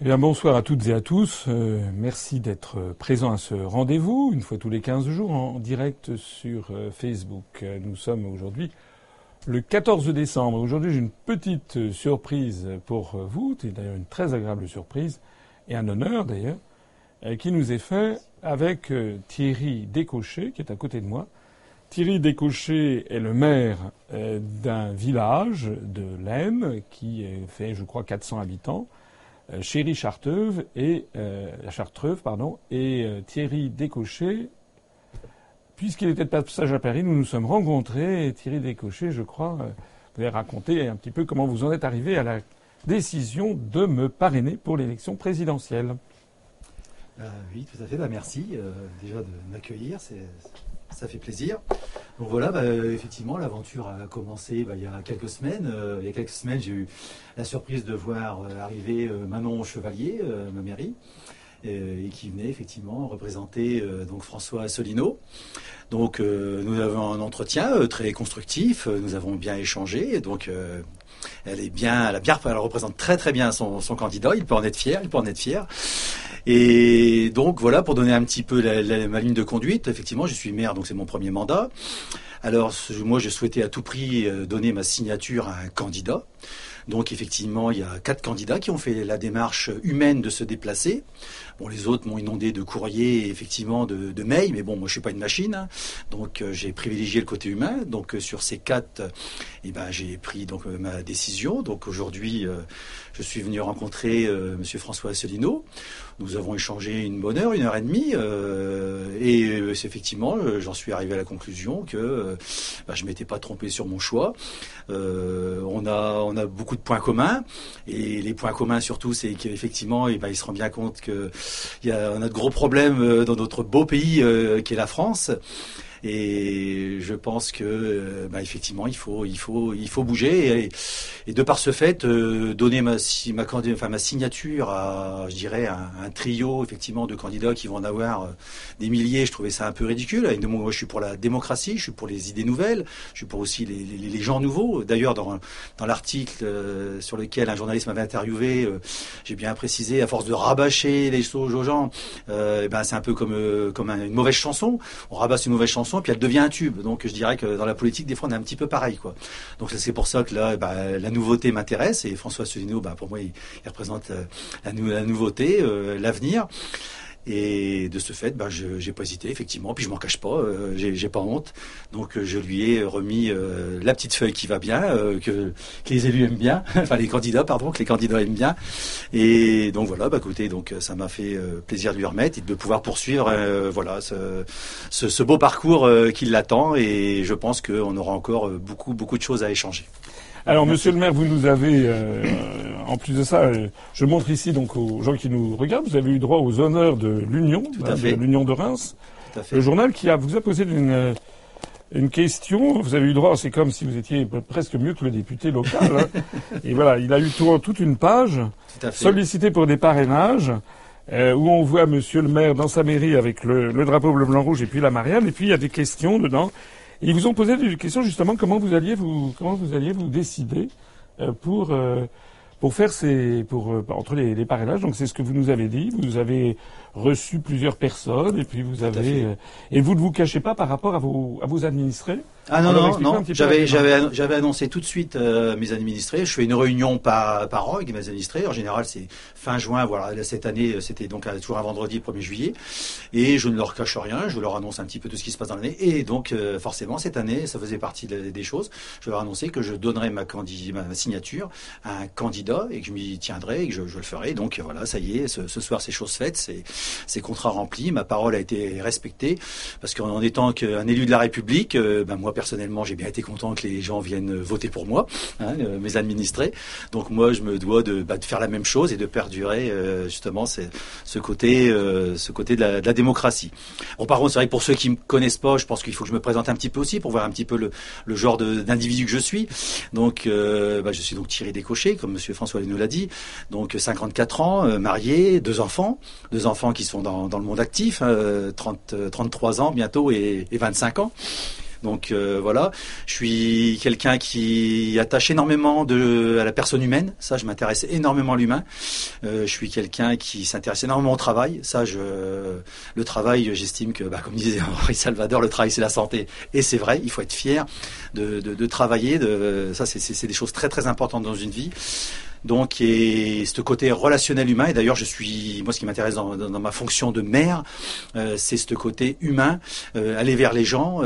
Bien, bonsoir à toutes et à tous. Merci d'être présents à ce rendez-vous, une fois tous les 15 jours, en direct sur Facebook. Nous sommes aujourd'hui le 14 décembre. Aujourd'hui, j'ai une petite surprise pour vous, c'est d'ailleurs une très agréable surprise, et un honneur d'ailleurs, qui nous est fait avec Thierry Décochet, qui est à côté de moi. Thierry Décochet est le maire d'un village de l'Aisne, qui fait, je crois, 400 habitants. Chéry-Chartreuve et Thierry Décochet, puisqu'il était de passage à Paris, nous nous sommes rencontrés. Et Thierry Décochet, je crois, vous allez raconter un petit peu comment vous en êtes arrivé à la décision de me parrainer pour l'élection présidentielle. Oui, tout à fait. Merci déjà de m'accueillir. Ça fait plaisir. Donc voilà, effectivement, l'aventure a commencé il y a quelques semaines. Il y a quelques semaines, j'ai eu la surprise de voir arriver Manon Chevalier, ma mairie, et qui venait effectivement représenter donc François Asselineau. Donc nous avons un entretien très constructif, nous avons bien échangé. Donc elle représente très très bien son candidat. Il peut en être fier. Et donc voilà, pour donner un petit peu ma ligne de conduite, effectivement, je suis maire, donc c'est mon premier mandat. Alors moi, je souhaitais à tout prix donner ma signature à un candidat. Donc effectivement, il y a 4 candidats qui ont fait la démarche humaine de se déplacer. Bon, les autres m'ont inondé de courriers, effectivement, de mails, mais bon, moi je suis pas une machine, hein. Donc j'ai privilégié le côté humain. Donc sur ces 4, j'ai pris donc ma décision. Donc aujourd'hui, je suis venu rencontrer Monsieur François Asselineau. Nous avons échangé une bonne heure, 1h30, et effectivement, j'en suis arrivé à la conclusion que je m'étais pas trompé sur mon choix. On a beaucoup de points communs, et les points communs surtout, c'est qu'effectivement, il se rend bien compte que on a de gros problèmes dans notre beau pays qui est la France. Et je pense que effectivement il faut bouger et de par ce fait donner ma signature à, je dirais, un trio effectivement de candidats qui vont en avoir des milliers. Je trouvais ça un peu ridicule. Et moi je suis pour la démocratie, je suis pour les idées nouvelles, je suis pour aussi les gens nouveaux. D'ailleurs dans l'article sur lequel un journaliste m'avait interviewé, j'ai bien précisé, à force de rabâcher les choses aux gens, c'est un peu comme une mauvaise chanson. On rabâche une mauvaise chanson, puis elle devient un tube. Donc je dirais que dans la politique, des fois, on est un petit peu pareil, quoi. Donc c'est pour ça que là, la nouveauté m'intéresse, et François Asselineau, pour moi, il représente la nouveauté, l'avenir. Et de ce fait, j'ai pas hésité, effectivement. Puis je m'en cache pas, j'ai pas honte. Donc je lui ai remis la petite feuille qui va bien, que les élus aiment bien, enfin les candidats, pardon, que les candidats aiment bien. Et donc voilà, écoutez, donc ça m'a fait plaisir de lui remettre et de pouvoir poursuivre, ce beau parcours qui l'attend. Et je pense qu'on aura encore beaucoup de choses à échanger. Alors, Monsieur le maire, vous nous avez, en plus de ça, je montre ici donc aux gens qui nous regardent, vous avez eu droit aux honneurs de l'Union, de l'Union de Reims, le journal qui vous a posé une question. Vous avez eu droit, c'est comme si vous étiez presque mieux que le député local. Hein. Et voilà, il a eu toute une page sollicité pour des parrainages. Où on voit Monsieur le maire dans sa mairie avec le drapeau bleu, blanc, rouge et puis la Marianne, et puis il y a des questions dedans. Et ils vous ont posé des questions justement comment vous alliez vous décider pour faire entre les parrainages. Donc c'est ce que vous nous avez dit. Vous avez reçu plusieurs personnes et puis vous avez et vous ne vous cachez pas par rapport à vos administrés. Ah non. J'avais annoncé tout de suite mes administrés. Je fais une réunion par an avec mes administrés. En général, c'est fin juin. Voilà, cette année, c'était donc toujours un vendredi, 1er juillet. Et je ne leur cache rien. Je leur annonce un petit peu tout ce qui se passe dans l'année. Et donc, forcément, cette année, ça faisait partie des choses. Je leur ai annoncé que je donnerais ma signature à un candidat et que je m'y tiendrai et que je le ferai. Donc voilà, ça y est, ce soir, c'est chose faite. C'est contrat rempli. Ma parole a été respectée parce qu'en étant qu'un élu de la République, moi personnellement, j'ai bien été content que les gens viennent voter pour moi, mes administrés. Donc moi, je me dois de faire la même chose et de perdurer justement ce côté de la démocratie. Bon, par contre, c'est vrai que pour ceux qui me connaissent pas, je pense qu'il faut que je me présente un petit peu aussi pour voir un petit peu le genre d'individu que je suis. Donc, je suis donc Thierry Décochet, comme Monsieur François nous l'a dit. Donc 54 ans, marié, 2 enfants qui sont dans le monde actif, 33 ans bientôt et 25 ans. Donc voilà, je suis quelqu'un qui attache énormément à la personne humaine. Ça, je m'intéresse énormément à l'humain. Je suis quelqu'un qui s'intéresse énormément au travail. Ça, le travail, j'estime que, comme disait Henri Salvador, le travail c'est la santé. Et c'est vrai, il faut être fier de travailler. Ça, c'est des choses très très importantes dans une vie. Donc, et ce côté relationnel humain, et d'ailleurs moi ce qui m'intéresse dans ma fonction de maire, c'est ce côté humain, aller vers les gens,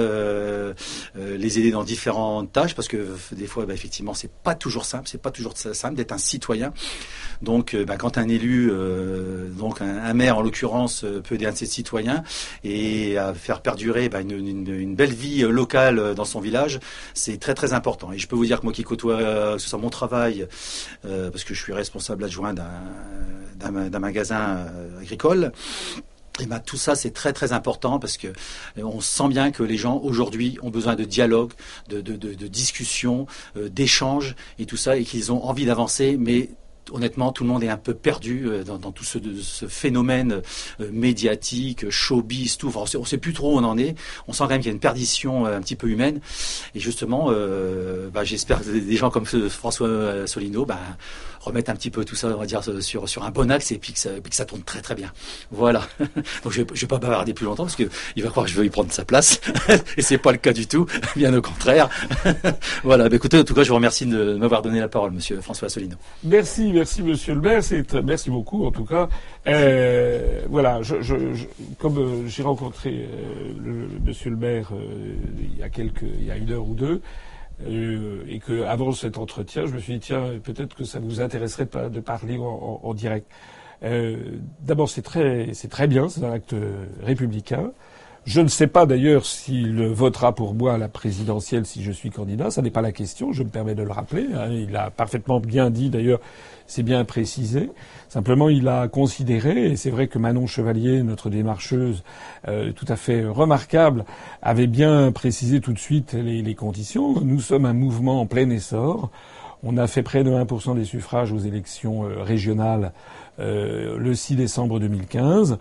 les aider dans différentes tâches, parce que des fois, effectivement, c'est pas toujours simple d'être un citoyen. Donc, quand un élu, donc un maire en l'occurrence, peut aider un de ses citoyens et à faire perdurer une belle vie locale dans son village, c'est très très important. Et je peux vous dire que moi qui côtoie, que ce soit mon travail, parce que je suis responsable adjoint d'un magasin agricole. Et tout ça c'est très très important parce que on sent bien que les gens aujourd'hui ont besoin de dialogue, de discussion, d'échange et tout ça, et qu'ils ont envie d'avancer, mais honnêtement, tout le monde est un peu perdu dans tout ce phénomène médiatique, showbiz, tout. Enfin, on sait plus trop où on en est. On sent quand même qu'il y a une perdition un petit peu humaine. Et justement, j'espère que des gens comme François Asselineau remettent un petit peu tout ça, on va dire, sur un bon axe, et puis que ça tourne très très bien. Voilà. Donc je vais pas bavarder plus longtemps parce que il va croire que je veux y prendre sa place. Et c'est pas le cas du tout. Bien au contraire. Voilà. Écoutez, en tout cas, je vous remercie de m'avoir donné la parole, monsieur François Asselineau. Merci, monsieur le maire. Merci beaucoup, en tout cas. Voilà. Comme j'ai rencontré monsieur le maire il y a une heure ou deux, et que avant cet entretien, je me suis dit tiens, peut-être que ça vous intéresserait de parler en direct. D'abord, c'est très bien, c'est un acte républicain. Je ne sais pas d'ailleurs s'il votera pour moi à la présidentielle si je suis candidat. Ça n'est pas la question, je me permets de le rappeler. Il a parfaitement bien dit, d'ailleurs, c'est bien précisé. Simplement, il a considéré, et c'est vrai que Manon Chevalier, notre démarcheuse, tout à fait remarquable, avait bien précisé tout de suite les conditions. Nous sommes un mouvement en plein essor. On a fait près de 1% des suffrages aux élections régionales le 6 décembre 2015.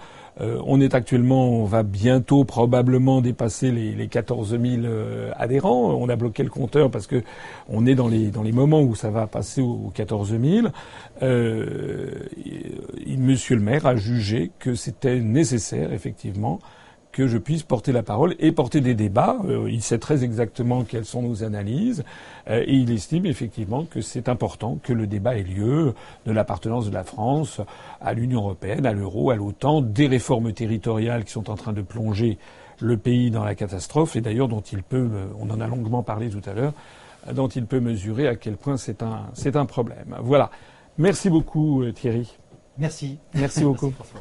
On va bientôt probablement dépasser les 14 000 adhérents. On a bloqué le compteur parce que on est dans les moments où ça va passer aux 14 000. Monsieur le maire a jugé que c'était nécessaire, effectivement, que je puisse porter la parole et porter des débats. Il sait très exactement quelles sont nos analyses et il estime effectivement que c'est important que le débat ait lieu de l'appartenance de la France à l'Union européenne, à l'euro, à l'OTAN, des réformes territoriales qui sont en train de plonger le pays dans la catastrophe et d'ailleurs dont il peut, on en a longuement parlé tout à l'heure, dont il peut mesurer à quel point c'est un problème. Voilà. Merci beaucoup Thierry. Merci. Merci beaucoup. Merci,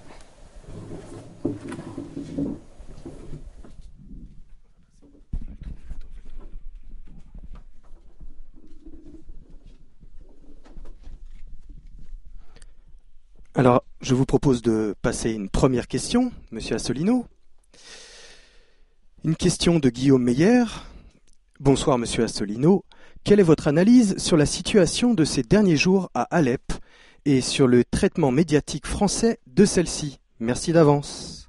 Alors, je vous propose de passer une première question, monsieur Asselineau. Une question de Guillaume Meyer. Bonsoir, monsieur Asselineau. Quelle est votre analyse sur la situation de ces derniers jours à Alep et sur le traitement médiatique français de celle-ci? Merci d'avance.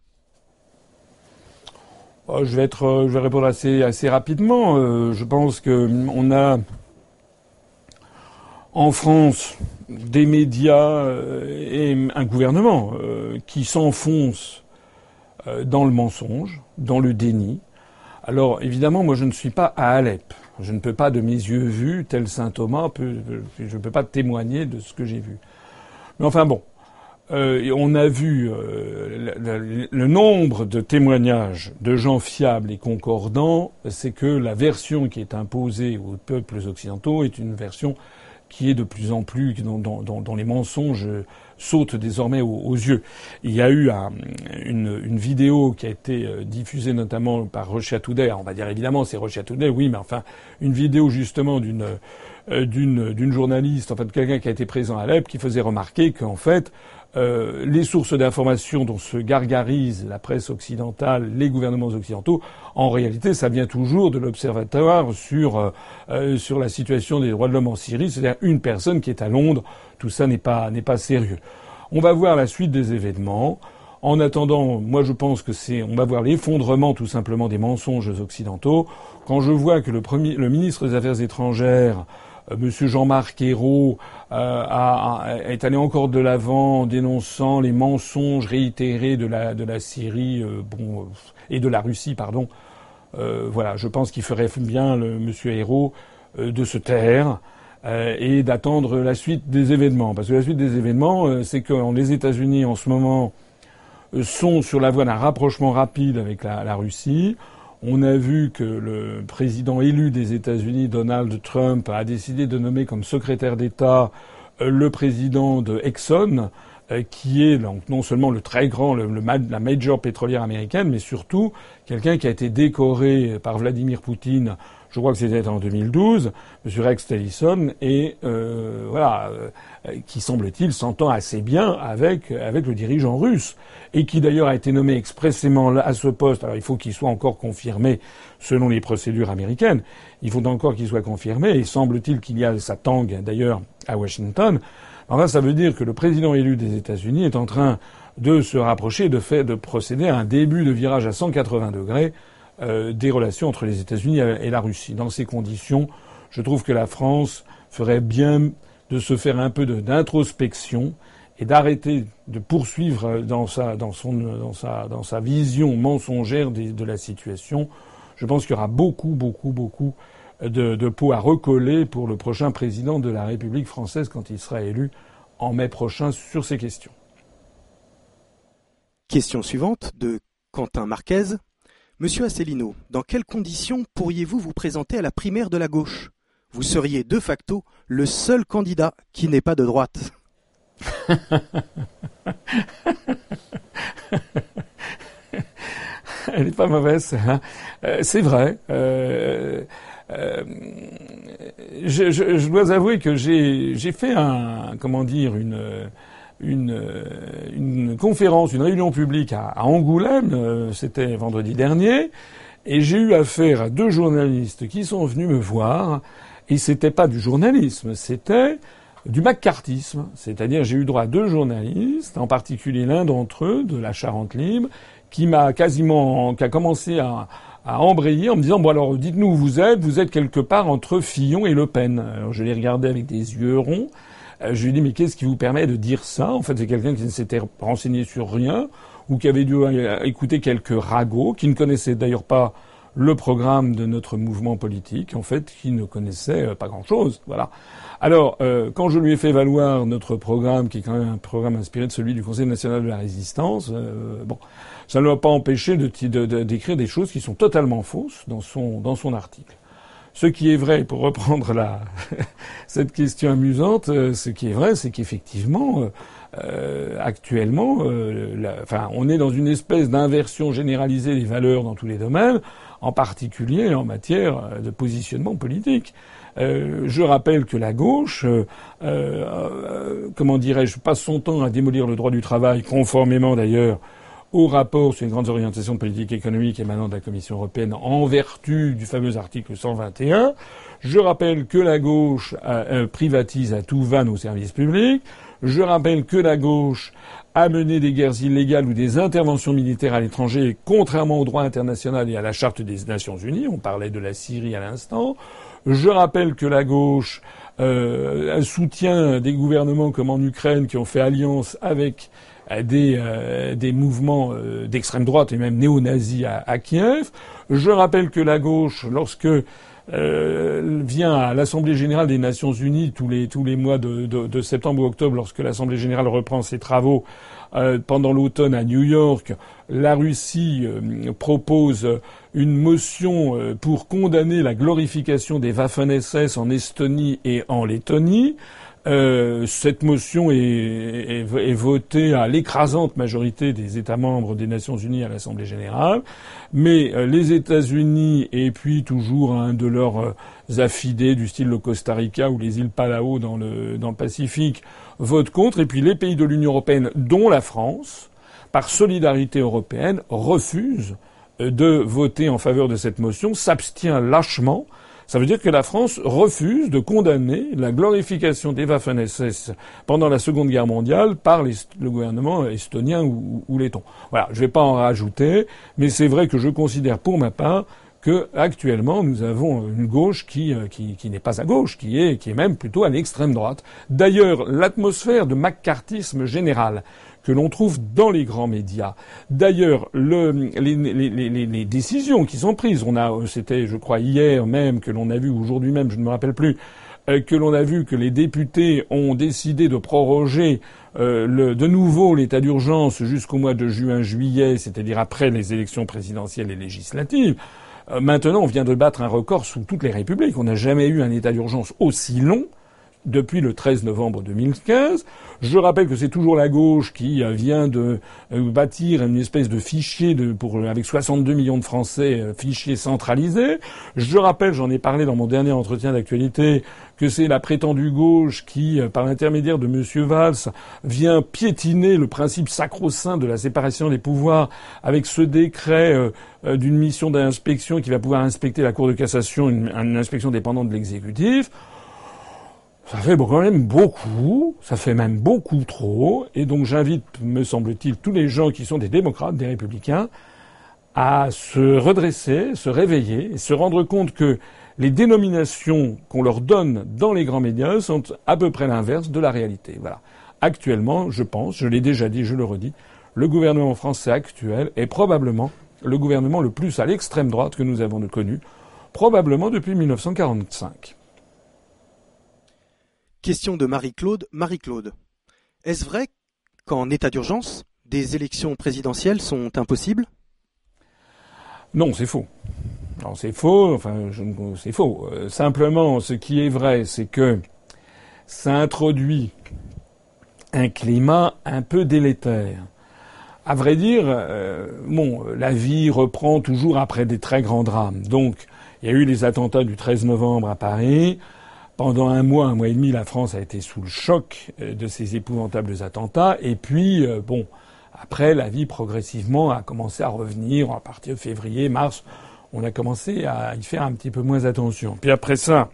Je vais répondre assez rapidement. Je pense que on a en France des médias et un gouvernement qui s'enfoncent dans le mensonge, dans le déni. Alors évidemment, moi je ne suis pas à Alep. Je ne peux pas de mes yeux vus, tel saint Thomas, je ne peux pas témoigner de ce que j'ai vu. Mais enfin bon, on a vu le nombre de témoignages de gens fiables et concordants, c'est que la version qui est imposée aux peuples occidentaux est une version qui est de plus en plus, dont les mensonges sautent désormais aux yeux. Il y a eu une vidéo qui a été diffusée notamment par Russia Today. On va dire évidemment c'est Russia Today, oui, mais enfin une vidéo justement d'une journaliste, en fait quelqu'un qui a été présent à Alep, qui faisait remarquer qu'en fait les sources d'information dont se gargarise la presse occidentale, les gouvernements occidentaux, en réalité, ça vient toujours de l'Observatoire sur la situation des droits de l'homme en Syrie, c'est-à-dire une personne qui est à Londres. Tout ça n'est pas sérieux. On va voir la suite des événements. En attendant, moi je pense que on va voir l'effondrement tout simplement des mensonges occidentaux. Quand je vois que le ministre des Affaires étrangères, Monsieur Jean-Marc Ayrault, est allé encore de l'avant en dénonçant les mensonges réitérés de la Syrie, et de la Russie, pardon. Voilà, je pense qu'il ferait bien Monsieur Ayrault de se taire. Et d'attendre la suite des événements. Parce que la suite des événements, c'est que les États-Unis, en ce moment, sont sur la voie d'un rapprochement rapide avec la Russie. On a vu que le président élu des États-Unis, Donald Trump, a décidé de nommer comme secrétaire d'État le président de Exxon, qui est donc non seulement le très grand, la major pétrolière américaine, mais surtout quelqu'un qui a été décoré par Vladimir Poutine. Je crois que c'était en 2012, M. Rex Tillerson, et qui semble-t-il s'entend assez bien avec le dirigeant russe, et qui d'ailleurs a été nommé expressément à ce poste. Alors il faut qu'il soit encore confirmé selon les procédures américaines. Il faut encore qu'il soit confirmé, et semble-t-il qu'il y a sa tangue d'ailleurs à Washington. Enfin, ça veut dire que le président élu des États-Unis est en train de se rapprocher, de procéder à un début de virage à 180 degrés des relations entre les États-Unis et la Russie. Dans ces conditions, je trouve que la France ferait bien de se faire un peu d'introspection et d'arrêter de poursuivre dans sa vision mensongère de la situation. Je pense qu'il y aura beaucoup de peau à recoller pour le prochain président de la République française quand il sera élu en mai prochain sur ces questions. Question suivante de Quentin Marquez. Monsieur Asselineau, dans quelles conditions pourriez-vous vous présenter à la primaire de la gauche ? Vous seriez de facto le seul candidat qui n'est pas de droite. Elle n'est pas mauvaise, hein. C'est vrai. Je dois avouer que j'ai fait une conférence, une réunion publique à Angoulême, c'était vendredi dernier, et j'ai eu affaire à 2 journalistes qui sont venus me voir, et c'était pas du journalisme, c'était du maccarthisme. C'est-à-dire, j'ai eu droit à 2 journalistes, en particulier l'un d'entre eux, de la Charente Libre, qui a commencé à embrayer en me disant, bon alors, dites-nous où vous êtes quelque part entre Fillon et Le Pen. Alors, je les regardais avec des yeux ronds. Je lui ai dit, mais qu'est-ce qui vous permet de dire ça? En fait, c'est quelqu'un qui ne s'était renseigné sur rien, ou qui avait dû écouter quelques ragots, qui ne connaissait d'ailleurs pas le programme de notre mouvement politique, en fait, qui ne connaissait pas grand-chose. Voilà. Alors, quand je lui ai fait valoir notre programme, qui est quand même un programme inspiré de celui du Conseil national de la résistance, ça ne l'a pas empêché d'écrire des choses qui sont totalement fausses dans son article. Ce qui est vrai, pour reprendre cette question amusante, ce qui est vrai, c'est qu'effectivement, actuellement, on est dans une espèce d'inversion généralisée des valeurs dans tous les domaines, en particulier en matière de positionnement politique. Je rappelle que la gauche, passe son temps à démolir le droit du travail, conformément d'ailleurs au rapport sur les grandes orientations de politique économique émanant de la Commission européenne en vertu du fameux article 121. Je rappelle que la gauche privatise à tout va nos services publics. Je rappelle que la gauche a mené des guerres illégales ou des interventions militaires à l'étranger, contrairement au droit international et à la Charte des Nations Unies. On parlait de la Syrie à l'instant. Je rappelle que la gauche soutient des gouvernements comme en Ukraine qui ont fait alliance avec des mouvements d'extrême droite et même néo-nazis à Kiev. Je rappelle que la gauche, lorsque vient à l'Assemblée générale des Nations Unies tous les mois de septembre ou octobre, lorsque l'Assemblée générale reprend ses travaux pendant l'automne à New York, la Russie propose une motion pour condamner la glorification des Waffen-SS en Estonie et en Lettonie. Cette motion est votée à l'écrasante majorité des États membres des Nations Unies à l'Assemblée générale, mais les États-Unis et puis toujours un de leurs affidés du style le Costa Rica ou les îles Palau dans le Pacifique votent contre, et puis les pays de l'Union européenne, dont la France, par solidarité européenne, refusent de voter en faveur de cette motion, s'abstient lâchement. Ça veut dire que la France refuse de condamner la glorification des Waffen-SS pendant la Seconde Guerre mondiale par le gouvernement estonien ou letton. Voilà, je vais pas en rajouter, mais c'est vrai que je considère pour ma part que actuellement nous avons une gauche qui n'est pas à gauche, qui est même plutôt à l'extrême droite. D'ailleurs, l'atmosphère de maccarthisme général que l'on trouve dans les grands médias. D'ailleurs, les décisions qui sont prises, c'était, je crois, hier même que l'on a vu, aujourd'hui même, je ne me rappelle plus, que l'on a vu que les députés ont décidé de proroger de nouveau l'état d'urgence jusqu'au mois de juin-juillet, c'est-à-dire après les élections présidentielles et législatives. Maintenant, on vient de battre un record sous toutes les républiques. On n'a jamais eu un état d'urgence aussi long depuis le 13 novembre 2015. Je rappelle que c'est toujours la gauche qui vient de bâtir une espèce de fichier avec 62 millions de Français, fichier centralisé. Je rappelle, j'en ai parlé dans mon dernier entretien d'actualité, que c'est la prétendue gauche qui, par l'intermédiaire de M. Valls, vient piétiner le principe sacro-saint de la séparation des pouvoirs avec ce décret d'une mission d'inspection qui va pouvoir inspecter la Cour de cassation, une inspection dépendante de l'exécutif. Ça fait quand même beaucoup, ça fait même beaucoup trop, et donc j'invite, me semble-t-il, tous les gens qui sont des démocrates, des républicains, à se redresser, se réveiller, et se rendre compte que les dénominations qu'on leur donne dans les grands médias sont à peu près l'inverse de la réalité. Voilà. Actuellement, je pense, je l'ai déjà dit, je le redis, le gouvernement français actuel est probablement le gouvernement le plus à l'extrême droite que nous avons connu, probablement depuis 1945. Question de Marie-Claude. Marie-Claude, est-ce vrai qu'en état d'urgence, des élections présidentielles sont impossibles ? Non, c'est faux. Non, c'est faux. C'est faux. Simplement, ce qui est vrai, c'est que ça introduit un climat un peu délétère. À vrai dire, la vie reprend toujours après des très grands drames. Donc, il y a eu les attentats du 13 novembre à Paris. Pendant un mois et demi, la France a été sous le choc de ces épouvantables attentats. Et puis, après, la vie progressivement a commencé à revenir. À partir de février, mars, on a commencé à y faire un petit peu moins attention. Puis après ça,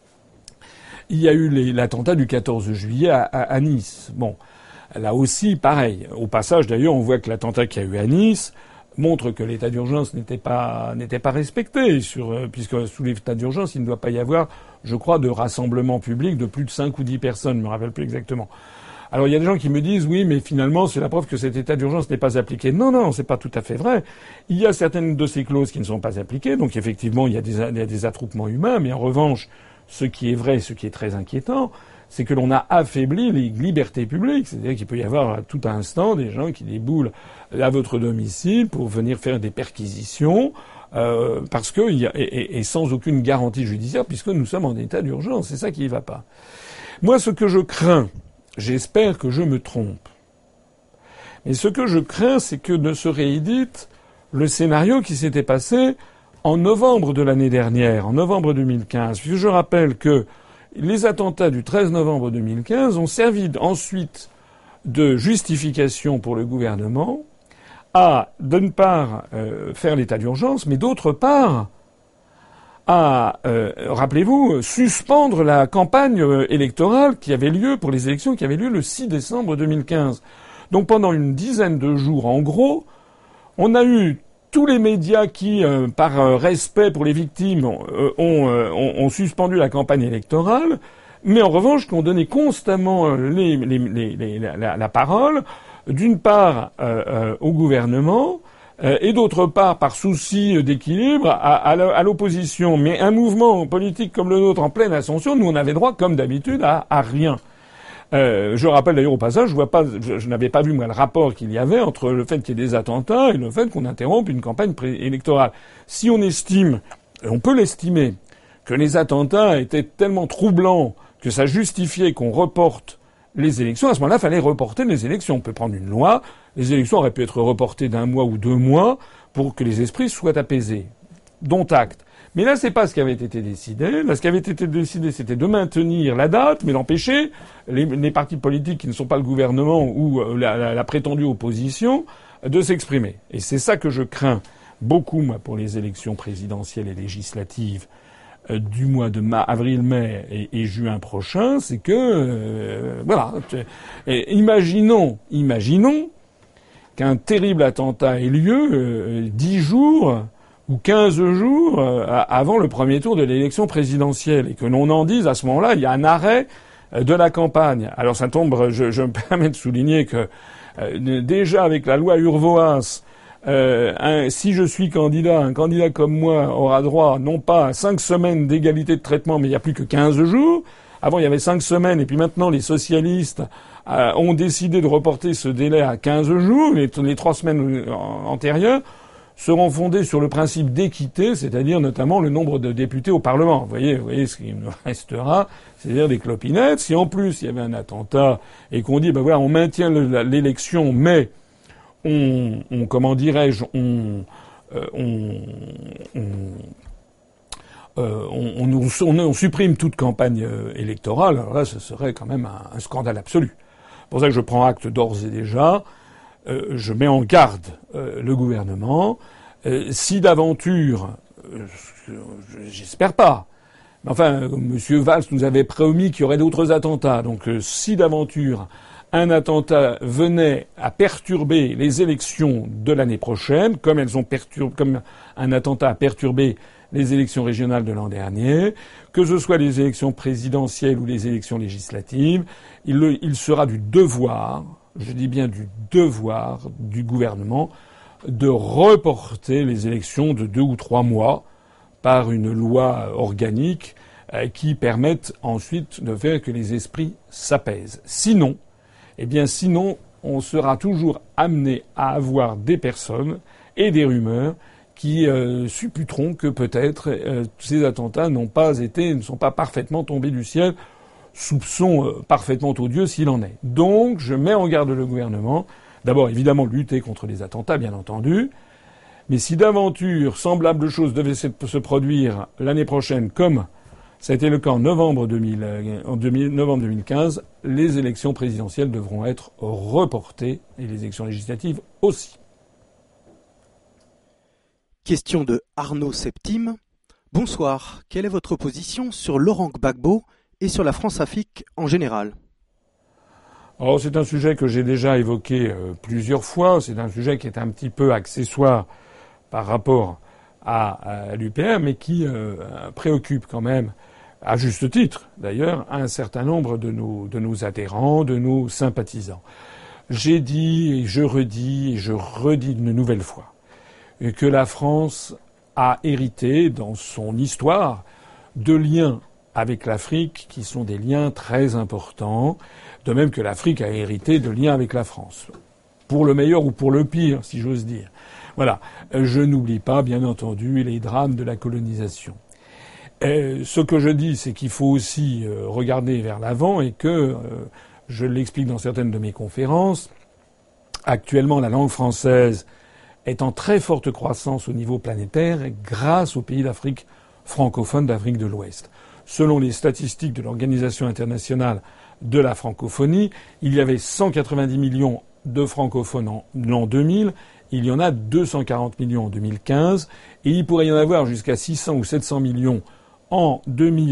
il y a eu l'attentat du 14 juillet à Nice. Bon, là aussi, pareil. Au passage, d'ailleurs, on voit que l'attentat qu'il y a eu à Nice montre que l'état d'urgence n'était pas respecté puisque sous l'état d'urgence, il ne doit pas y avoir, je crois, de rassemblement public de plus de 5 ou 10 personnes, je me rappelle plus exactement. Alors il y a des gens qui me disent oui, mais finalement c'est la preuve que cet état d'urgence n'est pas appliqué. Non, c'est pas tout à fait vrai. Il y a certaines de ces clauses qui ne sont pas appliquées, donc effectivement il y a des attroupements humains, mais en revanche, ce qui est vrai, ce qui est très inquiétant, c'est que l'on a affaibli les libertés publiques. C'est-à-dire qu'il peut y avoir à tout instant des gens qui déboulent à votre domicile pour venir faire des perquisitions, parce que et sans aucune garantie judiciaire, puisque nous sommes en état d'urgence. C'est ça qui ne va pas. Moi, ce que je crains, j'espère que je me trompe, mais ce que je crains, c'est que ne se réédite le scénario qui s'était passé en novembre de l'année dernière, en novembre 2015. Puisque je rappelle que les attentats du 13 novembre 2015 ont servi ensuite de justification pour le gouvernement à, d'une part, faire l'état d'urgence, mais d'autre part, à, rappelez-vous, suspendre la campagne électorale qui avait lieu pour les élections qui avaient lieu le 6 décembre 2015. Donc pendant une dizaine de jours, en gros, on a eu tous les médias qui, par respect pour les victimes, ont suspendu la campagne électorale, mais en revanche, qui ont donné constamment la parole, d'une part au gouvernement, et d'autre part, par souci d'équilibre, à l'opposition. Mais un mouvement politique comme le nôtre en pleine ascension, nous on avait droit, comme d'habitude, à rien. Je rappelle d'ailleurs au passage, je n'avais pas vu moi le rapport qu'il y avait entre le fait qu'il y ait des attentats et le fait qu'on interrompe une campagne électorale. Si on estime, et on peut l'estimer, que les attentats étaient tellement troublants que ça justifiait qu'on reporte les élections, à ce moment-là, il fallait reporter les élections. On peut prendre une loi, les élections auraient pu être reportées d'1 mois ou 2 mois pour que les esprits soient apaisés. Dont acte. Mais là, c'est pas ce qui avait été décidé. Là, ce qui avait été décidé, c'était de maintenir la date, mais d'empêcher les partis politiques qui ne sont pas le gouvernement ou la prétendue opposition de s'exprimer. Et c'est ça que je crains beaucoup, moi, pour les élections présidentielles et législatives du mois de avril-mai et juin prochain, c'est que voilà. Et imaginons qu'un terrible attentat ait lieu 10 jours ou 15 jours avant le premier tour de l'élection présidentielle et que l'on en dise à ce moment-là, il y a un arrêt de la campagne. Alors ça tombe, je me permets de souligner que déjà avec la loi Urvoas, si je suis candidat, un candidat comme moi aura droit non pas à 5 semaines d'égalité de traitement, mais il n'y a plus que 15 jours. Avant, il y avait 5 semaines, et puis maintenant, les socialistes ont décidé de reporter ce délai à 15 jours. Les 3 semaines antérieures seront fondées sur le principe d'équité, c'est-à-dire notamment le nombre de députés au Parlement. Vous voyez ce qui nous restera, c'est-à-dire des clopinettes. Si en plus il y avait un attentat et qu'on dit, ben voilà, on maintient l'élection, mais on supprime toute campagne électorale, alors là, ce serait quand même un scandale absolu. C'est pour ça que je prends acte d'ores et déjà. Je mets en garde le gouvernement. Si d'aventure, j'espère pas, mais enfin, M. Valls nous avait promis qu'il y aurait d'autres attentats. Donc, si d'aventure un attentat venait à perturber les élections de l'année prochaine, comme un attentat a perturbé les élections régionales de l'an dernier, que ce soit les élections présidentielles ou les élections législatives, il sera du devoir, je dis bien du devoir du gouvernement, de reporter les élections de 2 ou 3 mois par une loi organique qui permette ensuite de faire que les esprits s'apaisent. Sinon, on sera toujours amené à avoir des personnes et des rumeurs qui supputeront que peut-être ces attentats ne sont pas parfaitement tombés du ciel, soupçon parfaitement odieux s'il en est. Donc, je mets en garde le gouvernement. D'abord, évidemment, lutter contre les attentats, bien entendu. Mais si d'aventure semblable chose devait se produire l'année prochaine, comme ça a été le cas en novembre 2015, les élections présidentielles devront être reportées et les élections législatives aussi. Question de Arnaud Septime. Bonsoir. Quelle est votre position sur Laurent Gbagbo et sur la France-Afrique en général ? Alors, c'est un sujet que j'ai déjà évoqué plusieurs fois. C'est un sujet qui est un petit peu accessoire par rapport à l'UPR, mais qui préoccupe quand même, à juste titre d'ailleurs, un certain nombre de nos adhérents, de nos sympathisants. J'ai dit et je redis une nouvelle fois que la France a hérité dans son histoire de liens avec l'Afrique qui sont des liens très importants, de même que l'Afrique a hérité de liens avec la France. Pour le meilleur ou pour le pire, si j'ose dire. Voilà. Je n'oublie pas, bien entendu, les drames de la colonisation. Ce que je dis, c'est qu'il faut aussi regarder vers l'avant et que, je l'explique dans certaines de mes conférences, actuellement la langue française est en très forte croissance au niveau planétaire grâce aux pays d'Afrique francophone, d'Afrique de l'Ouest. Selon les statistiques de l'Organisation internationale de la francophonie, il y avait 190 millions de francophones en l'an 2000, il y en a 240 millions en 2015, et il pourrait y en avoir jusqu'à 600 ou 700 millions en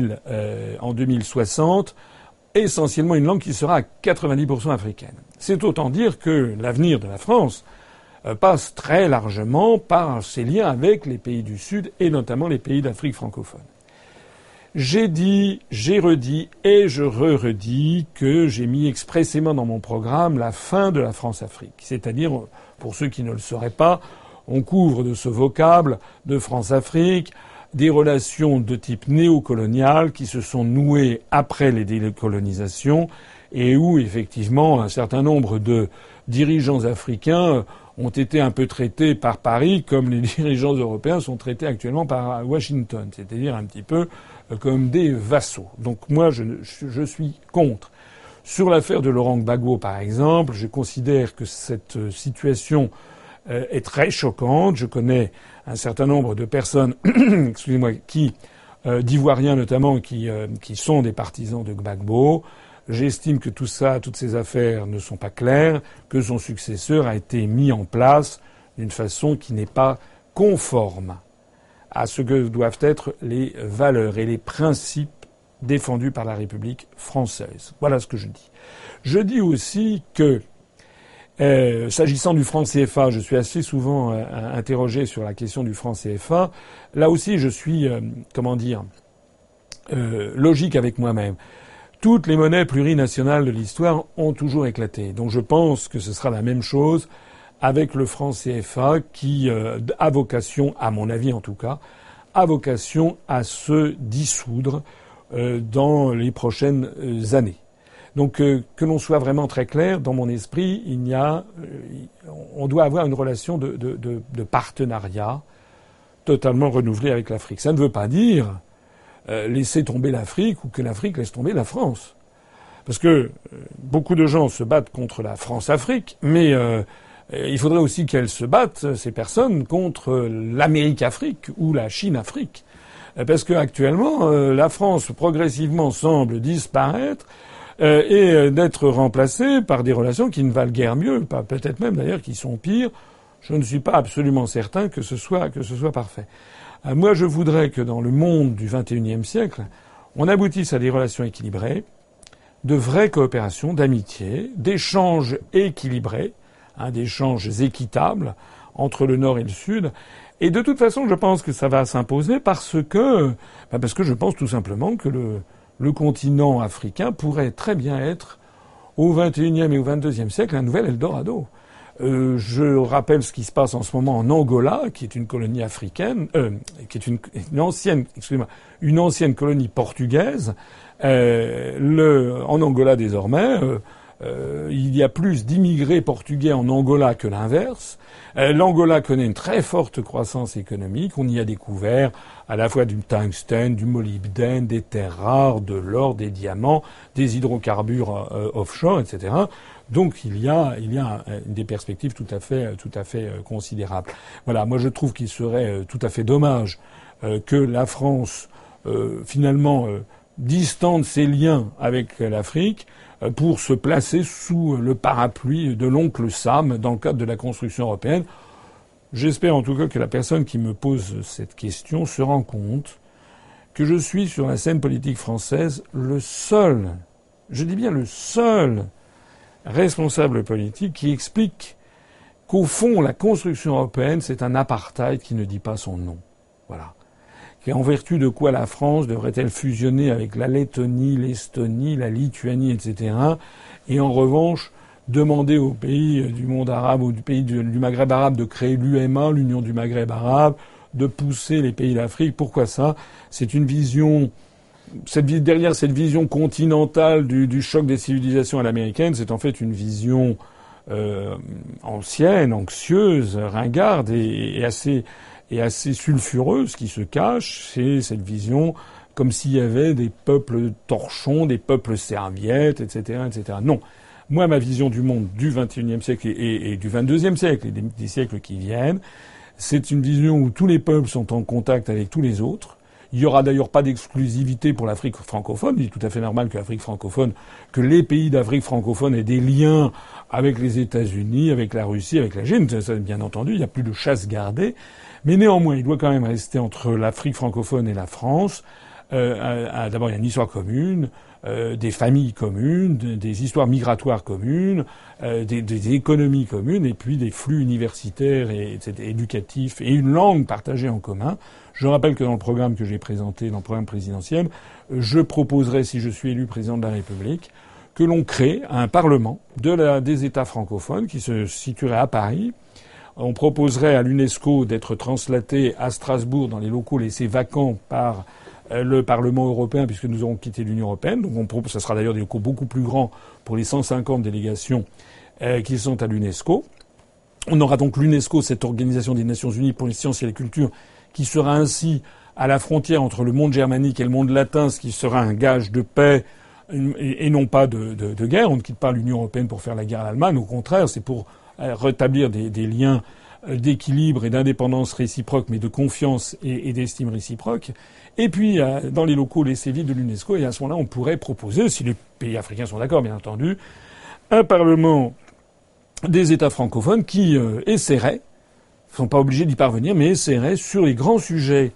2060, essentiellement une langue qui sera à 90% africaine. C'est autant dire que l'avenir de la France passe très largement par ses liens avec les pays du Sud et notamment les pays d'Afrique francophone. J'ai dit, j'ai redit et je redis que j'ai mis expressément dans mon programme la fin de la France-Afrique. C'est-à-dire, pour ceux qui ne le sauraient pas, on couvre de ce vocable de France-Afrique des relations de type néocolonial qui se sont nouées après les décolonisations et où, effectivement, un certain nombre de dirigeants africains ont été un peu traités par Paris comme les dirigeants européens sont traités actuellement par Washington, c'est-à-dire un petit peu comme des vassaux. Donc moi, je suis contre. Sur l'affaire de Laurent Gbagbo, par exemple, je considère que cette situation est très choquante. Je connais un certain nombre de personnes, excusez-moi, d'Ivoiriens notamment, qui sont des partisans de Gbagbo. J'estime que tout ça, toutes ces affaires ne sont pas claires, que son successeur a été mis en place d'une façon qui n'est pas conforme à ce que doivent être les valeurs et les principes défendus par la République française. Voilà ce que je dis. Je dis aussi que, s'agissant du franc CFA, je suis assez souvent interrogé sur la question du franc CFA. Là aussi, je suis, logique avec moi-même. Toutes les monnaies plurinationales de l'histoire ont toujours éclaté. Donc je pense que ce sera la même chose avec le franc CFA qui a vocation, à mon avis en tout cas, a vocation à se dissoudre dans les prochaines années. Donc que l'on soit vraiment très clair, dans mon esprit, on doit avoir une relation de partenariat totalement renouvelée avec l'Afrique. Ça ne veut pas dire laisser tomber l'Afrique ou que l'Afrique laisse tomber la France. Parce que beaucoup de gens se battent contre la France-Afrique, mais il faudrait aussi qu'elles se battent, ces personnes, contre l'Amérique-Afrique ou la Chine-Afrique. Parce que actuellement, la France progressivement semble disparaître et d'être remplacée par des relations qui ne valent guère mieux, peut-être même d'ailleurs qui sont pires. Je ne suis pas absolument certain que ce soit parfait. Moi, je voudrais que dans le monde du XXIe siècle, on aboutisse à des relations équilibrées, de vraies coopérations, d'amitié, d'échanges équilibrés, d'échanges équitables entre le Nord et le Sud. Et de toute façon, je pense que ça va s'imposer parce que je pense tout simplement que le continent africain pourrait très bien être au XXIe et au XXIe siècle un nouvel Eldorado. Je rappelle ce qui se passe en ce moment en Angola, qui est une colonie africaine, qui est une ancienne colonie portugaise. En Angola désormais, il y a plus d'immigrés portugais en Angola que l'inverse. L'Angola connaît une très forte croissance économique. On y a découvert à la fois du tungstène, du molybdène, des terres rares, de l'or, des diamants, des hydrocarbures offshore, etc. Donc il y a des perspectives tout à fait considérables. Voilà, moi je trouve qu'il serait tout à fait dommage que la France finalement distende ses liens avec l'Afrique pour se placer sous le parapluie de l'oncle Sam dans le cadre de la construction européenne. J'espère en tout cas que la personne qui me pose cette question se rend compte que je suis sur la scène politique française le seul, je dis bien le seul, responsable politique qui explique qu'au fond, la construction européenne, c'est un apartheid qui ne dit pas son nom. Voilà. Et en vertu de quoi la France devrait-elle fusionner avec la Lettonie, l'Estonie, la Lituanie, etc. Et en revanche, demander aux pays du monde arabe ou du pays du Maghreb arabe de créer l'UMA, l'Union du Maghreb arabe, de pousser les pays d'Afrique. Pourquoi ça? C'est une vision... Derrière cette vision continentale du choc des civilisations à l'américaine, c'est en fait une vision ancienne, anxieuse, ringarde et assez sulfureuse qui se cache. C'est cette vision comme s'il y avait des peuples torchons, des peuples serviettes, etc., etc. Non. Moi, ma vision du monde du XXIe siècle et du XXIIe siècle et des siècles qui viennent, c'est une vision où tous les peuples sont en contact avec tous les autres. Il y aura d'ailleurs pas d'exclusivité pour l'Afrique francophone. Il est tout à fait normal que l'Afrique francophone, que les pays d'Afrique francophone aient des liens avec les États-Unis, avec la Russie, avec la Chine. Ça, bien entendu, il n'y a plus de chasse gardée. Mais néanmoins, il doit quand même rester entre l'Afrique francophone et la France. D'abord, il y a une histoire commune, des familles communes, des histoires migratoires communes, des économies communes, et puis des flux universitaires et éducatifs, et une langue partagée en commun. Je rappelle que dans le programme que j'ai présenté, dans le programme présidentiel, je proposerai, si je suis élu président de la République, que l'on crée un parlement des États francophones qui se situerait à Paris. On proposerait à l'UNESCO d'être translaté à Strasbourg dans les locaux laissés vacants par le Parlement européen, puisque nous aurons quitté l'Union européenne. Donc ça sera d'ailleurs des locaux beaucoup plus grands pour les 150 délégations qui sont à l'UNESCO. On aura donc l'UNESCO, cette organisation des Nations Unies pour les sciences et la culture, qui sera ainsi à la frontière entre le monde germanique et le monde latin, ce qui sera un gage de paix et non pas de guerre. On ne quitte pas l'Union européenne pour faire la guerre à l'Allemagne. Au contraire, c'est pour rétablir des liens d'équilibre et d'indépendance réciproque, mais de confiance et d'estime réciproque. Et puis, dans les locaux laissés vides de l'UNESCO, et à ce moment-là, on pourrait proposer, si les pays africains sont d'accord, bien entendu, un parlement des États francophones qui essaierait, ils ne sont pas obligés d'y parvenir, mais essaierait sur les grands sujets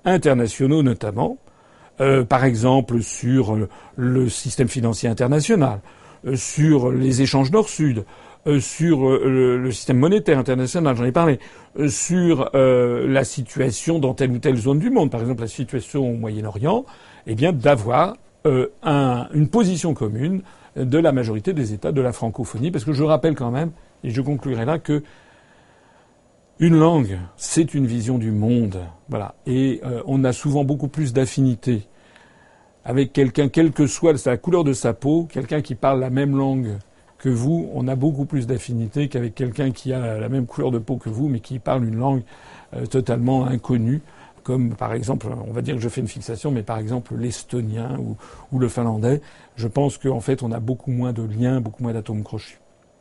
internationaux notamment, par exemple sur le système financier international, sur les échanges nord-sud, sur le système monétaire international, j'en ai parlé, sur la situation dans telle ou telle zone du monde, par exemple la situation au Moyen-Orient, eh bien d'avoir une position commune de la majorité des États de la francophonie, parce que je rappelle quand même, et je conclurai là, que une langue, c'est une vision du monde, voilà, et on a souvent beaucoup plus d'affinité avec quelqu'un, quelle que soit la couleur de sa peau, quelqu'un qui parle la même langue que vous, on a beaucoup plus d'affinité qu'avec quelqu'un qui a la même couleur de peau que vous, mais qui parle une langue totalement inconnue, comme par exemple, on va dire que je fais une fixation, mais par exemple l'estonien ou le finlandais. Je pense qu'en fait, on a beaucoup moins de liens, beaucoup moins d'atomes crochus.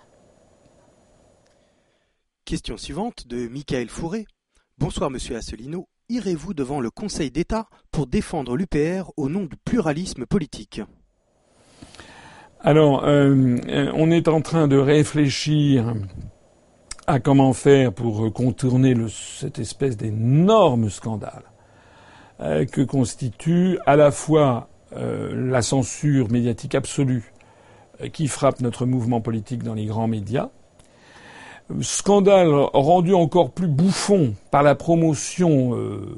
Question suivante de Michael Fourré. Bonsoir Monsieur Asselineau. Irez-vous devant le Conseil d'État pour défendre l'UPR au nom du pluralisme politique ? Alors, on est en train de réfléchir à comment faire pour contourner cette espèce d'énorme scandale que constitue à la fois la censure médiatique absolue qui frappe notre mouvement politique dans les grands médias, scandale rendu encore plus bouffon par la promotion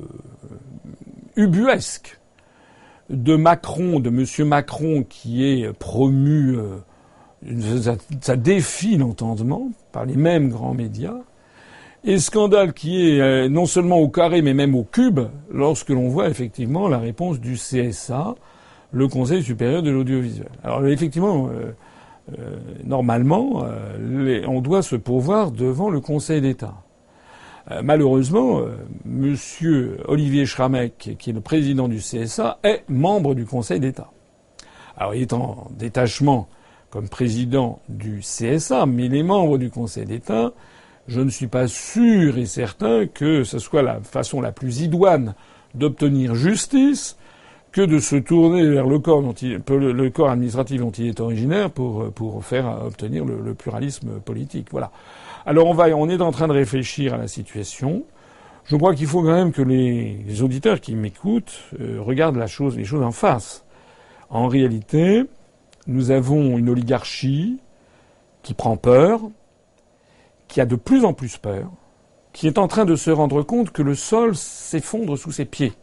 ubuesque de Macron, de Monsieur Macron, qui est promu, ça défie l'entendement par les mêmes grands médias, et scandale qui est non seulement au carré mais même au cube lorsque l'on voit effectivement la réponse du CSA, le Conseil supérieur de l'audiovisuel. Alors effectivement, normalement, on doit se pourvoir devant le Conseil d'État. Malheureusement, Monsieur Olivier Schrammeck, qui est le président du CSA, est membre du Conseil d'État. Alors, il est en détachement comme président du CSA, mais il est membre du Conseil d'État. Je ne suis pas sûr et certain que ce soit la façon la plus idoine d'obtenir justice que de se tourner vers le corps administratif dont il est originaire pour faire obtenir le pluralisme politique. Voilà. Alors on est en train de réfléchir à la situation. Je crois qu'il faut quand même que les auditeurs qui m'écoutent regardent les choses en face. En réalité, nous avons une oligarchie qui prend peur, qui a de plus en plus peur, qui est en train de se rendre compte que le sol s'effondre sous ses pieds.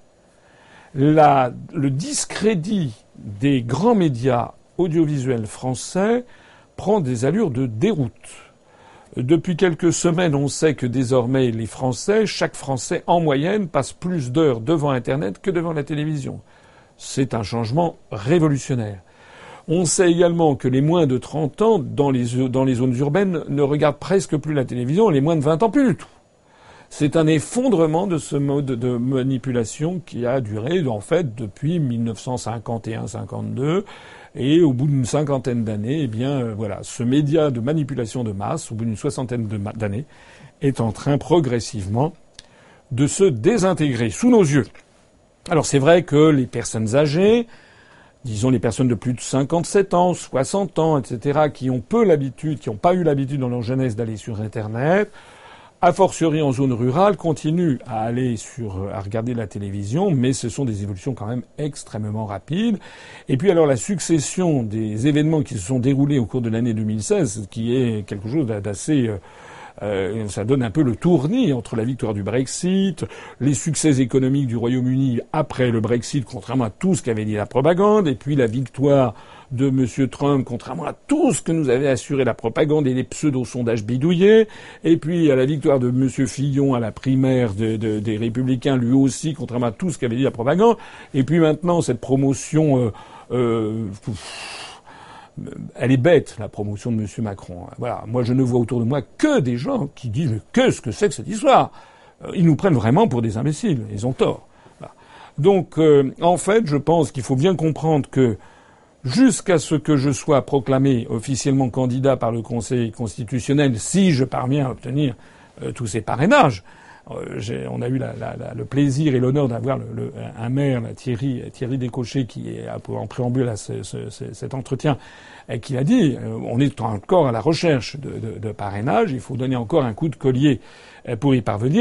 Le discrédit des grands médias audiovisuels français prend des allures de déroute. Depuis quelques semaines, on sait que désormais, chaque Français, en moyenne, passe plus d'heures devant Internet que devant la télévision. C'est un changement révolutionnaire. On sait également que les moins de 30 ans, dans les zones urbaines, ne regardent presque plus la télévision, les moins de 20 ans plus du tout. C'est un effondrement de ce mode de manipulation qui a duré, en fait, depuis 1951-52. Et au bout d'une cinquantaine d'années, eh bien, voilà, ce média de manipulation de masse, au bout d'une soixantaine d'années, est en train progressivement de se désintégrer sous nos yeux. Alors c'est vrai que les personnes âgées, disons les personnes de plus de 57 ans, 60 ans, etc., qui n'ont pas eu l'habitude dans leur jeunesse d'aller sur Internet, a fortiori en zone rurale, continuent à regarder la télévision, mais ce sont des évolutions quand même extrêmement rapides. Et puis alors la succession des événements qui se sont déroulés au cours de l'année 2016, qui est quelque chose d'assez... ça donne un peu le tournis entre la victoire du Brexit, les succès économiques du Royaume-Uni après le Brexit, contrairement à tout ce qu'avait dit la propagande, et puis la victoire de M. Trump, contrairement à tout ce que nous avait assuré la propagande et les pseudo-sondages bidouillés, et puis à la victoire de M. Fillon à la primaire des Républicains, lui aussi, contrairement à tout ce qu'avait dit la propagande, et puis maintenant cette promotion... elle est bête, la promotion de M. Macron. Voilà. Moi, je ne vois autour de moi que des gens qui disent « Mais qu'est-ce que c'est que cette histoire ?» Ils nous prennent vraiment pour des imbéciles. Ils ont tort. Voilà. Donc, en fait, je pense qu'il faut bien comprendre que jusqu'à ce que je sois proclamé officiellement candidat par le Conseil constitutionnel, si je parviens à obtenir tous ces parrainages, on a eu le plaisir et l'honneur d'avoir un maire, Thierry Descochers, qui est en préambule à cet entretien, et qui a dit on est encore à la recherche de parrainage, il faut donner encore un coup de collier pour y parvenir.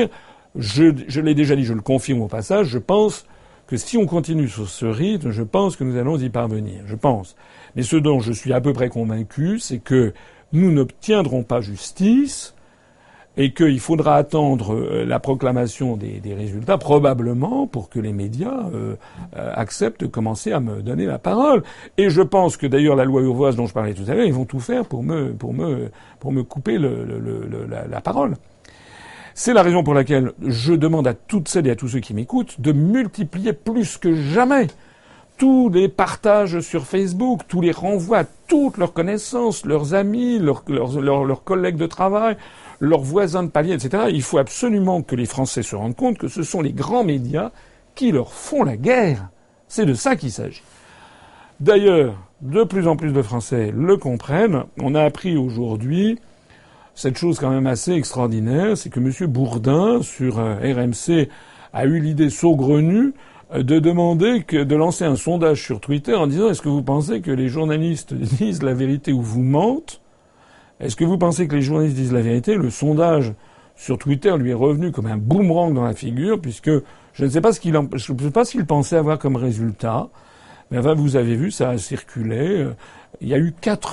je l'ai déjà dit, je le confirme au passage, je pense que si on continue sur ce rythme, je pense que nous allons y parvenir. Je pense. Mais ce dont je suis à peu près convaincu, c'est que nous n'obtiendrons pas justice et qu'il faudra attendre la proclamation des résultats, probablement, pour que les médias acceptent de commencer à me donner la parole. Et je pense que d'ailleurs la loi Urvoas dont je parlais tout à l'heure, ils vont tout faire pour me couper la parole. C'est la raison pour laquelle je demande à toutes celles et à tous ceux qui m'écoutent de multiplier plus que jamais tous les partages sur Facebook, tous les renvois à toutes leurs connaissances, leurs amis, leurs collègues de travail, leurs voisins de palier, etc. Il faut absolument que les Français se rendent compte que ce sont les grands médias qui leur font la guerre. C'est de ça qu'il s'agit. D'ailleurs, de plus en plus de Français le comprennent. On a appris aujourd'hui cette chose quand même assez extraordinaire, c'est que M. Bourdin, sur RMC, a eu l'idée saugrenue de demander de lancer un sondage sur Twitter en disant « Est-ce que vous pensez que les journalistes disent la vérité ou vous mentent ? Est-ce que vous pensez que les journalistes disent la vérité ?» Le sondage sur Twitter lui est revenu comme un boomerang dans la figure, puisque je ne sais pas ce qu'il pensait avoir comme résultat. Mais enfin, vous avez vu, ça a circulé. Il y a eu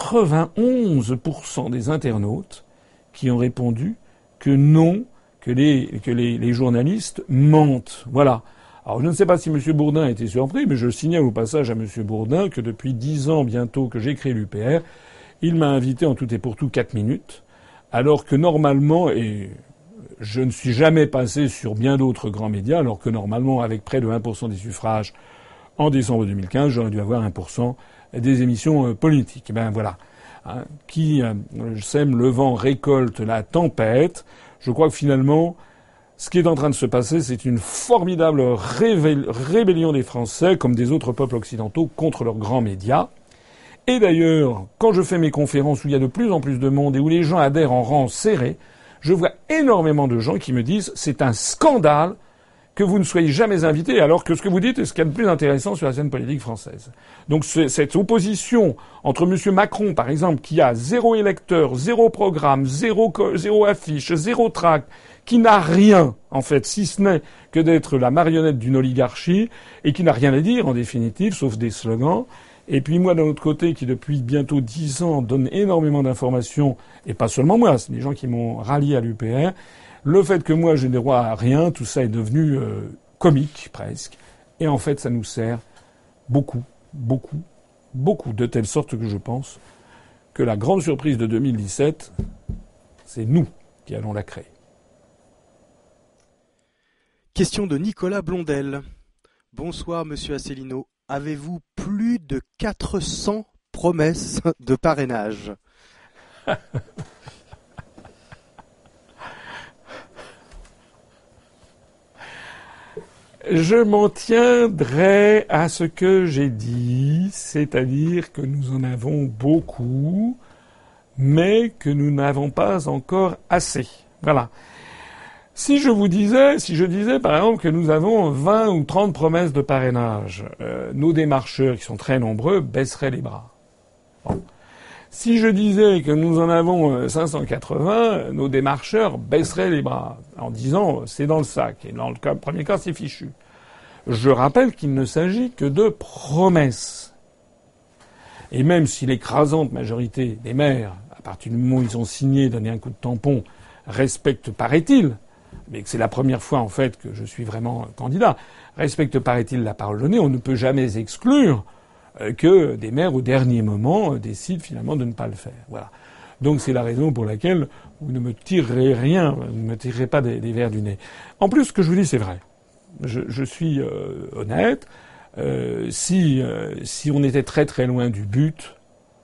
91% des internautes qui ont répondu que non, que les journalistes mentent. Voilà. Alors je ne sais pas si M. Bourdin a été surpris, mais je signale au passage à M. Bourdin que depuis 10 ans bientôt que j'ai créé l'UPR, il m'a invité en tout et pour tout 4 minutes, alors que normalement, et je ne suis jamais passé sur bien d'autres grands médias, alors que normalement, avec près de 1% des suffrages en décembre 2015, j'aurais dû avoir 1% des émissions politiques. Et ben voilà. Qui sème le vent récolte la tempête. Je crois que finalement, ce qui est en train de se passer, c'est une formidable rébellion des Français, comme des autres peuples occidentaux, contre leurs grands médias. Et d'ailleurs, quand je fais mes conférences où il y a de plus en plus de monde et où les gens adhèrent en rang serré, je vois énormément de gens qui me disent « c'est un scandale que vous ne soyez jamais invité, alors que ce que vous dites est ce qu'il y a de plus intéressant sur la scène politique française. » Donc cette opposition entre M. Macron, par exemple, qui a 0 électeur, 0 programme, 0 affiche, 0 tract, qui n'a rien, en fait, si ce n'est que d'être la marionnette d'une oligarchie, et qui n'a rien à dire, en définitive, sauf des slogans. Et puis moi, d'un autre côté, qui depuis bientôt 10 ans donne énormément d'informations, et pas seulement moi, c'est des gens qui m'ont rallié à l'UPR, le fait que moi j'ai des droits à rien, tout ça est devenu comique presque. Et en fait, ça nous sert beaucoup, beaucoup, beaucoup, de telle sorte que je pense que la grande surprise de 2017, c'est nous qui allons la créer. Question de Nicolas Blondel. Bonsoir, monsieur Asselineau. Avez-vous plus de 400 promesses de parrainage ? Je m'en tiendrai à ce que j'ai dit, c'est-à-dire que nous en avons beaucoup, mais que nous n'avons pas encore assez. Voilà. Si je disais par exemple que nous avons 20 ou 30 promesses de parrainage, nos démarcheurs, qui sont très nombreux, baisseraient les bras. Bon. Si je disais que nous en avons 580, nos démarcheurs baisseraient les bras en disant c'est dans le sac. Et dans le premier cas, c'est fichu. Je rappelle qu'il ne s'agit que de promesses. Et même si l'écrasante majorité des maires, à partir du moment où ils ont signé, donné un coup de tampon, respectent, paraît-il, mais que c'est la première fois en fait que je suis vraiment candidat, respectent, paraît-il, la parole donnée, on ne peut jamais exclure que des maires, au dernier moment, décident finalement de ne pas le faire. Voilà. Donc c'est la raison pour laquelle vous ne me tirerez rien, vous ne me tirerez pas des vers du nez. En plus, ce que je vous dis, c'est vrai. Je suis honnête. Si on était très très loin du but,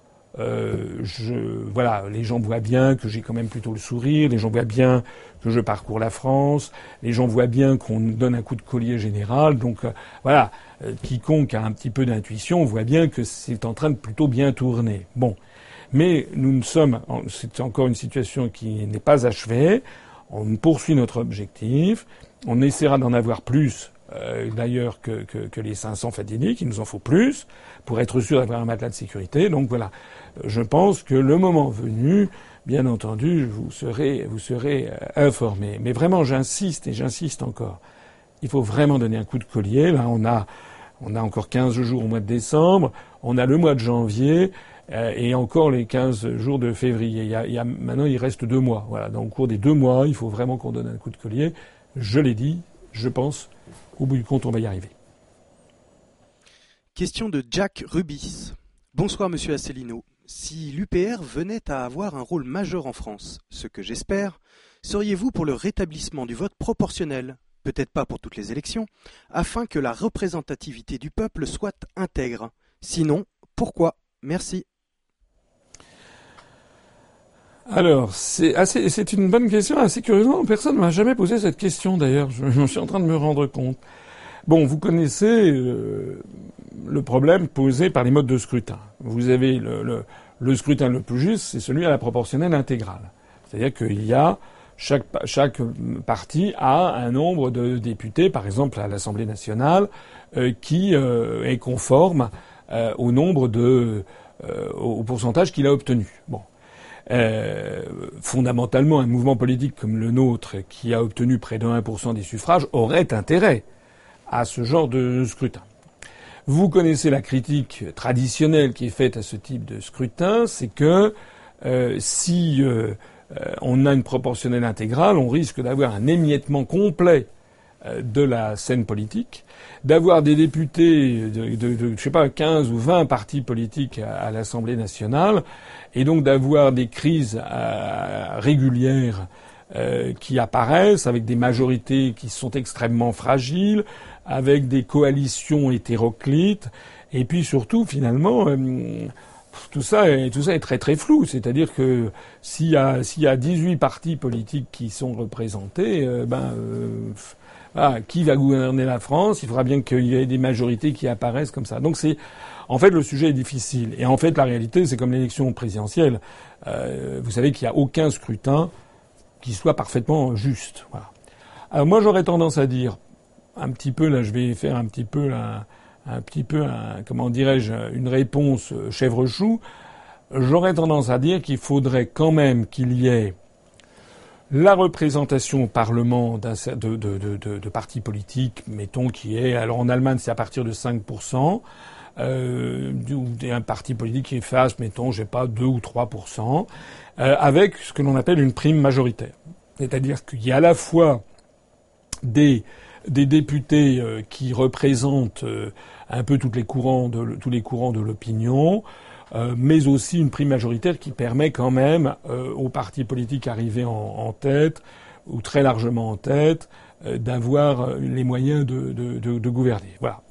voilà, les gens voient bien que j'ai quand même plutôt le sourire, les gens voient bien que je parcours la France, les gens voient bien qu'on donne un coup de collier général, donc voilà, quiconque a un petit peu d'intuition voit bien que c'est en train de plutôt bien tourner. Bon, mais c'est encore une situation qui n'est pas achevée, on poursuit notre objectif, on essaiera d'en avoir plus d'ailleurs que les 500 fatidiques, il nous en faut plus pour être sûr d'avoir un matelas de sécurité. Donc voilà, je pense que le moment venu, bien entendu, vous serez informés. Mais vraiment, j'insiste et j'insiste encore. Il faut vraiment donner un coup de collier. Là, on a encore 15 jours au mois de décembre. On a le mois de janvier. Et encore les 15 jours de février. Maintenant, il reste 2 mois. Voilà. Dans le cours des 2 mois, il faut vraiment qu'on donne un coup de collier. Je l'ai dit, je pense qu'au bout du compte, on va y arriver. Question de Jack Rubis. Bonsoir, monsieur Asselineau. Si l'UPR venait à avoir un rôle majeur en France, ce que j'espère, seriez-vous pour le rétablissement du vote proportionnel, peut-être pas pour toutes les élections, afin que la représentativité du peuple soit intègre? Sinon, pourquoi? Merci. Alors, c'est une bonne question. Assez curieusement, personne ne m'a jamais posé cette question d'ailleurs. Je suis en train de me rendre compte. Bon, vous connaissez le problème posé par les modes de scrutin. Vous avez le scrutin le plus juste, c'est celui à la proportionnelle intégrale. C'est-à-dire qu'il y a chaque parti a un nombre de députés, par exemple à l'Assemblée nationale, qui est conforme au nombre au pourcentage qu'il a obtenu. Bon. Fondamentalement, un mouvement politique comme le nôtre, qui a obtenu près de 1% des suffrages, aurait intérêt à ce genre de scrutin. Vous connaissez la critique traditionnelle qui est faite à ce type de scrutin, c'est que si on a une proportionnelle intégrale, on risque d'avoir un émiettement complet de la scène politique, d'avoir des députés de je sais pas 15 ou 20 partis politiques à l'Assemblée nationale, et donc d'avoir des crises régulières qui apparaissent avec des majorités qui sont extrêmement fragiles, avec des coalitions hétéroclites, et puis surtout finalement tout ça est très très flou. C'est-à-dire que s'il y a 18 partis politiques qui sont représentés, qui va gouverner la France? Il faudra bien qu'il y ait des majorités qui apparaissent comme ça. Donc en fait, le sujet est difficile. Et en fait, la réalité, c'est comme l'élection présidentielle. Vous savez qu'il n'y a aucun scrutin qui soit parfaitement juste. Voilà. Alors moi, j'aurais tendance à dire, un petit peu, là, je vais faire un petit peu, comment dirais-je, une réponse chèvre-chou. J'aurais tendance à dire qu'il faudrait quand même qu'il y ait la représentation au Parlement de partis politiques, mettons, qui est, alors en Allemagne, c'est à partir de 5%, un parti politique qui fasse, mettons, 2 ou 3%, avec ce que l'on appelle une prime majoritaire. C'est-à-dire qu'il y a à la fois des députés qui représentent un peu tous les courants de l'opinion, mais aussi une prime majoritaire qui permet quand même aux partis politiques arrivés en tête, ou très largement en tête, d'avoir les moyens de gouverner. Voilà.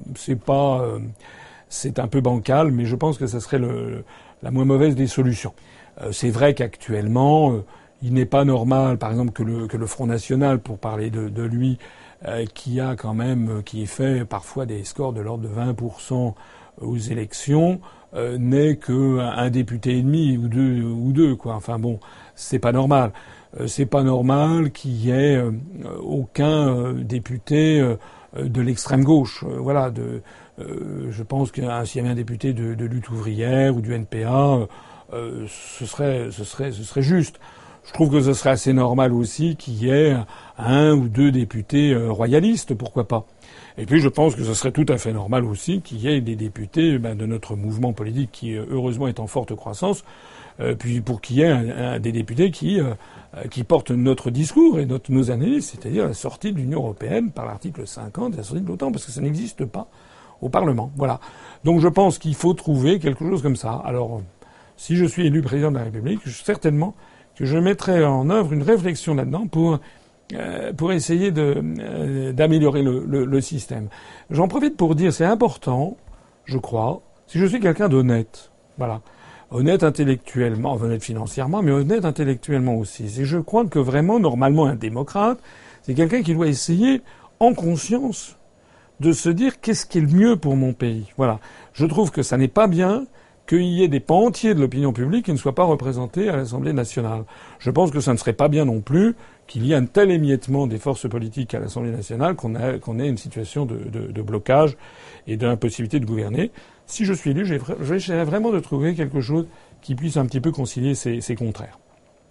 C'est un peu bancal, mais je pense que ça serait la moins mauvaise des solutions. C'est vrai qu'actuellement, il n'est pas normal, par exemple, que le Front National, pour parler de lui, qui fait parfois des scores de l'ordre de 20% aux élections, n'est qu'un député et demi ou deux, quoi. Enfin bon, c'est pas normal. C'est pas normal qu'il y ait aucun député de l'extrême gauche. Voilà. Je pense que s'il y avait un député de Lutte ouvrière ou du NPA, ce serait juste. Je trouve que ce serait assez normal aussi qu'il y ait 1 ou 2 députés royalistes, pourquoi pas. Et puis je pense que ce serait tout à fait normal aussi qu'il y ait des députés de notre mouvement politique qui heureusement est en forte croissance, puis pour qu'il y ait des députés qui portent notre discours et nos analyses, c'est-à-dire la sortie de l'Union européenne par l'article 50 et la sortie de l'OTAN, parce que ça n'existe pas au Parlement. Voilà. Donc je pense qu'il faut trouver quelque chose comme ça. Alors, si je suis élu président de la République, certainement que je mettrai en œuvre une réflexion là-dedans pour essayer d'améliorer le système. J'en profite pour dire, c'est important, je crois, si je suis quelqu'un d'honnête, voilà, honnête intellectuellement, honnête financièrement, mais honnête intellectuellement aussi. Et je crois que vraiment, normalement, un démocrate, c'est quelqu'un qui doit essayer, en conscience, de se dire qu'est-ce qui est le mieux pour mon pays. Voilà. Je trouve que ça n'est pas bien qu'il y ait des pans entiers de l'opinion publique qui ne soient pas représentés à l'Assemblée nationale. Je pense que ça ne serait pas bien non plus qu'il y ait un tel émiettement des forces politiques à l'Assemblée nationale qu'on ait une situation de blocage et d'impossibilité de gouverner. Si je suis élu, j'essaierai vraiment de trouver quelque chose qui puisse un petit peu concilier ces contraires.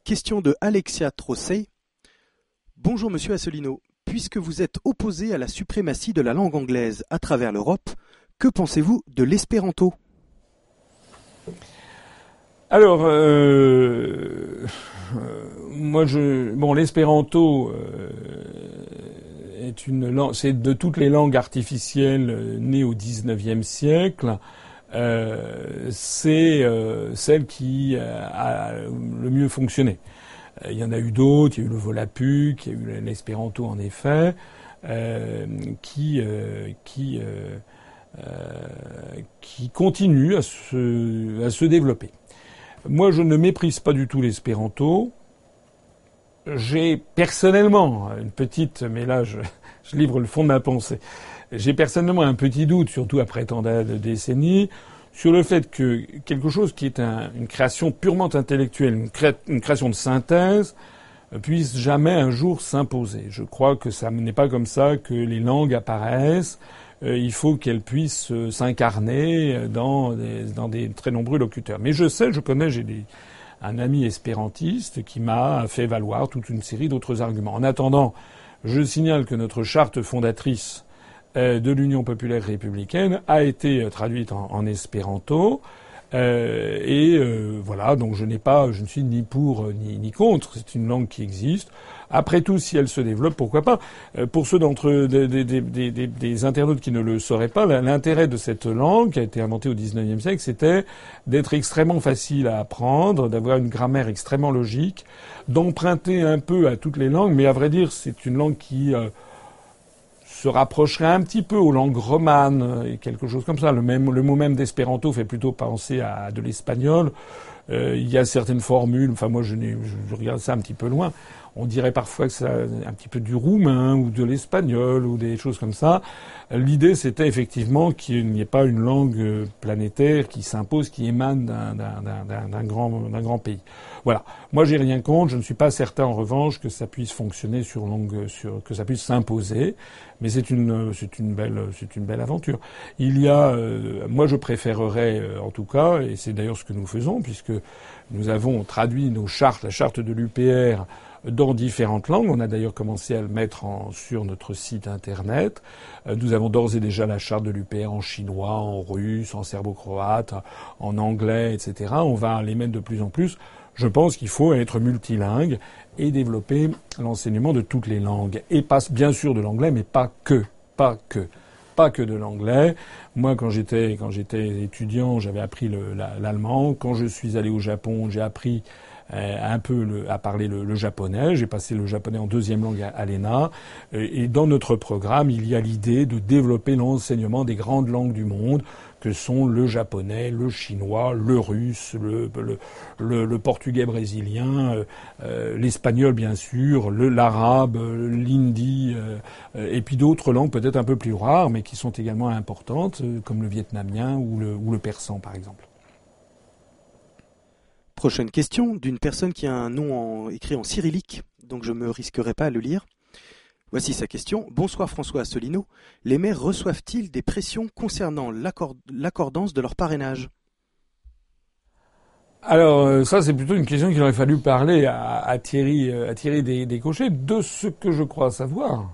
Question de Alexia Trossey. Bonjour Monsieur Asselineau. Puisque vous êtes opposé à la suprématie de la langue anglaise à travers l'Europe, que pensez-vous de l'espéranto ? Alors, l'espéranto est une langue, c'est de toutes les langues artificielles nées au XIXe siècle, c'est celle qui a le mieux fonctionné. Il y en a eu d'autres, il y a eu le Volapük, il y a eu l'espéranto en effet, qui continue à se développer. Moi, je ne méprise pas du tout l'espéranto. J'ai personnellement une petite, mais là je livre le fond de ma pensée. J'ai personnellement un petit doute, surtout après tant de décennies, sur le fait que quelque chose qui est une création purement intellectuelle, une création de synthèse, puisse jamais un jour s'imposer. Je crois que ça n'est pas comme ça que les langues apparaissent. Il faut qu'elles puissent s'incarner dans des très nombreux locuteurs. Mais je connais, un ami espérantiste qui m'a fait valoir toute une série d'autres arguments. En attendant, je signale que notre charte fondatrice de l'Union populaire républicaine a été traduite en espéranto. Voilà, donc je ne suis ni pour ni contre. C'est une langue qui existe. Après tout, si elle se développe, pourquoi pas. Pour ceux d'entre des internautes qui ne le sauraient pas, l'intérêt de cette langue, qui a été inventée au XIXe siècle, c'était d'être extrêmement facile à apprendre, d'avoir une grammaire extrêmement logique, d'emprunter un peu à toutes les langues, mais à vrai dire, c'est une langue qui se rapprocherait un petit peu aux langues romanes et quelque chose comme ça. Le mot même d'espéranto fait plutôt penser à de l'espagnol. Il y a certaines formules, enfin moi je regarde ça un petit peu loin. On dirait parfois que c'est un petit peu du roumain ou de l'espagnol ou des choses comme ça. L'idée c'était effectivement qu'il n'y ait pas une langue planétaire qui s'impose, qui émane d'un grand pays. Voilà. Moi j'ai rien contre. Je ne suis pas certain en revanche que ça puisse fonctionner que ça puisse s'imposer. Mais c'est une belle aventure. Moi je préférerais en tout cas, et c'est d'ailleurs ce que nous faisons, puisque nous avons traduit la charte de l'UPR dans différentes langues. On a d'ailleurs commencé à le mettre sur notre site internet. Nous avons d'ores et déjà la charte de l'UPR en chinois, en russe, en serbo-croate, en anglais, etc. On va les mettre de plus en plus. Je pense qu'il faut être multilingue et développer l'enseignement de toutes les langues. Et pas bien sûr de l'anglais, mais pas que de l'anglais. Moi, quand j'étais étudiant, j'avais appris l'allemand. Quand je suis allé au Japon, j'ai appris un peu à parler le japonais. J'ai passé le japonais en deuxième langue à l'ENA. Et dans notre programme, il y a l'idée de développer l'enseignement des grandes langues du monde, que sont le japonais, le chinois, le russe, le portugais brésilien, l'espagnol bien sûr, l'arabe, l'hindi, et puis d'autres langues peut-être un peu plus rares, mais qui sont également importantes, comme le vietnamien ou le persan par exemple. Prochaine question d'une personne qui a un nom écrit en cyrillique, donc je me risquerai pas à le lire. Voici sa question. Bonsoir François Asselineau. Les maires reçoivent-ils des pressions concernant l'accordance de leur parrainage ? Alors ça c'est plutôt une question qu'il aurait fallu parler à Thierry Descochets. De ce que je crois savoir,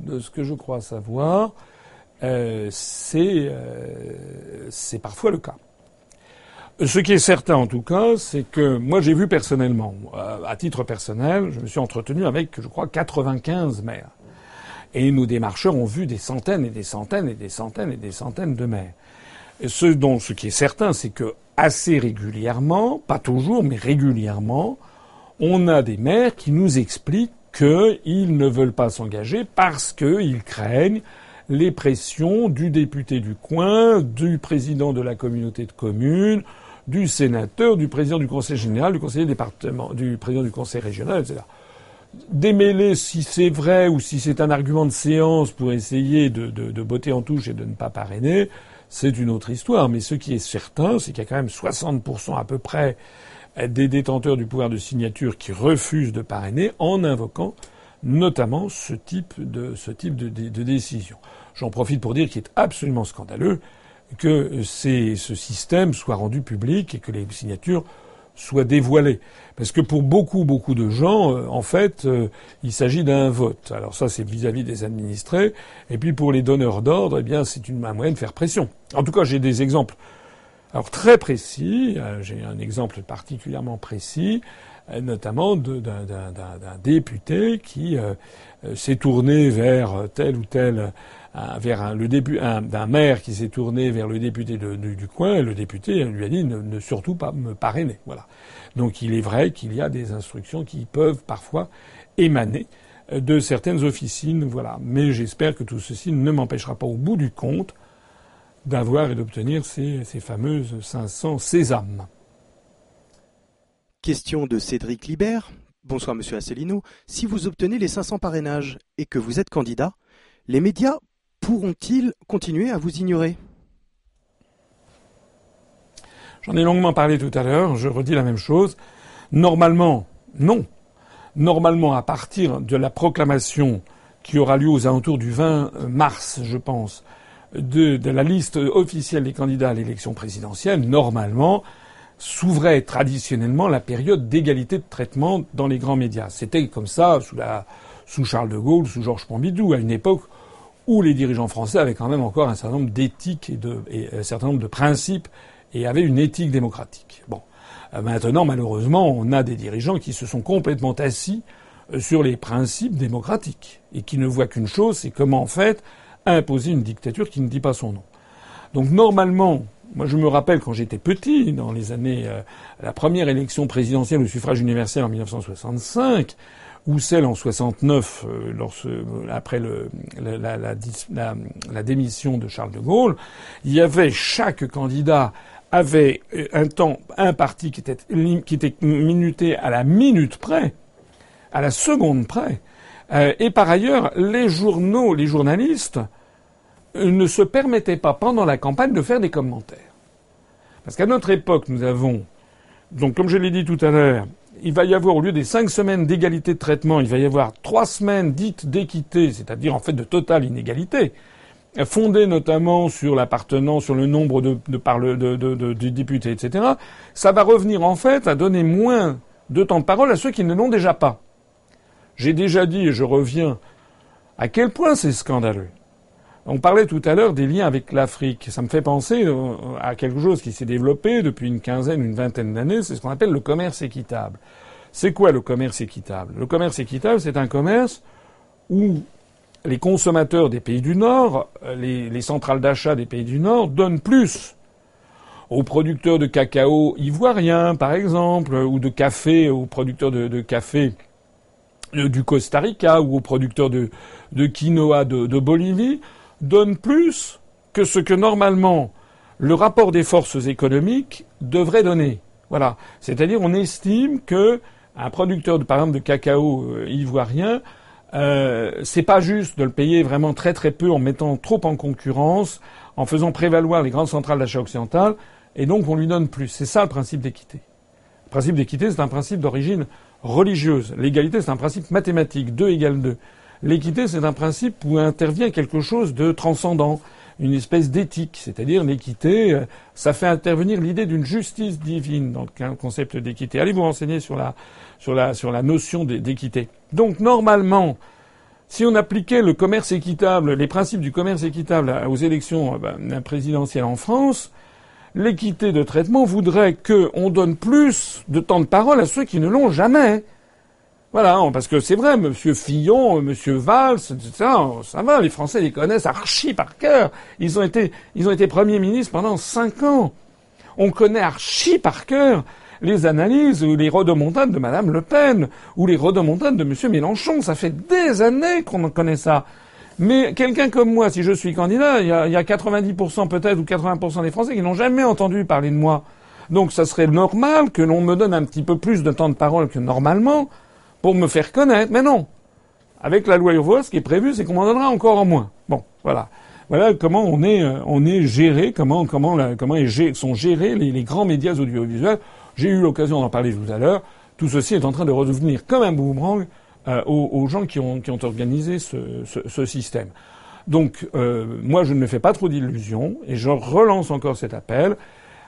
c'est parfois le cas. Ce qui est certain en tout cas, c'est que moi j'ai vu personnellement, à titre personnel, je me suis entretenu avec, je crois, 95 maires. Et nos démarcheurs ont vu des centaines et des centaines et des centaines et des centaines de maires. Et ce qui est certain, c'est que assez régulièrement, pas toujours, mais régulièrement, on a des maires qui nous expliquent qu'ils ne veulent pas s'engager parce qu'ils craignent les pressions du député du coin, du président de la communauté de communes, du sénateur, du président du conseil général, du conseiller département, du président du conseil régional, etc. Démêler si c'est vrai ou si c'est un argument de séance pour essayer de botter en touche et de ne pas parrainer, c'est une autre histoire. Mais ce qui est certain, c'est qu'il y a quand même 60% à peu près des détenteurs du pouvoir de signature qui refusent de parrainer en invoquant notamment ce type de décision. J'en profite pour dire qu'il est absolument scandaleux que ce système soit rendu public et que les signatures soit dévoilé. Parce que pour beaucoup de gens, en fait, il s'agit d'un vote. Alors ça, c'est vis-à-vis des administrés. Et puis pour les donneurs d'ordre, eh bien, c'est un moyen de faire pression. En tout cas, j'ai des exemples. Alors très précis. J'ai un exemple particulièrement précis, notamment d'un député qui s'est tourné vers tel ou tel, d'un maire qui s'est tourné vers le député du coin, et le député lui a dit ne surtout pas me parrainer. Voilà. Donc il est vrai qu'il y a des instructions qui peuvent parfois émaner de certaines officines, voilà. Mais j'espère que tout ceci ne m'empêchera pas au bout du compte d'avoir et d'obtenir ces fameuses 500 sésames. Question de Cédric Libert. Bonsoir Monsieur Asselineau. Si vous obtenez les 500 parrainages et que vous êtes candidat, les médias pourront-ils continuer à vous ignorer ? J'en ai longuement parlé tout à l'heure, je redis la même chose. Normalement, non. Normalement, à partir de la proclamation qui aura lieu aux alentours du 20 mars, je pense, de la liste officielle des candidats à l'élection présidentielle, normalement, s'ouvrait traditionnellement la période d'égalité de traitement dans les grands médias. C'était comme ça sous Charles de Gaulle, sous Georges Pompidou, à une époque où les dirigeants français avaient quand même encore un certain nombre d'éthiques et un certain nombre de principes et avaient une éthique démocratique. Bon. Maintenant, malheureusement, on a des dirigeants qui se sont complètement assis sur les principes démocratiques et qui ne voient qu'une chose, c'est comment, en fait, imposer une dictature qui ne dit pas son nom. Donc, normalement, moi, je me rappelle quand j'étais petit, dans les années, la première élection présidentielle au suffrage universel en 1965, ou celle en 69, après la démission de Charles de Gaulle, il y avait chaque candidat avait un parti qui était minuté à la minute près, à la seconde près, et par ailleurs, les journalistes ne se permettaient pas pendant la campagne de faire des commentaires. Parce qu'à notre époque, nous avons, donc comme je l'ai dit tout à l'heure, il va y avoir, au lieu des 5 semaines d'égalité de traitement, il va y avoir 3 semaines dites d'équité, c'est-à-dire en fait de totale inégalité, fondées notamment sur l'appartenance, sur le nombre de députés, etc. Ça va revenir en fait à donner moins de temps de parole à ceux qui ne l'ont déjà pas. J'ai déjà dit, et je reviens, à quel point c'est scandaleux. On parlait tout à l'heure des liens avec l'Afrique. Ça me fait penser à quelque chose qui s'est développé depuis une vingtaine d'années. C'est ce qu'on appelle le commerce équitable. C'est quoi le commerce équitable ? Le commerce équitable, c'est un commerce où les consommateurs des pays du Nord, les centrales d'achat des pays du Nord donnent plus aux producteurs de cacao ivoirien, par exemple, ou de café, aux producteurs de café du Costa Rica, ou aux producteurs de quinoa de Bolivie, donne plus que ce que normalement le rapport des forces économiques devrait donner. Voilà. C'est-à-dire, on estime que un producteur, par exemple, de cacao ivoirien, c'est pas juste de le payer vraiment très très peu en mettant trop en concurrence, en faisant prévaloir les grandes centrales d'achat occidentales, et donc on lui donne plus. C'est ça le principe d'équité. Le principe d'équité, c'est un principe d'origine religieuse. L'égalité, c'est un principe mathématique. 2 égale 2. L'équité, c'est un principe où intervient quelque chose de transcendant, une espèce d'éthique. C'est-à-dire, l'équité, ça fait intervenir l'idée d'une justice divine dans le concept d'équité. Allez vous renseigner sur la notion d'équité. Donc, normalement, si on appliquait le commerce équitable, les principes du commerce équitable aux élections présidentielles en France, l'équité de traitement voudrait qu'on donne plus de temps de parole à ceux qui ne l'ont jamais. Voilà, parce que c'est vrai, Monsieur Fillon, Monsieur Valls, ça va, les Français les connaissent archi par cœur. Ils ont été Premier ministre pendant 5 ans. On connaît archi par cœur les analyses ou les rodomontades de Madame Le Pen ou les rodomontades de Monsieur Mélenchon. Ça fait des années qu'on connaît ça. Mais quelqu'un comme moi, si je suis candidat, il y a 90% peut-être ou 80% des Français qui n'ont jamais entendu parler de moi. Donc ça serait normal que l'on me donne un petit peu plus de temps de parole que normalement pour me faire connaître. Mais non. Avec la loi Urvoas, ce qui est prévu, c'est qu'on m'en donnera encore en moins. Bon, voilà. Voilà comment on est géré, comment sont gérés les grands médias audiovisuels. J'ai eu l'occasion d'en parler tout à l'heure. Tout ceci est en train de redevenir comme un boomerang aux gens qui ont organisé ce système. Donc, moi, je ne me fais pas trop d'illusions et je relance encore cet appel.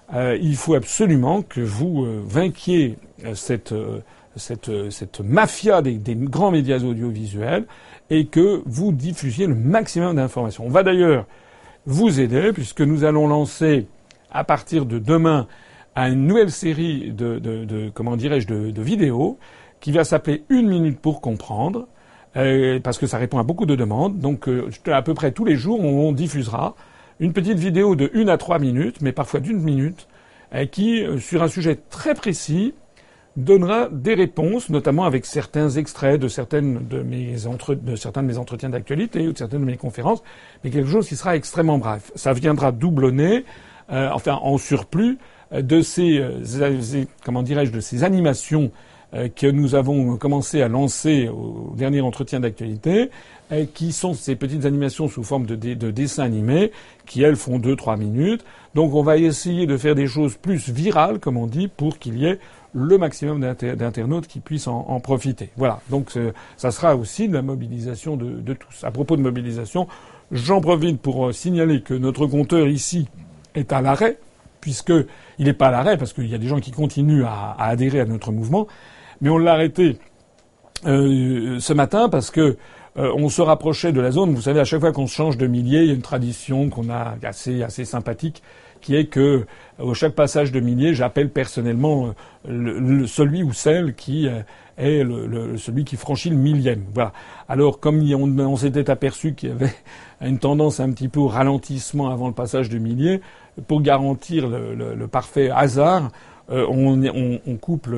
il faut absolument que vous vainquiez cette mafia des grands médias audiovisuels et que vous diffusiez le maximum d'informations. On va d'ailleurs vous aider puisque nous allons lancer à partir de demain une nouvelle série de vidéos qui va s'appeler 1 minute pour comprendre parce que ça répond à beaucoup de demandes. Donc à peu près tous les jours on diffusera une petite vidéo de 1 à 3 minutes, mais parfois d'1 minute, qui, sur un sujet très précis, donnera des réponses, notamment avec certains extraits de certains de mes entretiens d'actualité ou de certaines de mes conférences, mais quelque chose qui sera extrêmement bref. Ça viendra doublonner, en surplus, de ces animations que nous avons commencé à lancer au dernier entretien d'actualité, qui sont ces petites animations sous forme de dessins animés, qui elles font 2-3 minutes. Donc on va essayer de faire des choses plus virales, comme on dit, pour qu'il y ait le maximum d'internautes qui puissent en profiter. Voilà. Donc ça sera aussi de la mobilisation de tous. À propos de mobilisation, j'en profite pour signaler que notre compteur ici est à l'arrêt, puisque il n'est pas à l'arrêt parce qu'il y a des gens qui continuent à adhérer à notre mouvement, mais on l'a arrêté ce matin parce que on se rapprochait de la zone. Vous savez, à chaque fois qu'on change de millier, il y a une tradition qu'on a assez sympathique, qui est que au chaque passage de millier, j'appelle personnellement celui ou celle qui est celui qui franchit le millième. Voilà. Alors, comme on s'était aperçu qu'il y avait une tendance un petit peu au ralentissement avant le passage de millier, pour garantir le parfait hasard, on couple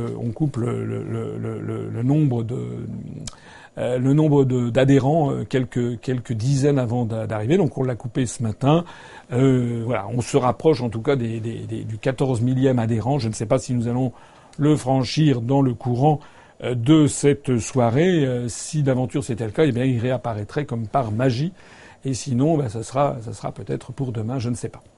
le nombre d'adhérents quelques dizaines avant d'arriver. Donc on l'a coupé ce matin. Voilà, on se rapproche en tout cas du 14 millième adhérent. Je ne sais pas si nous allons le franchir dans le courant de cette soirée. Si d'aventure c'était le cas, eh bien il réapparaîtrait comme par magie. Et sinon, ça sera peut-être pour demain, je ne sais pas.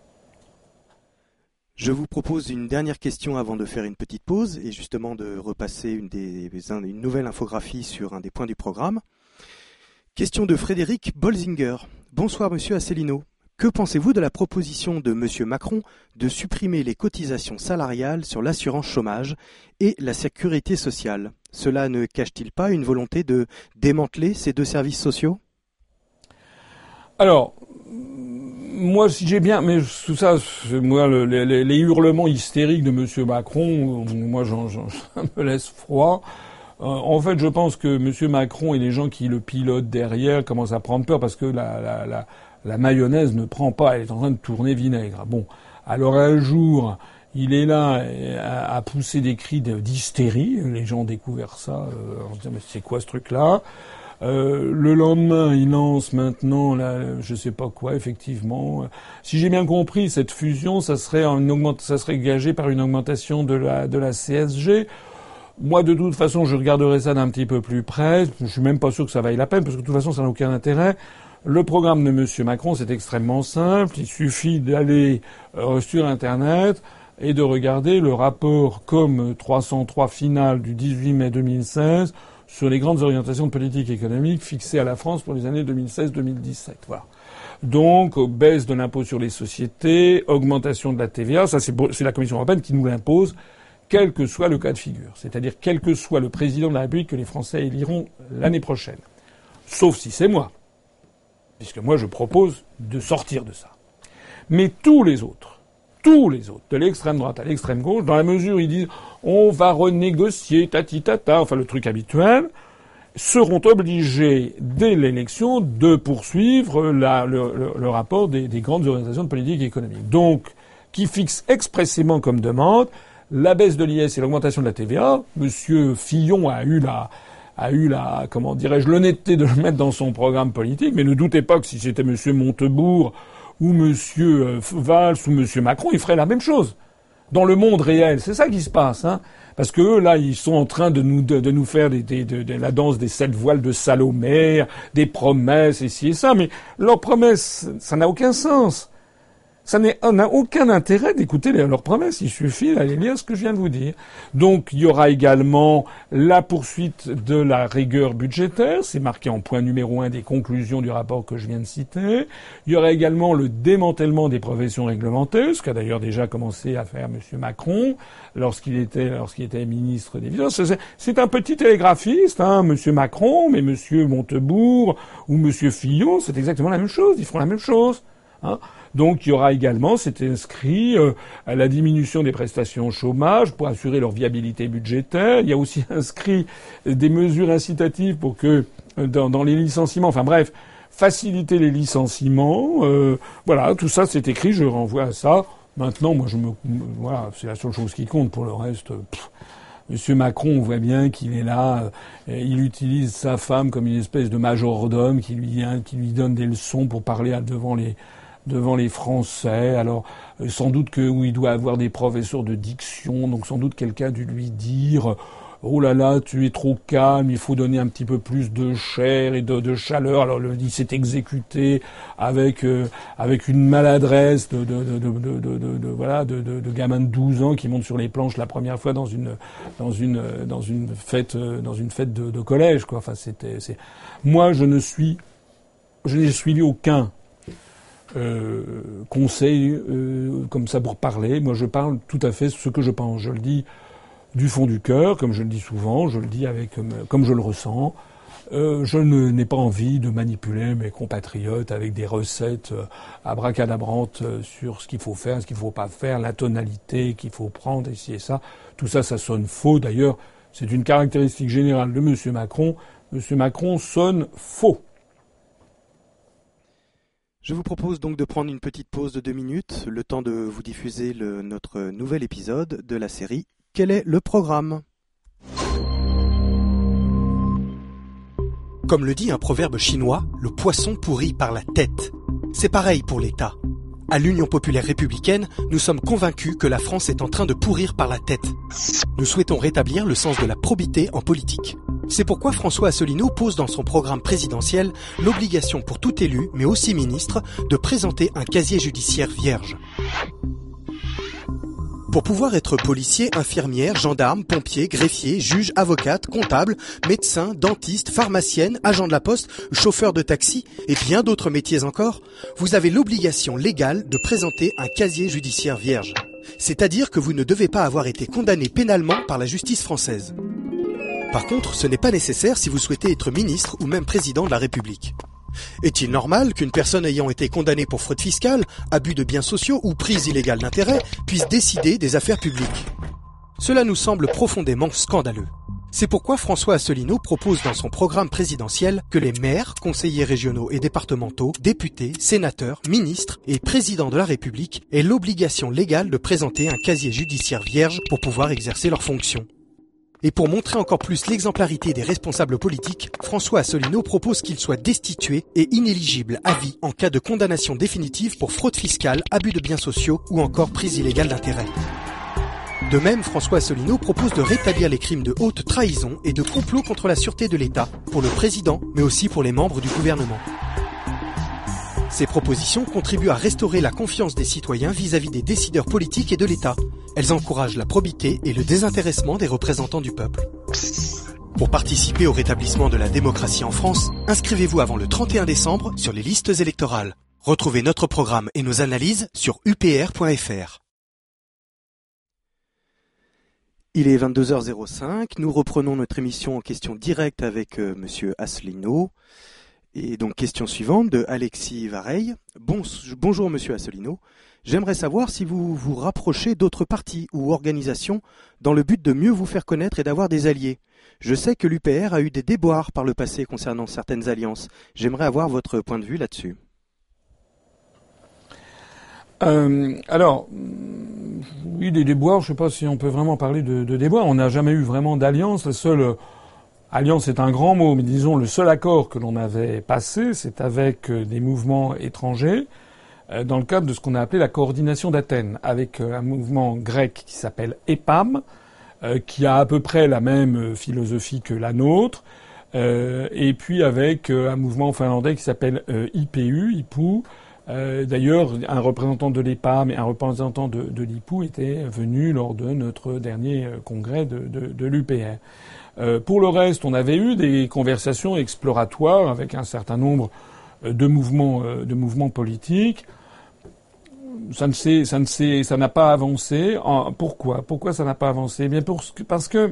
Je vous propose une dernière question avant de faire une petite pause et justement de repasser une nouvelle infographie sur un des points du programme. Question de Frédéric Bolzinger. Bonsoir Monsieur Asselineau. Que pensez-vous de la proposition de Monsieur Macron de supprimer les cotisations salariales sur l'assurance chômage et la sécurité sociale? Cela ne cache-t-il pas une volonté de démanteler ces deux services sociaux? Alors, moi, si j'ai bien, mais tout ça, moi, les hurlements hystériques de Monsieur Macron, moi, ça me laisse froid. En fait, je pense que Monsieur Macron et les gens qui le pilotent derrière commencent à prendre peur parce que la mayonnaise ne prend pas, elle est en train de tourner vinaigre. Bon, alors un jour, il est là à pousser des cris d'hystérie. Les gens ont découvert ça en se disant mais c'est quoi ce truc-là? Le lendemain, il lance maintenant, je sais pas quoi, effectivement. Si j'ai bien compris, cette fusion, ça serait gagé par une augmentation de la CSG. Moi, de toute façon, je regarderai ça d'un petit peu plus près. Je suis même pas sûr que ça vaille la peine, parce que de toute façon, ça n'a aucun intérêt. Le programme de Monsieur Macron, c'est extrêmement simple. Il suffit d'aller sur Internet et de regarder le rapport COM 303 final du 18 mai 2016 sur les grandes orientations de politique économique fixées à la France pour les années 2016-2017. Voilà. Donc, baisse de l'impôt sur les sociétés, augmentation de la TVA, ça c'est la Commission européenne qui nous l'impose, quel que soit le cas de figure. C'est-à-dire quel que soit le président de la République que les Français éliront l'année prochaine. Sauf si c'est moi. Puisque moi je propose de sortir de ça. Mais tous les autres, de l'extrême droite à l'extrême gauche, dans la mesure où ils disent on va renégocier, tati-tata, enfin le truc habituel, seront obligés, dès l'élection, de poursuivre le rapport des grandes organisations de politique économique. Donc, qui fixe expressément comme demande la baisse de l'IS et l'augmentation de la TVA. Monsieur Fillon a eu l'honnêteté de le mettre dans son programme politique, mais ne doutez pas que si c'était monsieur Montebourg ou monsieur Valls ou monsieur Macron, ils feraient la même chose. Dans le monde réel, c'est ça qui se passe, hein. Parce que eux, là, ils sont en train de nous faire de la danse des 7 voiles de Salomé, des promesses, et ci et ça, mais leurs promesses, ça n'a aucun sens. Ça n'a aucun intérêt d'écouter leurs promesses. Il suffit d'aller lire ce que je viens de vous dire. Donc, il y aura également la poursuite de la rigueur budgétaire. C'est marqué en point numéro 1 des conclusions du rapport que je viens de citer. Il y aura également le démantèlement des professions réglementées, ce qu'a d'ailleurs déjà commencé à faire M. Macron lorsqu'il était ministre des Finances. C'est un petit télégraphiste, M. Macron, mais M. Montebourg ou M. Fillon, c'est exactement la même chose. Ils feront la même chose. Donc il y aura également, c'est inscrit, à la diminution des prestations chômage pour assurer leur viabilité budgétaire. Il y a aussi inscrit des mesures incitatives pour que dans les licenciements, enfin bref, faciliter les licenciements. Voilà, tout ça c'est écrit, je renvoie à ça. Maintenant, moi voilà, c'est la seule chose qui compte. Pour le reste, Monsieur Macron, on voit bien qu'il est là, il utilise sa femme comme une espèce de majordome qui lui donne des leçons pour parler devant les Français. Alors, sans doute où il doit avoir des professeurs de diction, donc sans doute quelqu'un a dû lui dire oh là là, tu es trop calme, il faut donner un petit peu plus de chair et de chaleur. Alors il s'est exécuté avec une maladresse de gamin de 12 ans qui monte sur les planches la première fois dans une fête de collège, quoi. Enfin moi je n'ai suivi aucun conseil comme ça pour parler. Moi je parle tout à fait ce que je pense, je le dis du fond du cœur, comme je le dis souvent, je le dis comme je le ressens. Je n'ai pas envie de manipuler mes compatriotes avec des recettes abracadabrantes sur ce qu'il faut faire, ce qu'il faut pas faire, la tonalité qu'il faut prendre, ici et ça. Tout ça, ça sonne faux. D'ailleurs, c'est une caractéristique générale de M. Macron. M. Macron sonne faux. Je vous propose donc de prendre une petite pause de 2 minutes, le temps de vous diffuser notre nouvel épisode de la série « Quel est le programme ?» Comme le dit un proverbe chinois, le poisson pourrit par la tête. C'est pareil pour l'État. À l'Union populaire républicaine, nous sommes convaincus que la France est en train de pourrir par la tête. Nous souhaitons rétablir le sens de la probité en politique. C'est pourquoi François Asselineau pose dans son programme présidentiel l'obligation pour tout élu, mais aussi ministre, de présenter un casier judiciaire vierge. Pour pouvoir être policier, infirmière, gendarme, pompier, greffier, juge, avocate, comptable, médecin, dentiste, pharmacienne, agent de la poste, chauffeur de taxi et bien d'autres métiers encore, vous avez l'obligation légale de présenter un casier judiciaire vierge. C'est-à-dire que vous ne devez pas avoir été condamné pénalement par la justice française. Par contre, ce n'est pas nécessaire si vous souhaitez être ministre ou même président de la République. Est-il normal qu'une personne ayant été condamnée pour fraude fiscale, abus de biens sociaux ou prise illégale d'intérêt puisse décider des affaires publiques ? Cela nous semble profondément scandaleux. C'est pourquoi François Asselineau propose dans son programme présidentiel que les maires, conseillers régionaux et départementaux, députés, sénateurs, ministres et présidents de la République aient l'obligation légale de présenter un casier judiciaire vierge pour pouvoir exercer leurs fonctions. Et pour montrer encore plus l'exemplarité des responsables politiques, François Asselineau propose qu'ils soient destitués et inéligibles à vie en cas de condamnation définitive pour fraude fiscale, abus de biens sociaux ou encore prise illégale d'intérêt. De même, François Asselineau propose de rétablir les crimes de haute trahison et de complot contre la sûreté de l'État pour le président, mais aussi pour les membres du gouvernement. Ces propositions contribuent à restaurer la confiance des citoyens vis-à-vis des décideurs politiques et de l'État. Elles encouragent la probité et le désintéressement des représentants du peuple. Pour participer au rétablissement de la démocratie en France, inscrivez-vous avant le 31 décembre sur les listes électorales. Retrouvez notre programme et nos analyses sur upr.fr. Il est 22h05, nous reprenons notre émission en question directe avec Monsieur Asselineau. Et donc, question suivante de Alexis Vareille. Bonjour Monsieur Asselineau. J'aimerais savoir si vous vous rapprochez d'autres partis ou organisations dans le but de mieux vous faire connaître et d'avoir des alliés. Je sais que l'UPR a eu des déboires par le passé concernant certaines alliances. J'aimerais avoir votre point de vue là-dessus. Alors, oui, des déboires, je ne sais pas si on peut vraiment parler de déboires. On n'a jamais eu vraiment d'alliance. La seule alliance est un grand mot, mais disons le seul accord que l'on avait passé, c'est avec des mouvements étrangers, dans le cadre de ce qu'on a appelé la coordination d'Athènes, avec un mouvement grec qui s'appelle EPAM, qui a à peu près la même philosophie que la nôtre, et puis avec un mouvement finlandais qui s'appelle IPU, D'ailleurs, un représentant de l'EPAM et un représentant de l'IPU étaient venus lors de notre dernier congrès de l'UPR. Pour le reste, on avait eu des conversations exploratoires avec un certain nombre de mouvements politiques. Ça n'a pas avancé. Pourquoi ça n'a pas avancé? Eh bien, parce que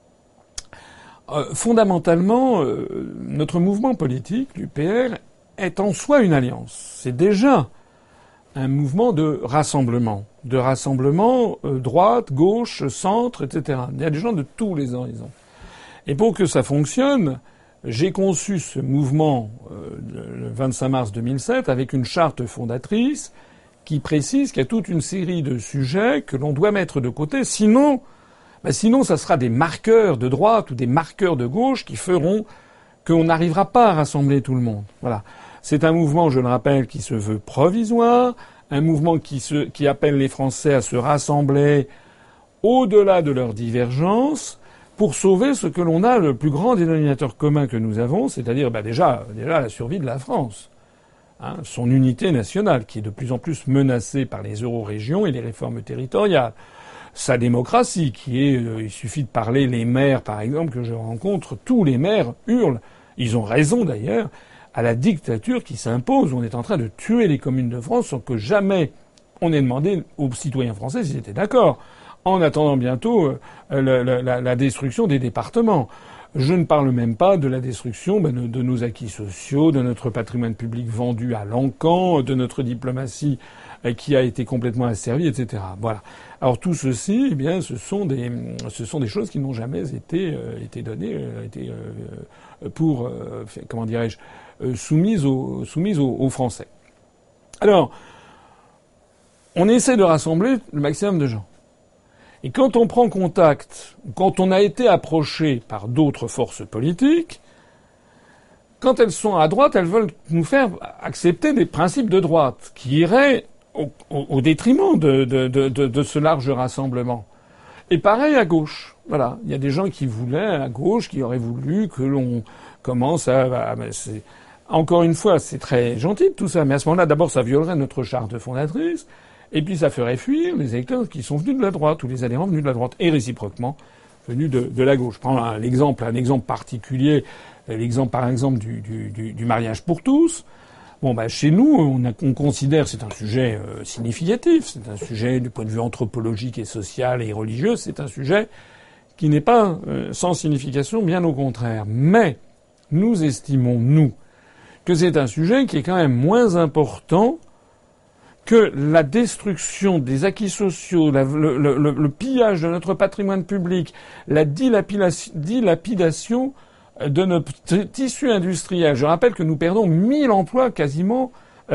fondamentalement, notre mouvement politique, l'UPR, est en soi une alliance. C'est déjà un mouvement de rassemblement, droite, gauche, centre, etc. Il y a des gens de tous les horizons. Et pour que ça fonctionne, j'ai conçu ce mouvement le 25 mars 2007 avec une charte fondatrice qui précise qu'il y a toute une série de sujets que l'on doit mettre de côté, sinon ça sera des marqueurs de droite ou des marqueurs de gauche qui feront qu'on n'arrivera pas à rassembler tout le monde. Voilà. C'est un mouvement, je le rappelle, qui se veut provisoire, un mouvement qui appelle les Français à se rassembler au-delà de leurs divergences pour sauver ce que l'on a le plus grand dénominateur commun que nous avons, c'est-à-dire déjà la survie de la France. Son unité nationale, qui est de plus en plus menacée par les euro-régions et les réformes territoriales. Sa démocratie, il suffit de parler, les maires, par exemple, que je rencontre, tous les maires hurlent, ils ont raison d'ailleurs, à la dictature qui s'impose. On est en train de tuer les communes de France sans que jamais on ait demandé aux citoyens français s'ils étaient d'accord. En attendant bientôt la destruction des départements. Je ne parle même pas de la destruction de nos acquis sociaux, de notre patrimoine public vendu à l'encan, de notre diplomatie qui a été complètement asservie, etc. Voilà. Alors tout ceci, eh bien, ce sont des choses qui n'ont jamais été données, soumises aux Français. Alors, on essaie de rassembler le maximum de gens. Et quand on prend contact, quand on a été approché par d'autres forces politiques, quand elles sont à droite, elles veulent nous faire accepter des principes de droite qui iraient au détriment de ce large rassemblement. Et pareil à gauche. Voilà. Il y a des gens qui voulaient, à gauche, qui auraient voulu que l'on commence encore une fois, c'est très gentil tout ça, mais à ce moment-là, d'abord, ça violerait notre charte fondatrice. Et puis ça ferait fuir les électeurs qui sont venus de la droite, ou les adhérents venus de la droite, et réciproquement venus de la gauche. Je prends un exemple particulier, l'exemple par exemple du mariage pour tous. Bon, chez nous, on considère, c'est un sujet significatif, c'est un sujet du point de vue anthropologique et social et religieux, c'est un sujet qui n'est pas sans signification, bien au contraire. Mais nous estimons, nous, que c'est un sujet qui est quand même moins important que la destruction des acquis sociaux, le pillage de notre patrimoine public, la dilapidation de notre tissu industriel. Je rappelle que nous perdons 1000 emplois quasiment,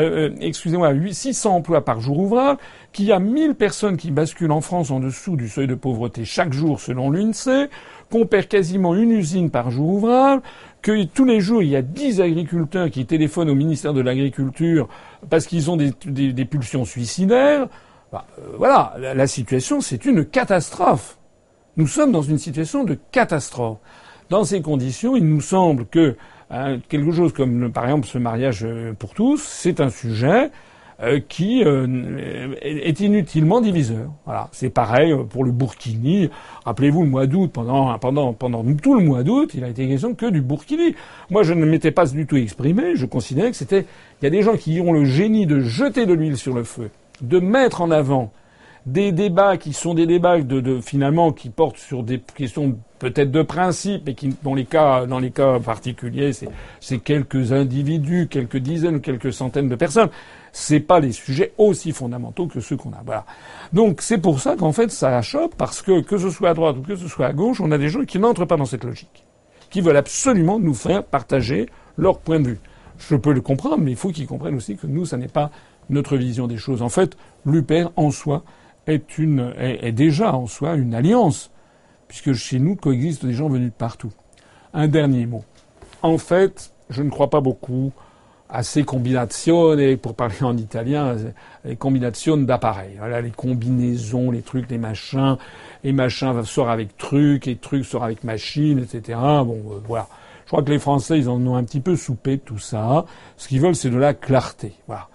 600 emplois par jour ouvrable, qu'il y a 1000 personnes qui basculent en France en dessous du seuil de pauvreté chaque jour selon l'INSEE, qu'on perd quasiment une usine par jour ouvrable, que tous les jours il y a 10 agriculteurs qui téléphonent au ministère de l'Agriculture parce qu'ils ont des pulsions suicidaires. Voilà, la situation, c'est une catastrophe. Nous sommes dans une situation de catastrophe. Dans ces conditions, il nous semble que quelque chose comme, par exemple, ce mariage pour tous, c'est un sujet qui est inutilement diviseur. Voilà, c'est pareil pour le burkini. Rappelez-vous le mois d'août, pendant tout le mois d'août, il a été question que du burkini. Moi, je ne m'étais pas du tout exprimé. Je considérais que il y a des gens qui ont le génie de jeter de l'huile sur le feu, de mettre en avant des débats qui sont des débats finalement qui portent sur des questions peut-être de principe et qui dans les cas particuliers c'est quelques individus, quelques dizaines ou quelques centaines de personnes. C'est pas les sujets aussi fondamentaux que ceux qu'on a. Voilà. Donc c'est pour ça qu'en fait ça choque parce que ce soit à droite ou que ce soit à gauche, on a des gens qui n'entrent pas dans cette logique, qui veulent absolument nous faire partager leur point de vue. Je peux le comprendre, mais il faut qu'ils comprennent aussi que nous, ça n'est pas notre vision des choses. En fait, l'UPR en soi est déjà en soi une alliance, puisque chez nous coexistent des gens venus de partout. Un dernier mot. En fait, je ne crois pas beaucoup à ces combinazioni, pour parler en italien, les combinazioni d'appareils. Voilà, les combinaisons, les trucs, les machins sort avec trucs, et trucs sort avec machines, etc. Bon, voilà. Je crois que les Français, ils en ont un petit peu soupé de tout ça. Ce qu'ils veulent, c'est de la clarté. Voilà.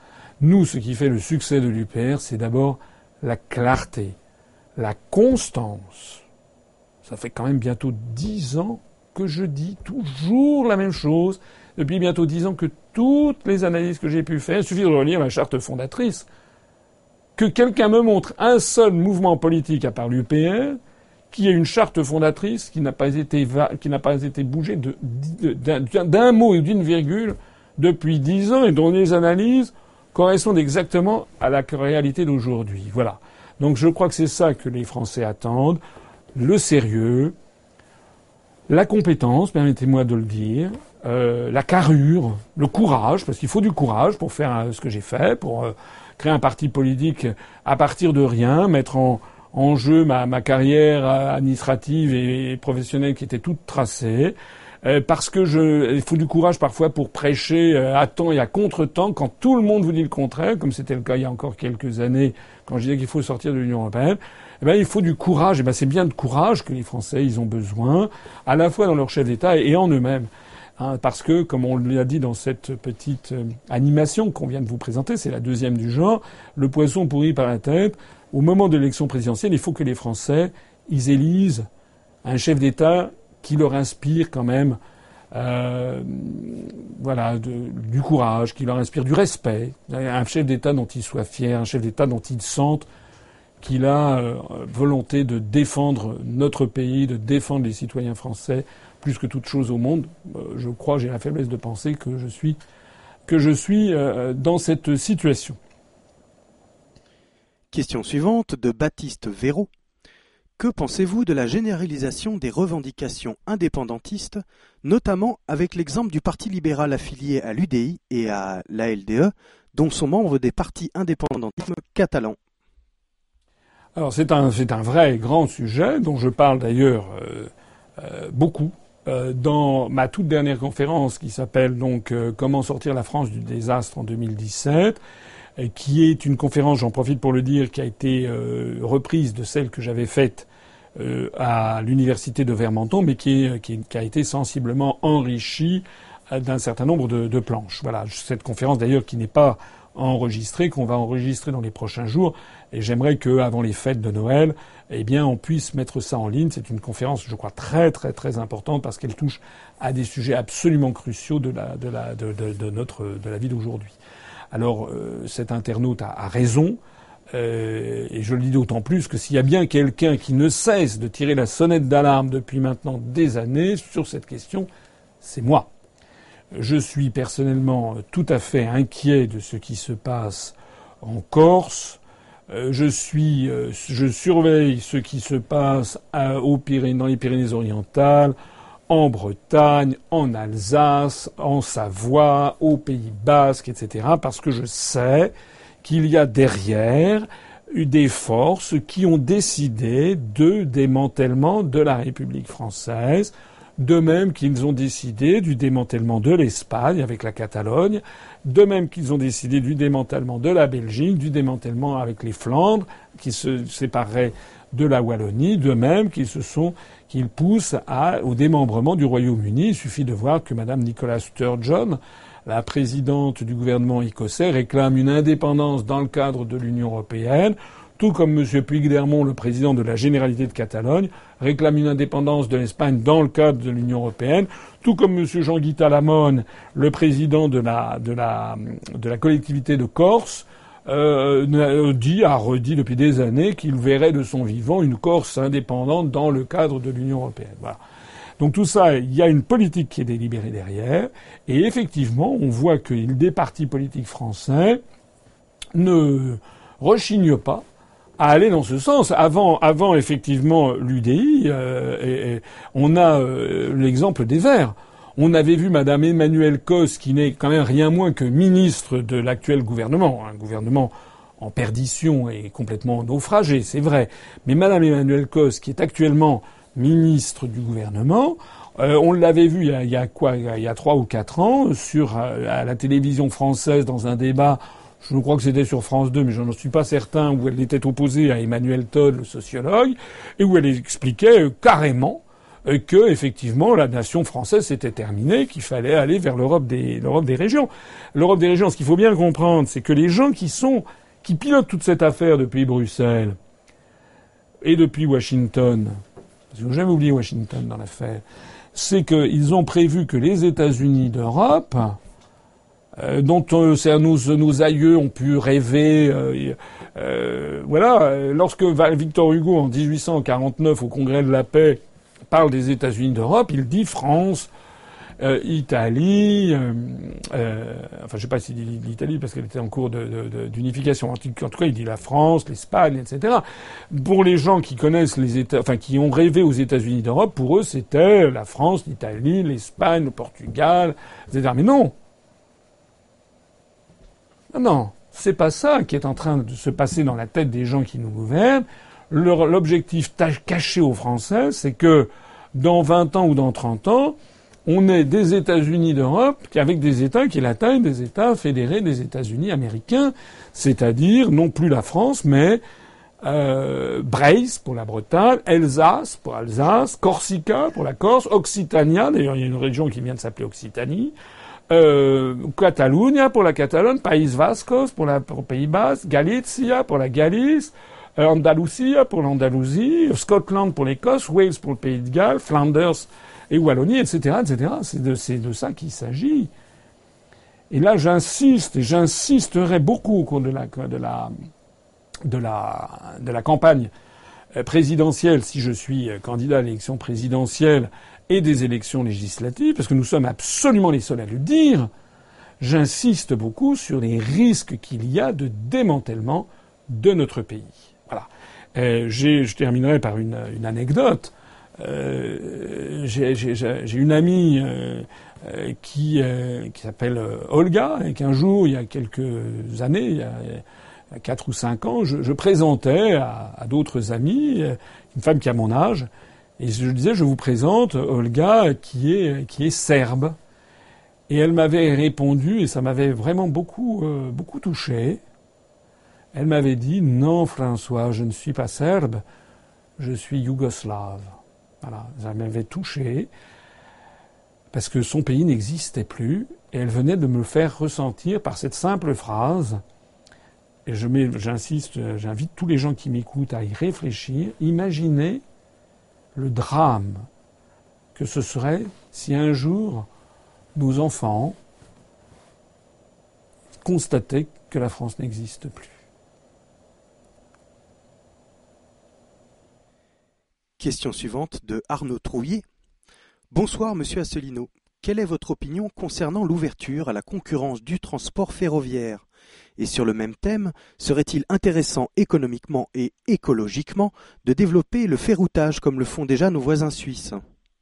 Nous, ce qui fait le succès de l'UPR, c'est d'abord la clarté, la constance. Ça fait quand même bientôt 10 ans que je dis toujours la même chose. Depuis bientôt 10 ans que toutes les analyses que j'ai pu faire, il suffit de relire la charte fondatrice. Que quelqu'un me montre un seul mouvement politique à part l'UPR qui ait une charte fondatrice qui n'a pas été bougée d'un mot et d'une virgule depuis 10 ans et dont les analyses correspondent exactement à la réalité d'aujourd'hui. Voilà. Donc je crois que c'est ça que les Français attendent. Le sérieux, la compétence, permettez-moi de le dire, la carrure, le courage, parce qu'il faut du courage pour faire ce que j'ai fait, pour créer un parti politique à partir de rien, mettre en jeu ma carrière administrative et professionnelle qui était toute tracée. Parce que il faut du courage parfois pour prêcher à temps et à contre-temps quand tout le monde vous dit le contraire, comme c'était le cas il y a encore quelques années quand je disais qu'il faut sortir de l'Union européenne. Il faut du courage. C'est bien de courage que les Français, ils ont besoin, à la fois dans leur chef d'État et en eux-mêmes. Parce que, comme on l'a dit dans cette petite animation qu'on vient de vous présenter, c'est la deuxième du genre, le poisson pourri par la tête, au moment de l'élection présidentielle, il faut que les Français, ils élisent un chef d'État qui leur inspire quand même du courage, qui leur inspire du respect, un chef d'État dont ils soient fiers, un chef d'État dont ils sentent qu'il a volonté de défendre notre pays, de défendre les citoyens français plus que toute chose au monde. Je crois, j'ai la faiblesse de penser que je suis dans cette situation. Question suivante de Baptiste Véraud. Que pensez-vous de la généralisation des revendications indépendantistes, notamment avec l'exemple du Parti libéral affilié à l'UDI et à l'ALDE, dont sont membres des partis indépendantisme catalans? Alors c'est un vrai grand sujet dont je parle d'ailleurs beaucoup dans ma toute dernière conférence qui s'appelle donc Comment sortir la France du désastre en 2017. Qui est une conférence, j'en profite pour le dire, qui a été reprise de celle que j'avais faite à l'université de Vermenton, mais qui a été sensiblement enrichie d'un certain nombre de planches. Voilà, cette conférence d'ailleurs qui n'est pas enregistrée, qu'on va enregistrer dans les prochains jours, et j'aimerais qu'avant les fêtes de Noël, on puisse mettre ça en ligne. C'est une conférence, je crois, très très très importante parce qu'elle touche à des sujets absolument cruciaux de la vie d'aujourd'hui. Alors, cet internaute a raison, et je le dis d'autant plus que s'il y a bien quelqu'un qui ne cesse de tirer la sonnette d'alarme depuis maintenant des années sur cette question, c'est moi. Je suis personnellement tout à fait inquiet de ce qui se passe en Corse. Je surveille ce qui se passe dans les Pyrénées-Orientales, en Bretagne, en Alsace, en Savoie, au Pays Basque, etc., parce que je sais qu'il y a derrière des forces qui ont décidé de démantèlement de la République française, de même qu'ils ont décidé du démantèlement de l'Espagne avec la Catalogne, de même qu'ils ont décidé du démantèlement de la Belgique, du démantèlement avec les Flandres, qui se sépareraient de la Wallonie, de même qu'ils poussent au démembrement du Royaume-Uni. Il suffit de voir que Madame Nicola Sturgeon, la présidente du gouvernement écossais, réclame une indépendance dans le cadre de l'Union européenne, tout comme M. Puigdemont, le président de la Généralité de Catalogne, réclame une indépendance de l'Espagne dans le cadre de l'Union européenne, tout comme M. Jean-Guy Talamone, le président de la collectivité de Corse, a redit depuis des années qu'il verrait de son vivant une Corse indépendante dans le cadre de l'Union européenne. Voilà. Donc tout ça, il y a une politique qui est délibérée derrière, et effectivement, on voit que des partis politiques français ne rechignent pas à aller dans ce sens. Avant effectivement l'UDI, on a l'exemple des Verts. On avait vu Madame Emmanuelle Cos, qui n'est quand même rien moins que ministre de l'actuel gouvernement, un gouvernement en perdition et complètement naufragé, c'est vrai. Mais Madame Emmanuelle Cos, qui est actuellement ministre du gouvernement, on l'avait vu il y a 3 ou 4 ans à la télévision française dans un débat. Je crois que c'était sur France 2, mais je n'en suis pas certain, où elle était opposée à Emmanuel Todd, le sociologue, et où elle expliquait carrément que effectivement la nation française s'était terminée, qu'il fallait aller vers l'Europe des régions. L'Europe des régions, ce qu'il faut bien comprendre, c'est que les gens qui pilotent toute cette affaire depuis Bruxelles et depuis Washington, parce qu'il ne faut jamais oublier Washington dans l'affaire, c'est qu'ils ont prévu que les États-Unis d'Europe, dont nos aïeux ont pu rêver, lorsque Victor Hugo en 1849 au Congrès de la Paix parle des États-Unis d'Europe, il dit France, Italie, je sais pas s'il dit l'Italie parce qu'elle était en cours d'unification. En tout cas, il dit la France, l'Espagne, etc. Pour les gens qui connaissent qui ont rêvé aux États-Unis d'Europe, pour eux, c'était la France, l'Italie, l'Espagne, le Portugal, etc. Mais non. Non. C'est pas ça qui est en train de se passer dans la tête des gens qui nous gouvernent. L'objectif caché aux Français, c'est que dans 20 ans ou dans 30 ans, on ait des États-Unis d'Europe avec des États qui aient la taille des États fédérés des États-Unis américains, c'est-à-dire non plus la France, mais Bresse pour la Bretagne, Alsace pour Alsace, Corsica pour la Corse, Occitania, d'ailleurs il y a une région qui vient de s'appeler Occitanie, Catalunya pour la Catalogne, País Vascos pour le Pays Basque, Galicia pour la Galice, Andalusia pour l'Andalousie, Scotland pour l'Écosse, Wales pour le Pays de Galles, Flanders et Wallonie, etc., etc. C'est de ça qu'il s'agit. Et là, j'insisterai beaucoup au cours de la campagne présidentielle, si je suis candidat à l'élection présidentielle et des élections législatives, parce que nous sommes absolument les seuls à le dire. J'insiste beaucoup sur les risques qu'il y a de démantèlement de notre pays. Voilà. Je terminerai par une anecdote. J'ai une amie qui s'appelle Olga et qu'un jour, il y a quelques années, il y a 4 ou 5 ans, je présentais à d'autres amis, une femme qui a mon âge, et je disais, je vous présente Olga qui est serbe. Et elle m'avait répondu, et ça m'avait vraiment beaucoup touché. Elle m'avait dit, non François, je ne suis pas serbe, je suis yougoslave. Voilà, ça m'avait touché, parce que son pays n'existait plus, et elle venait de me le faire ressentir par cette simple phrase. Et j'invite tous les gens qui m'écoutent à y réfléchir. Imaginez le drame que ce serait si un jour nos enfants constataient que la France n'existe plus. Question suivante de Arnaud Trouillet. Bonsoir Monsieur Asselineau. Quelle est votre opinion concernant l'ouverture à la concurrence du transport ferroviaire ? Et sur le même thème, serait-il intéressant économiquement et écologiquement de développer le ferroutage comme le font déjà nos voisins suisses ?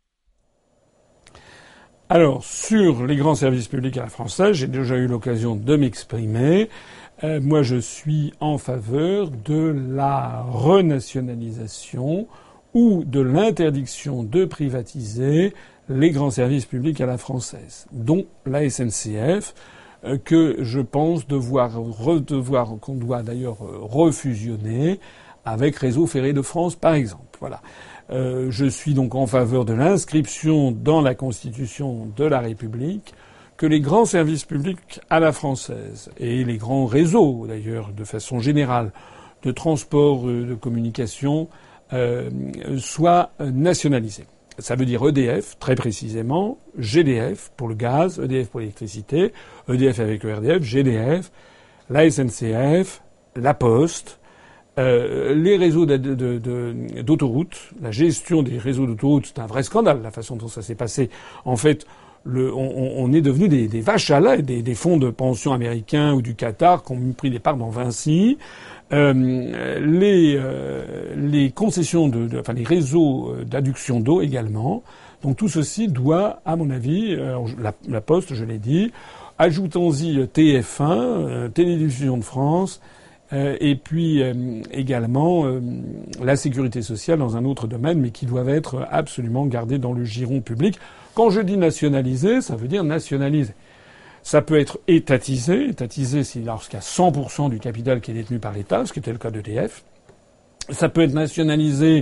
Alors, sur les grands services publics à la française, j'ai déjà eu l'occasion de m'exprimer. Moi, je suis en faveur de la renationalisation ou de l'interdiction de privatiser les grands services publics à la française, dont la SNCF, que je pense qu'on doit d'ailleurs refusionner avec Réseau Ferré de France, par exemple. Voilà. Je suis donc en faveur de l'inscription dans la Constitution de la République que les grands services publics à la française et les grands réseaux, d'ailleurs, de façon générale, de transport, de communication, soient nationalisés. Ça veut dire EDF, très précisément, GDF pour le gaz, EDF pour l'électricité, EDF avec ERDF, GDF, la SNCF, la Poste, les réseaux d'autoroutes, la gestion des réseaux d'autoroutes, c'est un vrai scandale, la façon dont ça s'est passé. En fait, on est devenu des vaches à lait, des fonds de pension américains ou du Qatar qui ont pris des parts dans Vinci. Les concessions les réseaux d'adduction d'eau également. Donc tout ceci doit, à mon avis, la Poste, je l'ai dit, ajoutons-y TF1, Télédiffusion de France, et puis également la sécurité sociale dans un autre domaine, mais qui doivent être absolument gardés dans le giron public. Quand je dis nationaliser, ça veut dire nationaliser. Ça peut être étatisé. Étatisé, c'est lorsqu'il y a 100% du capital qui est détenu par l'État, ce qui était le cas d'EDF. Ça peut être nationalisé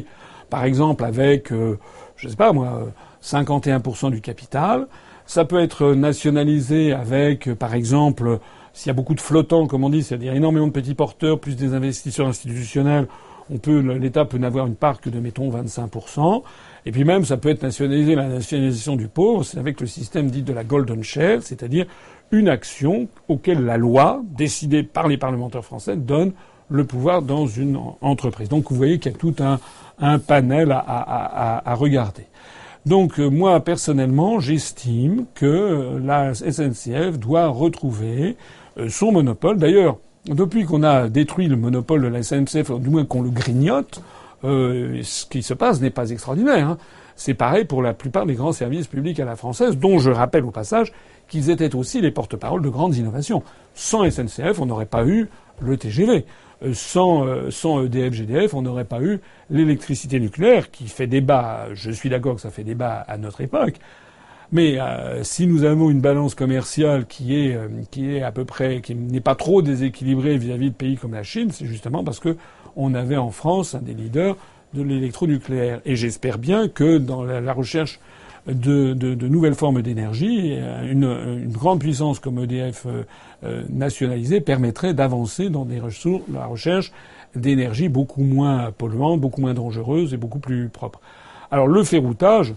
par exemple avec, je sais pas moi, 51% du capital. Ça peut être nationalisé avec, par exemple, s'il y a beaucoup de flottants, comme on dit, c'est-à-dire énormément de petits porteurs, plus des investisseurs institutionnels, l'État peut n'avoir une part que de, mettons, 25%. Et puis même, ça peut être nationalisé, la nationalisation du pauvre, c'est avec le système dit de la golden share, c'est-à-dire une action auquel la loi, décidée par les parlementaires français, donne le pouvoir dans une entreprise. Donc vous voyez qu'il y a tout un panel à regarder. Donc moi, personnellement, j'estime que la SNCF doit retrouver son monopole. D'ailleurs, depuis qu'on a détruit le monopole de la SNCF, du moins qu'on le grignote, ce qui se passe n'est pas extraordinaire. Hein. C'est pareil pour la plupart des grands services publics à la française, dont je rappelle au passage qu'ils étaient aussi les porte-paroles de grandes innovations. Sans SNCF, on n'aurait pas eu le TGV. Sans EDF, GDF, on n'aurait pas eu l'électricité nucléaire qui fait débat. Je suis d'accord que ça fait débat à notre époque. Mais si nous avons une balance commerciale qui est à peu près, qui n'est pas trop déséquilibrée vis-à-vis de pays comme la Chine, c'est justement parce que on avait en France un des leaders de l'électronucléaire. Et j'espère bien que dans la recherche de nouvelles formes d'énergie, une grande puissance comme EDF nationalisée permettrait d'avancer dans la recherche d'énergie beaucoup moins polluante, beaucoup moins dangereuse et beaucoup plus propre. Alors le ferroutage,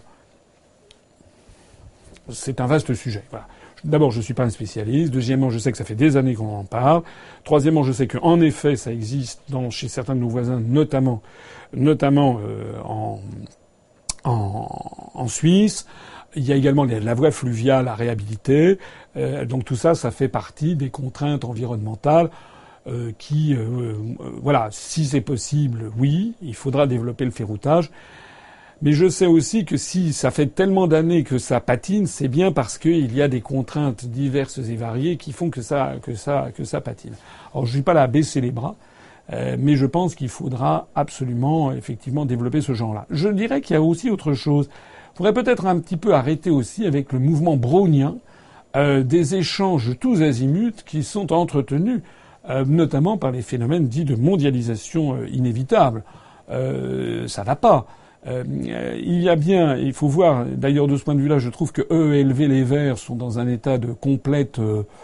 c'est un vaste sujet. Voilà. D'abord, je ne suis pas un spécialiste. Deuxièmement, je sais que ça fait des années qu'on en parle. Troisièmement, je sais qu'en effet, ça existe chez certains de nos voisins, notamment en Suisse. Il y a également la voie fluviale à réhabiliter. Donc tout ça, ça fait partie des contraintes environnementales voilà, si c'est possible, oui, il faudra développer le ferroutage. Mais je sais aussi que si ça fait tellement d'années que ça patine, c'est bien parce qu'il y a des contraintes diverses et variées qui font que ça patine. Alors je suis pas là à baisser les bras, mais je pense qu'il faudra absolument, effectivement, développer ce genre-là. Je dirais qu'il y a aussi autre chose. Il faudrait peut-être un petit peu arrêter aussi avec le mouvement brownien, des échanges tous azimuts qui sont entretenus, notamment par les phénomènes dits de mondialisation inévitable. Ça va pas. Il faut voir, d'ailleurs de ce point de vue-là, je trouve que EELV les Verts sont dans un état de complète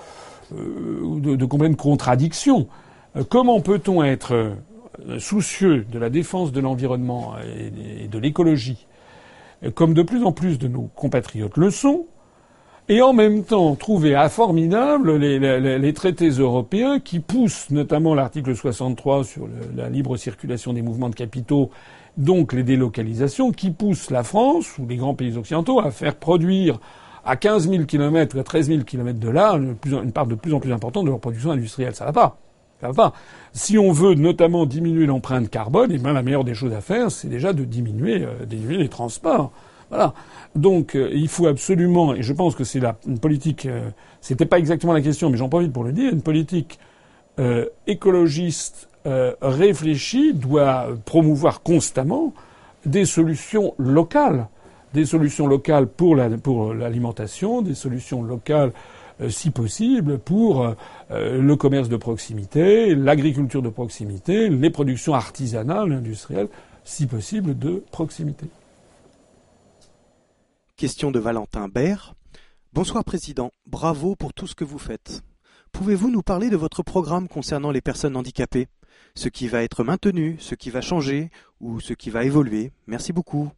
contradiction. Comment peut-on être soucieux de la défense de l'environnement et de l'écologie, comme de plus en plus de nos compatriotes le sont, et en même temps trouver formidable les traités européens qui poussent, notamment l'article 63 sur la libre circulation des mouvements de capitaux, donc les délocalisations, qui poussent la France ou les grands pays occidentaux à faire produire à 15 000 km ou à 13 000 km de là une part de plus en plus importante de leur production industrielle. Ça va pas. Ça va pas. Si on veut notamment diminuer l'empreinte carbone, eh bien la meilleure des choses à faire, c'est déjà de diminuer les transports. Voilà. Donc il faut absolument, et je pense que c'est une politique, c'était pas exactement la question, mais j'en profite pour le dire, une politique écologiste réfléchie doit promouvoir constamment des solutions locales pour l'alimentation, des solutions locales si possible pour le commerce de proximité, l'agriculture de proximité, les productions artisanales, industrielles, si possible de proximité. Question de Valentin Baird. Bonsoir Président, bravo pour tout ce que vous faites. Pouvez-vous nous parler de votre programme concernant les personnes handicapées ? Ce qui va être maintenu, ce qui va changer ou ce qui va évoluer ? Merci beaucoup.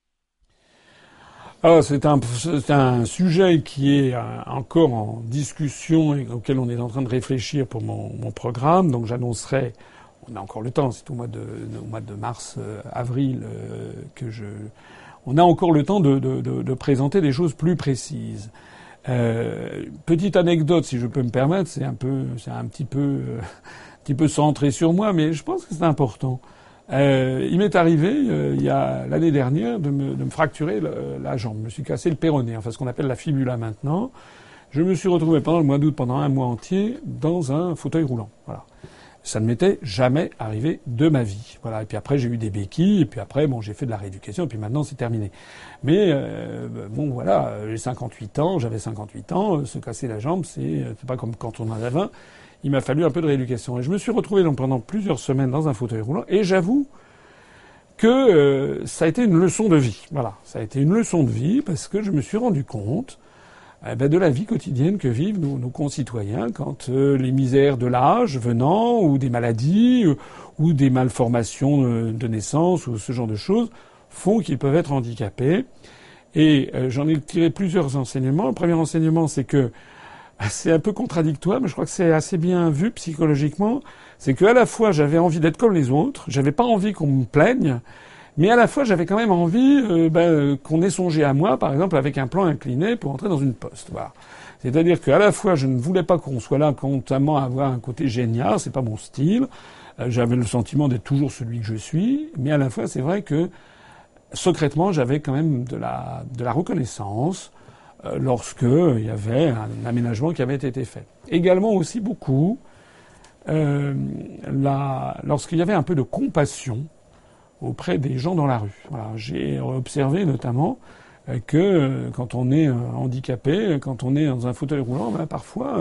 Alors c'est un sujet qui est encore en discussion et auquel on est en train de réfléchir pour mon programme. Donc j'annoncerai, on a encore le temps, c'est au mois de mars, avril on a encore le temps de présenter des choses plus précises. Petite anecdote, si je peux me permettre, c'est un petit peu centré sur moi, mais je pense que c'est important. Il m'est arrivé, il y a l'année dernière, de me fracturer la jambe. Je me suis cassé le péroné, enfin ce qu'on appelle la fibula maintenant. Je me suis retrouvé pendant le mois d'août, pendant un mois entier, dans un fauteuil roulant. Voilà. Ça ne m'était jamais arrivé de ma vie. Voilà. Et puis après, j'ai eu des béquilles, et puis après, j'ai fait de la rééducation, et puis maintenant, c'est terminé. Mais, voilà, j'avais 58 ans, se casser la jambe, c'est pas comme quand on en a 20. Il m'a fallu un peu de rééducation. Et je me suis retrouvé donc pendant plusieurs semaines dans un fauteuil roulant, et j'avoue que ça a été une leçon de vie. Voilà, ça a été une leçon de vie parce que je me suis rendu compte de la vie quotidienne que vivent nos concitoyens quand les misères de l'âge venant, ou des maladies, ou des malformations de naissance, ou ce genre de choses, font qu'ils peuvent être handicapés. Et j'en ai tiré plusieurs enseignements. Le premier enseignement, c'est que c'est un peu contradictoire, mais je crois que c'est assez bien vu psychologiquement. C'est qu'à la fois, j'avais envie d'être comme les autres, j'avais pas envie qu'on me plaigne, mais à la fois, j'avais quand même envie qu'on ait songé à moi, par exemple, avec un plan incliné pour entrer dans une poste. Voilà. C'est-à-dire qu'à la fois, je ne voulais pas qu'on soit là constamment à avoir un côté génial, c'est pas mon style. J'avais le sentiment d'être toujours celui que je suis, mais à la fois, c'est vrai que secrètement, j'avais quand même de la reconnaissance lorsque il y avait un aménagement qui avait été fait. Également aussi beaucoup lorsqu'il y avait un peu de compassion auprès des gens dans la rue. Voilà, j'ai observé notamment que quand on est handicapé, quand on est dans un fauteuil roulant, parfois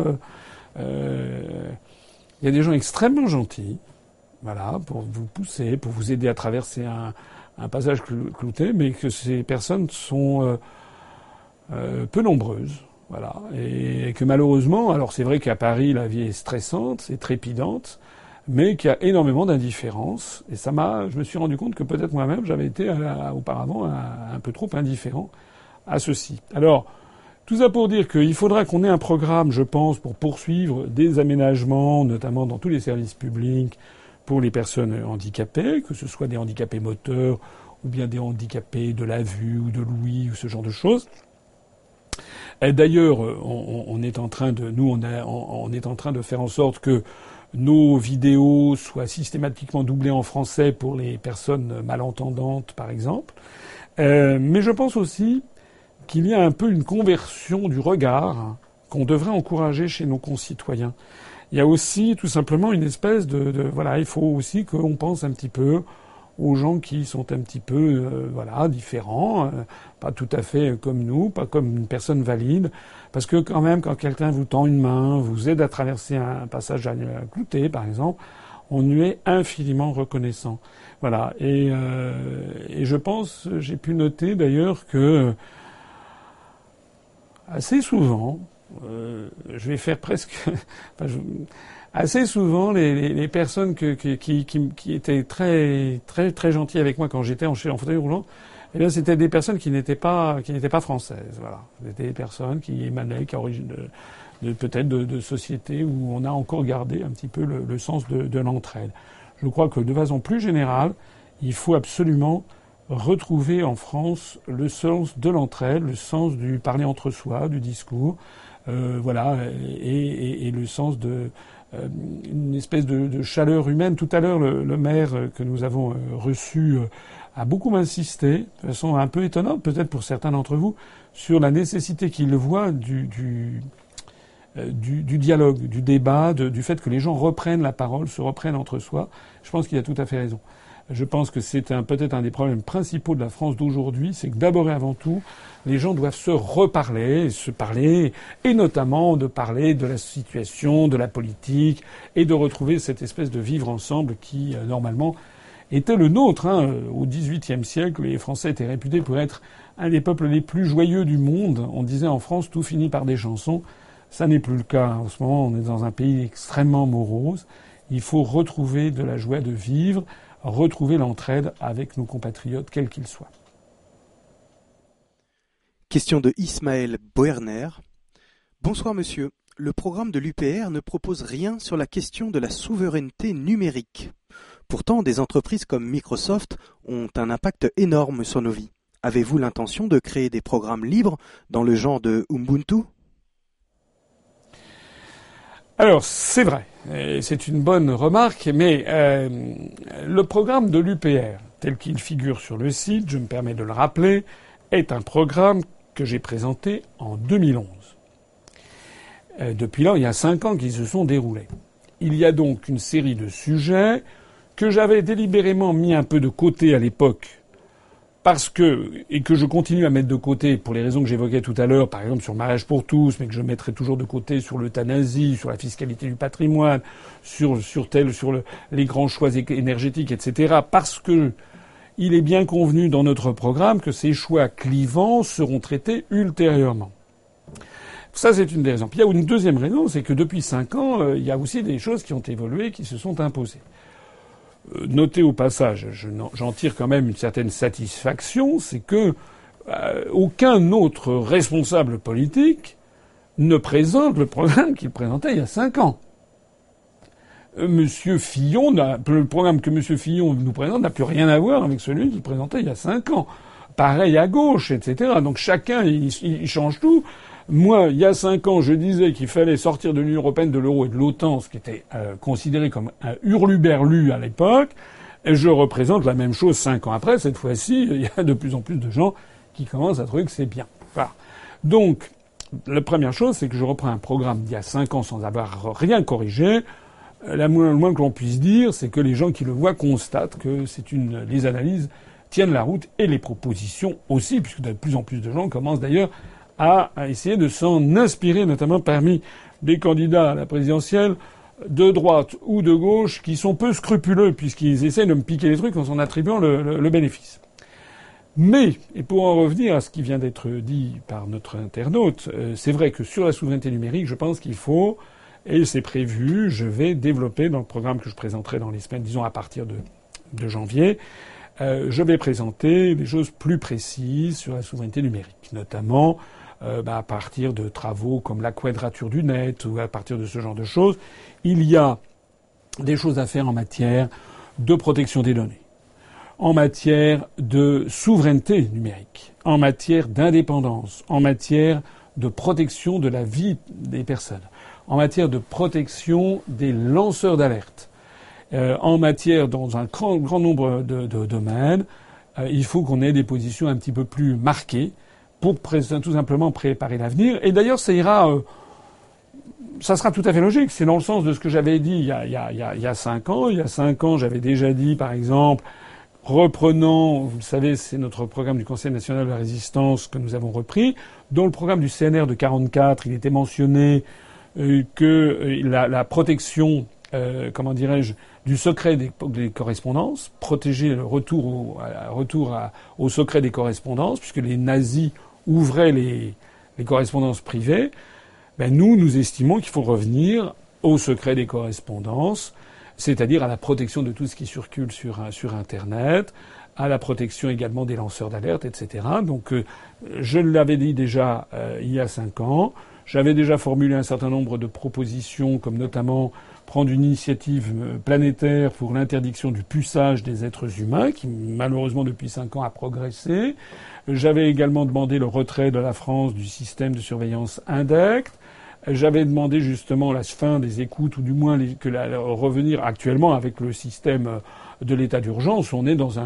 il y a des gens extrêmement gentils, voilà, pour vous pousser, pour vous aider à traverser un passage clouté, mais que ces personnes sont peu nombreuses, voilà, et que malheureusement, alors c'est vrai qu'à Paris la vie est stressante, c'est trépidante, mais qu'il y a énormément d'indifférence, et je me suis rendu compte que peut-être moi-même j'avais été auparavant un peu trop indifférent à ceci. Alors, tout ça pour dire qu'il faudra qu'on ait un programme, je pense, pour poursuivre des aménagements, notamment dans tous les services publics, pour les personnes handicapées, que ce soit des handicapés moteurs, ou bien des handicapés de la vue, ou de l'ouïe, ou ce genre de choses. Et d'ailleurs, on est en train de faire en sorte que nos vidéos soient systématiquement doublées en français pour les personnes malentendantes, par exemple. Mais je pense aussi qu'il y a un peu une conversion du regard qu'on devrait encourager chez nos concitoyens. Il y a aussi tout simplement une espèce voilà, il faut aussi qu'on pense un petit peu aux gens qui sont un petit peu différents, pas tout à fait comme nous, pas comme une personne valide, parce que quand même quand quelqu'un vous tend une main, vous aide à traverser un passage clouté par exemple, on lui est infiniment reconnaissant. Voilà, et je pense, j'ai pu noter d'ailleurs que assez souvent, je vais faire presque assez souvent, les personnes qui étaient très, très, très gentilles avec moi quand j'étais en fauteuil roulant, eh bien, c'était des personnes qui n'étaient pas françaises, voilà. C'était des personnes qui émanaient, qui origine peut-être de sociétés où on a encore gardé un petit peu le sens de l'entraide. Je crois que de façon plus générale, il faut absolument retrouver en France le sens de l'entraide, le sens du parler entre soi, du discours, voilà, et le sens une espèce de chaleur humaine. Tout à l'heure, le maire que nous avons reçu a beaucoup insisté, de façon un peu étonnante peut-être pour certains d'entre vous, sur la nécessité qu'il voit du dialogue, du débat, du fait que les gens reprennent la parole, se reprennent entre soi. Je pense qu'il a tout à fait raison. Je pense que c'est peut-être un des problèmes principaux de la France d'aujourd'hui, c'est que d'abord et avant tout, les gens doivent se reparler, se parler, et notamment de parler de la situation, de la politique, et de retrouver cette espèce de vivre ensemble qui, normalement, était le nôtre. Au XVIIIe siècle, les Français étaient réputés pour être un des peuples les plus joyeux du monde. On disait en France, tout finit par des chansons. Ça n'est plus le cas. En ce moment, on est dans un pays extrêmement morose. Il faut retrouver de la joie de vivre, retrouver l'entraide avec nos compatriotes, quels qu'ils soient. Question de Ismaël Boerner. Bonsoir monsieur. Le programme de l'UPR ne propose rien sur la question de la souveraineté numérique. Pourtant, des entreprises comme Microsoft ont un impact énorme sur nos vies. Avez-vous l'intention de créer des programmes libres dans le genre de Ubuntu ? Alors, c'est vrai, c'est une bonne remarque, mais le programme de l'UPR, tel qu'il figure sur le site, je me permets de le rappeler, est un programme que j'ai présenté en 2011. Depuis là, il y a 5 ans qui se sont déroulés. Il y a donc une série de sujets que j'avais délibérément mis un peu de côté à l'époque, et que je continue à mettre de côté pour les raisons que j'évoquais tout à l'heure, par exemple sur le mariage pour tous, mais que je mettrai toujours de côté sur l'euthanasie, sur la fiscalité du patrimoine, sur les grands choix énergétiques, etc., parce que il est bien convenu dans notre programme que ces choix clivants seront traités ultérieurement. Ça, c'est une des raisons. Puis il y a une deuxième raison, c'est que depuis 5 ans, il y a aussi des choses qui ont évolué, qui se sont imposées. Notez au passage, j'en tire quand même une certaine satisfaction, c'est que aucun autre responsable politique ne présente le programme qu'il présentait il y a 5 ans. Monsieur Fillon, le programme que Monsieur Fillon nous présente n'a plus rien à voir avec celui qu'il présentait il y a 5 ans. Pareil à gauche, etc. Donc chacun, il change tout. Moi, il y a 5 ans, je disais qu'il fallait sortir de l'Union européenne, de l'euro et de l'OTAN, ce qui était considéré comme un hurluberlu à l'époque. Et je représente la même chose 5 ans après. Cette fois-ci, il y a de plus en plus de gens qui commencent à trouver que c'est bien. Voilà. Donc, la première chose, c'est que je reprends un programme d'il y a 5 ans sans avoir rien corrigé. Le moins que l'on puisse dire, c'est que les gens qui le voient constatent que les analyses tiennent la route et les propositions aussi, puisque de plus en plus de gens commencent d'ailleurs à essayer de s'en inspirer, notamment parmi des candidats à la présidentielle de droite ou de gauche qui sont peu scrupuleux puisqu'ils essaient de me piquer les trucs en s'en attribuant le bénéfice. Mais, et pour en revenir à ce qui vient d'être dit par notre internaute, c'est vrai que sur la souveraineté numérique, je pense qu'il faut, et c'est prévu, je vais développer dans le programme que je présenterai dans les semaines, disons à partir de janvier, je vais présenter des choses plus précises sur la souveraineté numérique, notamment à partir de travaux comme la quadrature du net ou à partir de ce genre de choses. Il y a des choses à faire en matière de protection des données, en matière de souveraineté numérique, en matière d'indépendance, en matière de protection de la vie des personnes, en matière de protection des lanceurs d'alerte, en matière, dans un grand nombre de domaines, il faut qu'on ait des positions un petit peu plus marquées pour tout simplement préparer l'avenir. Et d'ailleurs, ça ira, ça sera tout à fait logique. C'est dans le sens de ce que j'avais dit il y a 5 ans. Il y a 5 ans, j'avais déjà dit, par exemple, reprenant, vous le savez, c'est notre programme du Conseil national de la résistance que nous avons repris. Dans le programme du CNR de 44, il était mentionné que la protection, du secret des correspondances, protéger le retour au secret des correspondances, puisque les nazis ouvraient les correspondances privées. Nous estimons qu'il faut revenir au secret des correspondances, c'est-à-dire à la protection de tout ce qui circule sur Internet, à la protection également des lanceurs d'alerte, etc. Donc, je l'avais dit déjà il y a 5 ans. J'avais déjà formulé un certain nombre de propositions, comme notamment prendre une initiative planétaire pour l'interdiction du puçage des êtres humains, qui malheureusement depuis 5 ans a progressé. J'avais également demandé le retrait de la France du système de surveillance INDECT. J'avais demandé justement la fin des écoutes, ou du moins revenir actuellement avec le système de l'état d'urgence. On est dans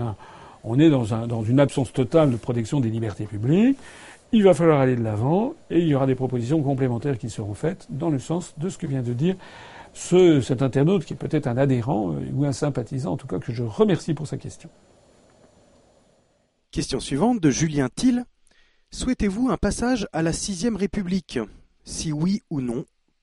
une absence totale de protection des libertés publiques. Il va falloir aller de l'avant et il y aura des propositions complémentaires qui seront faites dans le sens de ce que vient de dire cet internaute qui est peut-être un adhérent ou un sympathisant, en tout cas que je remercie pour sa question. Question suivante de Julien Thiel. Souhaitez-vous un passage à la 6e République ? Si oui ou non, pourquoi ?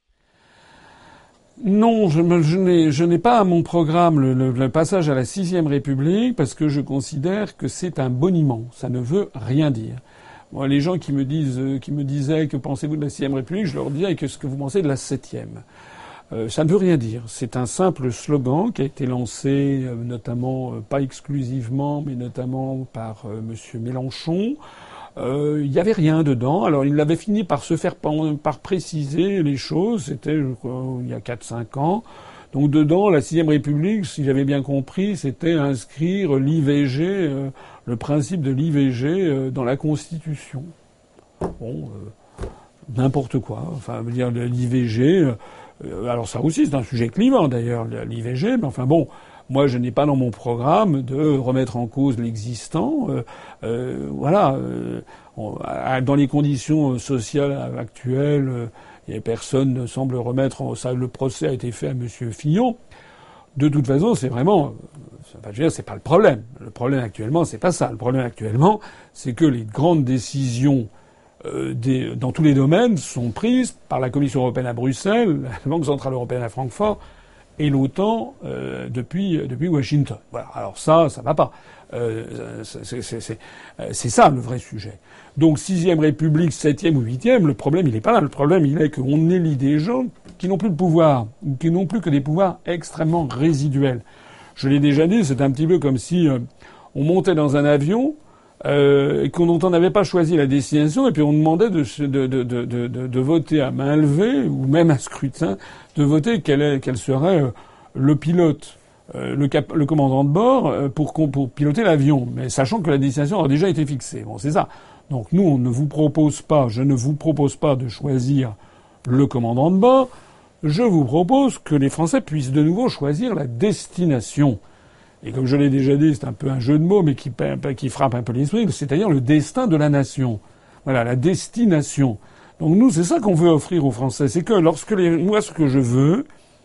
Non, je n'ai pas à mon programme le passage à la 6e République parce que je considère que c'est un boniment. Ça ne veut rien dire. Moi, les gens qui me disaient que pensez-vous de la 6e République, je leur disais qu'est-ce que vous pensez de la 7e. Ça ne veut rien dire. C'est un simple slogan qui a été lancé notamment, pas exclusivement, mais notamment par Monsieur Mélenchon. Il n'y avait rien dedans. Alors il avait fini par par préciser les choses. C'était, je crois, il y a 4-5 ans. Donc dedans, la 6e République, si j'avais bien compris, c'était inscrire l'IVG, le principe de l'IVG dans la Constitution. Bon, n'importe quoi. Enfin, dire l'IVG. Alors ça aussi, c'est un sujet clivant d'ailleurs, l'IVG. Mais enfin bon. Moi, je n'ai pas dans mon programme de remettre en cause l'existant. Dans les conditions sociales actuelles, personne ne semble remettre le procès a été fait à Monsieur Fillon. De toute façon, c'est vraiment, c'est pas le problème. Le problème actuellement, c'est pas ça. Le problème actuellement, c'est que les grandes décisions dans tous les domaines sont prises par la Commission européenne à Bruxelles, la Banque centrale européenne à Francfort, et l'OTAN depuis Washington. Voilà. Alors ça va pas. C'est ça le vrai sujet. Donc 6e République, 7e ou 8e, le problème il est pas là. Le problème il est qu'on élit des gens qui n'ont plus de pouvoir, ou qui n'ont plus que des pouvoirs extrêmement résiduels. Je l'ai déjà dit, c'est un petit peu comme si on montait dans un avion dont on n'avait pas choisi la destination, et puis on demandait de voter à main levée, ou même à scrutin, de voter quel serait le pilote, le commandant de bord, pour piloter l'avion, mais sachant que la destination a déjà été fixée. Bon, c'est ça. Donc nous, je ne vous propose pas de choisir le commandant de bord, je vous propose que les Français puissent de nouveau choisir la destination. Et comme je l'ai déjà dit, c'est un peu un jeu de mots, mais qui frappe un peu l'esprit, c'est-à-dire le destin de la nation. Voilà, la destination. Donc nous, c'est ça qu'on veut offrir aux Français. C'est que moi, ce que je veux,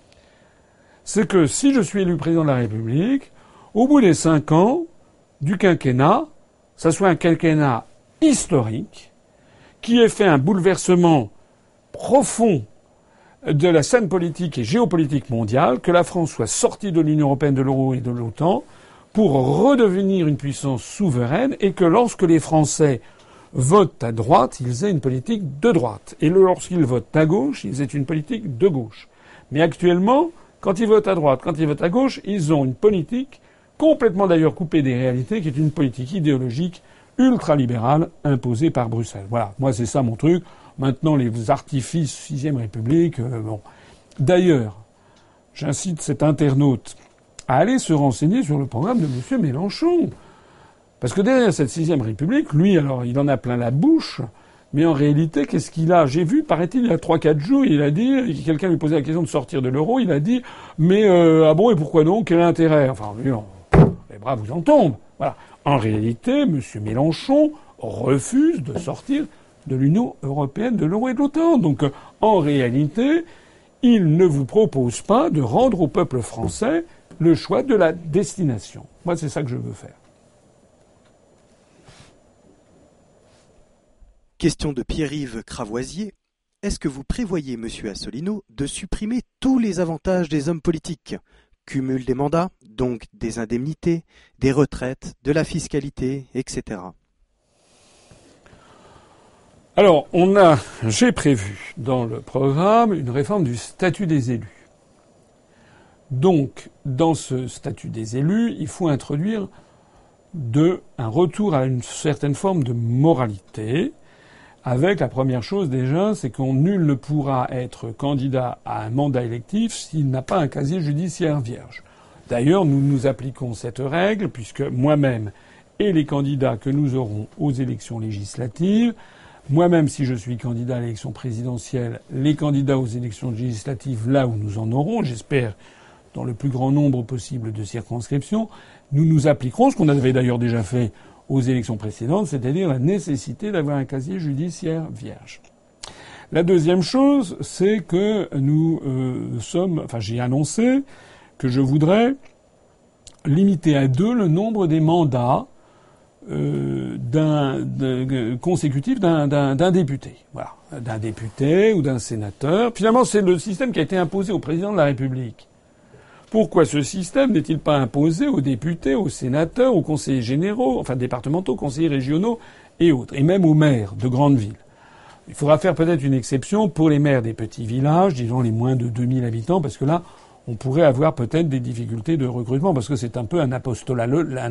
c'est que si je suis élu président de la République, au bout des 5 ans du quinquennat, ça soit un quinquennat historique, qui ait fait un bouleversement profond de la scène politique et géopolitique mondiale, que la France soit sortie de l'Union européenne, de l'euro et de l'OTAN, pour redevenir une puissance souveraine, et que lorsque les Français votent à droite, ils aient une politique de droite. Et lorsqu'ils votent à gauche, ils aient une politique de gauche. Mais actuellement, quand ils votent à droite, quand ils votent à gauche, ils ont une politique complètement d'ailleurs coupée des réalités, qui est une politique idéologique ultralibérale imposée par Bruxelles. Voilà, moi c'est ça mon truc. Maintenant, les artifices 6e République, bon. D'ailleurs, j'incite cet internaute à aller se renseigner sur le programme de M. Mélenchon. Parce que derrière cette 6e République, lui, alors, il en a plein la bouche, mais en réalité, qu'est-ce qu'il a? J'ai vu, paraît-il, il y a 3-4 jours, il a dit, quelqu'un lui posait la question de sortir de l'euro, il a dit, mais ah bon, et pourquoi donc? Quel intérêt? Enfin, lui, les bras vous en tombent. Voilà. En réalité, M. Mélenchon refuse de sortir de l'Union européenne, de l'euro et de l'OTAN. Donc, en réalité, il ne vous propose pas de rendre au peuple français le choix de la destination. Moi, c'est ça que je veux faire. Question de Pierre-Yves Cravoisier. Est-ce que vous prévoyez, monsieur Asselineau, de supprimer tous les avantages des hommes politiques? Cumul des mandats, donc des indemnités, des retraites, de la fiscalité, etc. Alors, j'ai prévu dans le programme une réforme du statut des élus. Donc, dans ce statut des élus, il faut introduire un retour à une certaine forme de moralité, avec la première chose déjà, c'est qu'on nul ne pourra être candidat à un mandat électif s'il n'a pas un casier judiciaire vierge. D'ailleurs, nous appliquons cette règle, puisque moi-même et les candidats que nous aurons aux élections législatives, moi-même, si je suis candidat à l'élection présidentielle, les candidats aux élections législatives, là où nous en aurons, j'espère, dans le plus grand nombre possible de circonscriptions, nous appliquerons ce qu'on avait d'ailleurs déjà fait aux élections précédentes, c'est-à-dire la nécessité d'avoir un casier judiciaire vierge. La deuxième chose, c'est que j'ai annoncé que je voudrais limiter à 2 le nombre des mandats consécutif d'un député. Voilà. D'un député ou d'un sénateur. Finalement, c'est le système qui a été imposé au président de la République. Pourquoi ce système n'est-il pas imposé aux députés, aux sénateurs, aux conseillers généraux, enfin départementaux, conseillers régionaux et autres, et même aux maires de grandes villes? Il faudra faire peut-être une exception pour les maires des petits villages, disons les moins de 2000 habitants, parce que là, on pourrait avoir peut-être des difficultés de recrutement, parce que c'est un peu un apostolat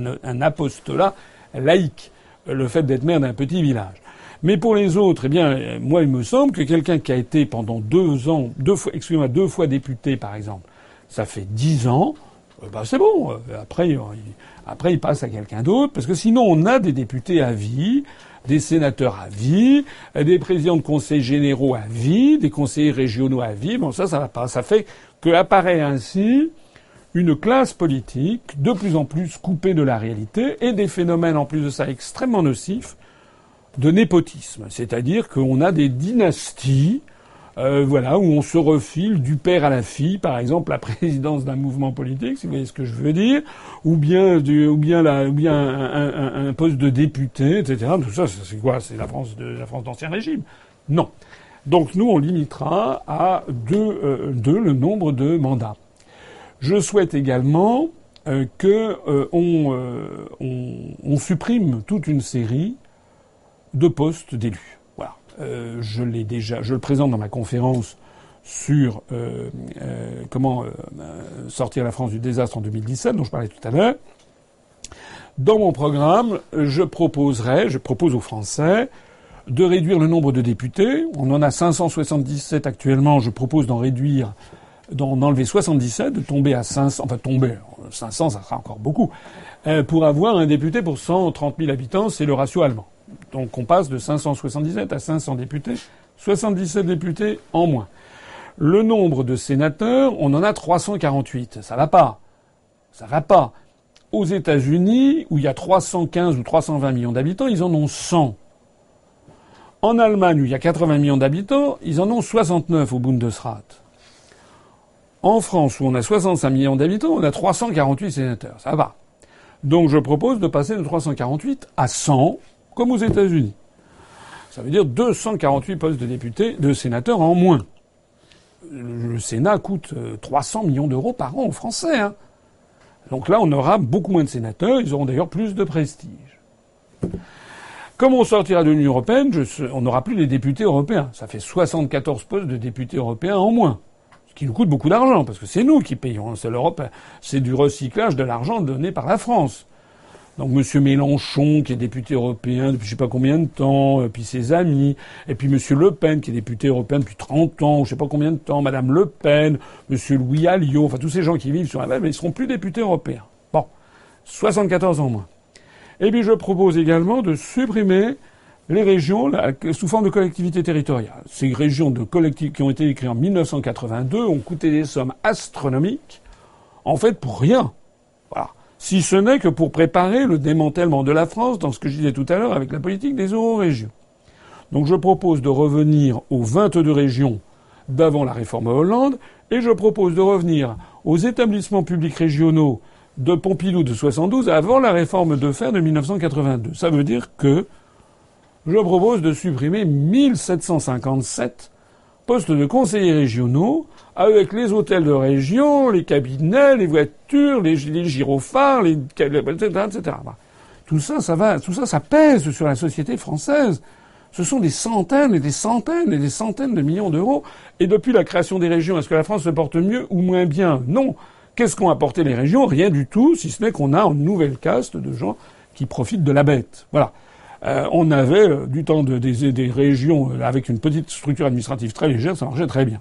laïque, le fait d'être maire d'un petit village. Mais pour les autres, eh bien, moi, il me semble que quelqu'un qui a été pendant 2 fois député, par exemple, ça fait 10 ans, c'est bon. Après, il passe à quelqu'un d'autre, parce que sinon, on a des députés à vie, des sénateurs à vie, des présidents de conseils généraux à vie, des conseillers régionaux à vie. Bon, ça va pas. Ça fait qu'apparaît ainsi une classe politique de plus en plus coupée de la réalité et des phénomènes, en plus de ça, extrêmement nocifs de népotisme. C'est-à-dire qu'on a des dynasties, où on se refile du père à la fille, par exemple, la présidence d'un mouvement politique, si vous voyez ce que je veux dire, ou bien un poste de député, etc. Tout ça, c'est quoi? C'est la France d'Ancien Régime? Non. Donc nous, on limitera à 2 le nombre de mandats. Je souhaite également que on supprime toute une série de postes d'élus. Voilà. Je le présente dans ma conférence sur comment sortir la France du désastre en 2017, dont je parlais tout à l'heure. Dans mon programme, je propose aux Français de réduire le nombre de députés. On en a 577 actuellement. Je propose d'enlever 77, de tomber à 500. 500, ça sera encore beaucoup. Pour avoir un député pour 130 000 habitants, c'est le ratio allemand. Donc on passe de 577 à 500 députés, 77 députés en moins. Le nombre de sénateurs, on en a 348. Ça va pas. Aux États-Unis, où il y a 315 ou 320 millions d'habitants, ils en ont 100. En Allemagne, où il y a 80 millions d'habitants, ils en ont 69 au Bundesrat. En France, où on a 65 millions d'habitants, on a 348 sénateurs. Ça va. Donc je propose de passer de 348 à 100, comme aux États-Unis. Ça veut dire 248 postes de députés, de sénateurs en moins. Le Sénat coûte 300 millions d'euros par an aux Français. Hein. Donc là, on aura beaucoup moins de sénateurs. Ils auront d'ailleurs plus de prestige. Comme on sortira de l'Union européenne, on n'aura plus les députés européens. Ça fait 74 postes de députés européens en moins. Ce qui nous coûte beaucoup d'argent, parce que c'est nous qui payons. C'est l'Europe. C'est du recyclage de l'argent donné par la France. Donc M. Mélenchon, qui est député européen depuis je sais pas combien de temps, puis ses amis, et puis M. Le Pen, qui est député européen depuis 30 ans, ou je sais pas combien de temps, Mme Le Pen, M. Louis Alliot, enfin tous ces gens qui vivent sur la même, mais ils seront plus députés européens. Bon. 74 en moins. Et puis je propose également de supprimer les régions sous forme de collectivités territoriales. Ces régions qui ont été créées en 1982 ont coûté des sommes astronomiques, en fait pour rien. Voilà. Si ce n'est que pour préparer le démantèlement de la France dans ce que je disais tout à l'heure avec la politique des eurorégions. Donc je propose de revenir aux 22 régions d'avant la réforme Hollande et je propose de revenir aux établissements publics régionaux de Pompidou de 72 avant la réforme Defferre de 1982. Ça veut dire que je propose de supprimer 1757 postes de conseillers régionaux avec les hôtels de région, les cabinets, les voitures, les gyrophares, etc. Tout ça, ça pèse sur la société française. Ce sont des centaines et des centaines et des centaines de millions d'euros. Et depuis la création des régions, est-ce que la France se porte mieux ou moins bien? Non. Qu'est-ce qu'ont apporté les régions? Rien du tout, si ce n'est qu'on a une nouvelle caste de gens qui profitent de la bête. Voilà. On avait du temps des régions avec une petite structure administrative très légère, ça marchait très bien.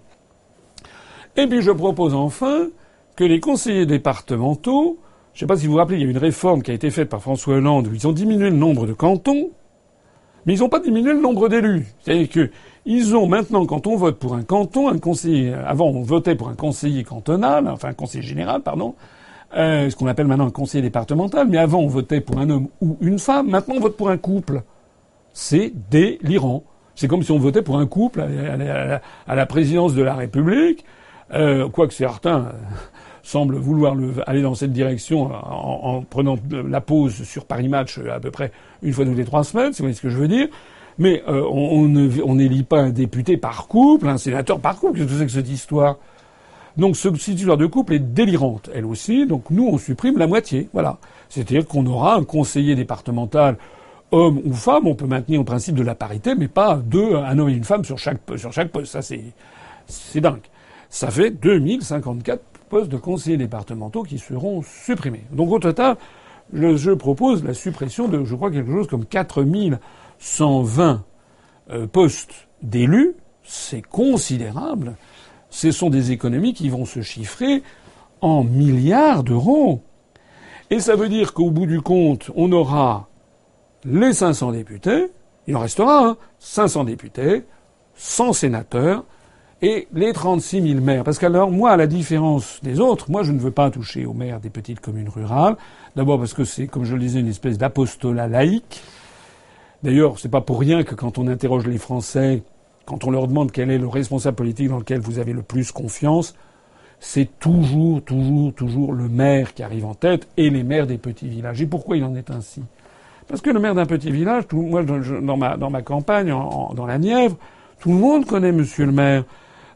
Et puis je propose enfin que les conseillers départementaux, je ne sais pas si vous vous rappelez, il y a une réforme qui a été faite par François Hollande où ils ont diminué le nombre de cantons, mais ils n'ont pas diminué le nombre d'élus. C'est-à-dire que ils ont maintenant, quand on vote pour un canton, un conseiller, avant on votait pour un conseiller cantonal, enfin un conseiller général, pardon, ce qu'on appelle maintenant un conseiller départemental, mais avant on votait pour un homme ou une femme, maintenant on vote pour un couple. C'est délirant. C'est comme si on votait pour un couple à la présidence de la République, quoique certains semblent vouloir aller dans cette direction en prenant la pause sur Paris Match à peu près une fois toutes les 3 semaines, si vous voyez ce que je veux dire. Mais on n'élit pas un député par couple, un sénateur par couple. Qu'est-ce que c'est que cette histoire? Donc cette histoire de couple est délirante, elle aussi. Donc nous, on supprime la moitié. Voilà. C'est-à-dire qu'on aura un conseiller départemental, homme ou femme. On peut maintenir le principe de la parité, mais pas un homme et une femme sur chaque poste. Ça, c'est dingue. Ça fait 2054 postes de conseillers départementaux qui seront supprimés. Donc au total, je propose la suppression de, je crois, quelque chose comme 4120 postes d'élus. C'est considérable. Ce sont des économies qui vont se chiffrer en milliards d'euros. Et ça veut dire qu'au bout du compte, on aura les 500 députés, il en restera 500 députés, 100 sénateurs et les 36 000 maires. Parce qu'alors, moi, à la différence des autres, moi, je ne veux pas toucher aux maires des petites communes rurales. D'abord parce que c'est, comme je le disais, une espèce d'apostolat laïque. D'ailleurs, c'est pas pour rien que quand on interroge les Français, quand on leur demande quel est le responsable politique dans lequel vous avez le plus confiance, c'est toujours le maire qui arrive en tête et les maires des petits villages. Et pourquoi il en est ainsi? Parce que le maire d'un petit village, moi, dans ma campagne, dans la Nièvre, tout le monde connaît monsieur le maire.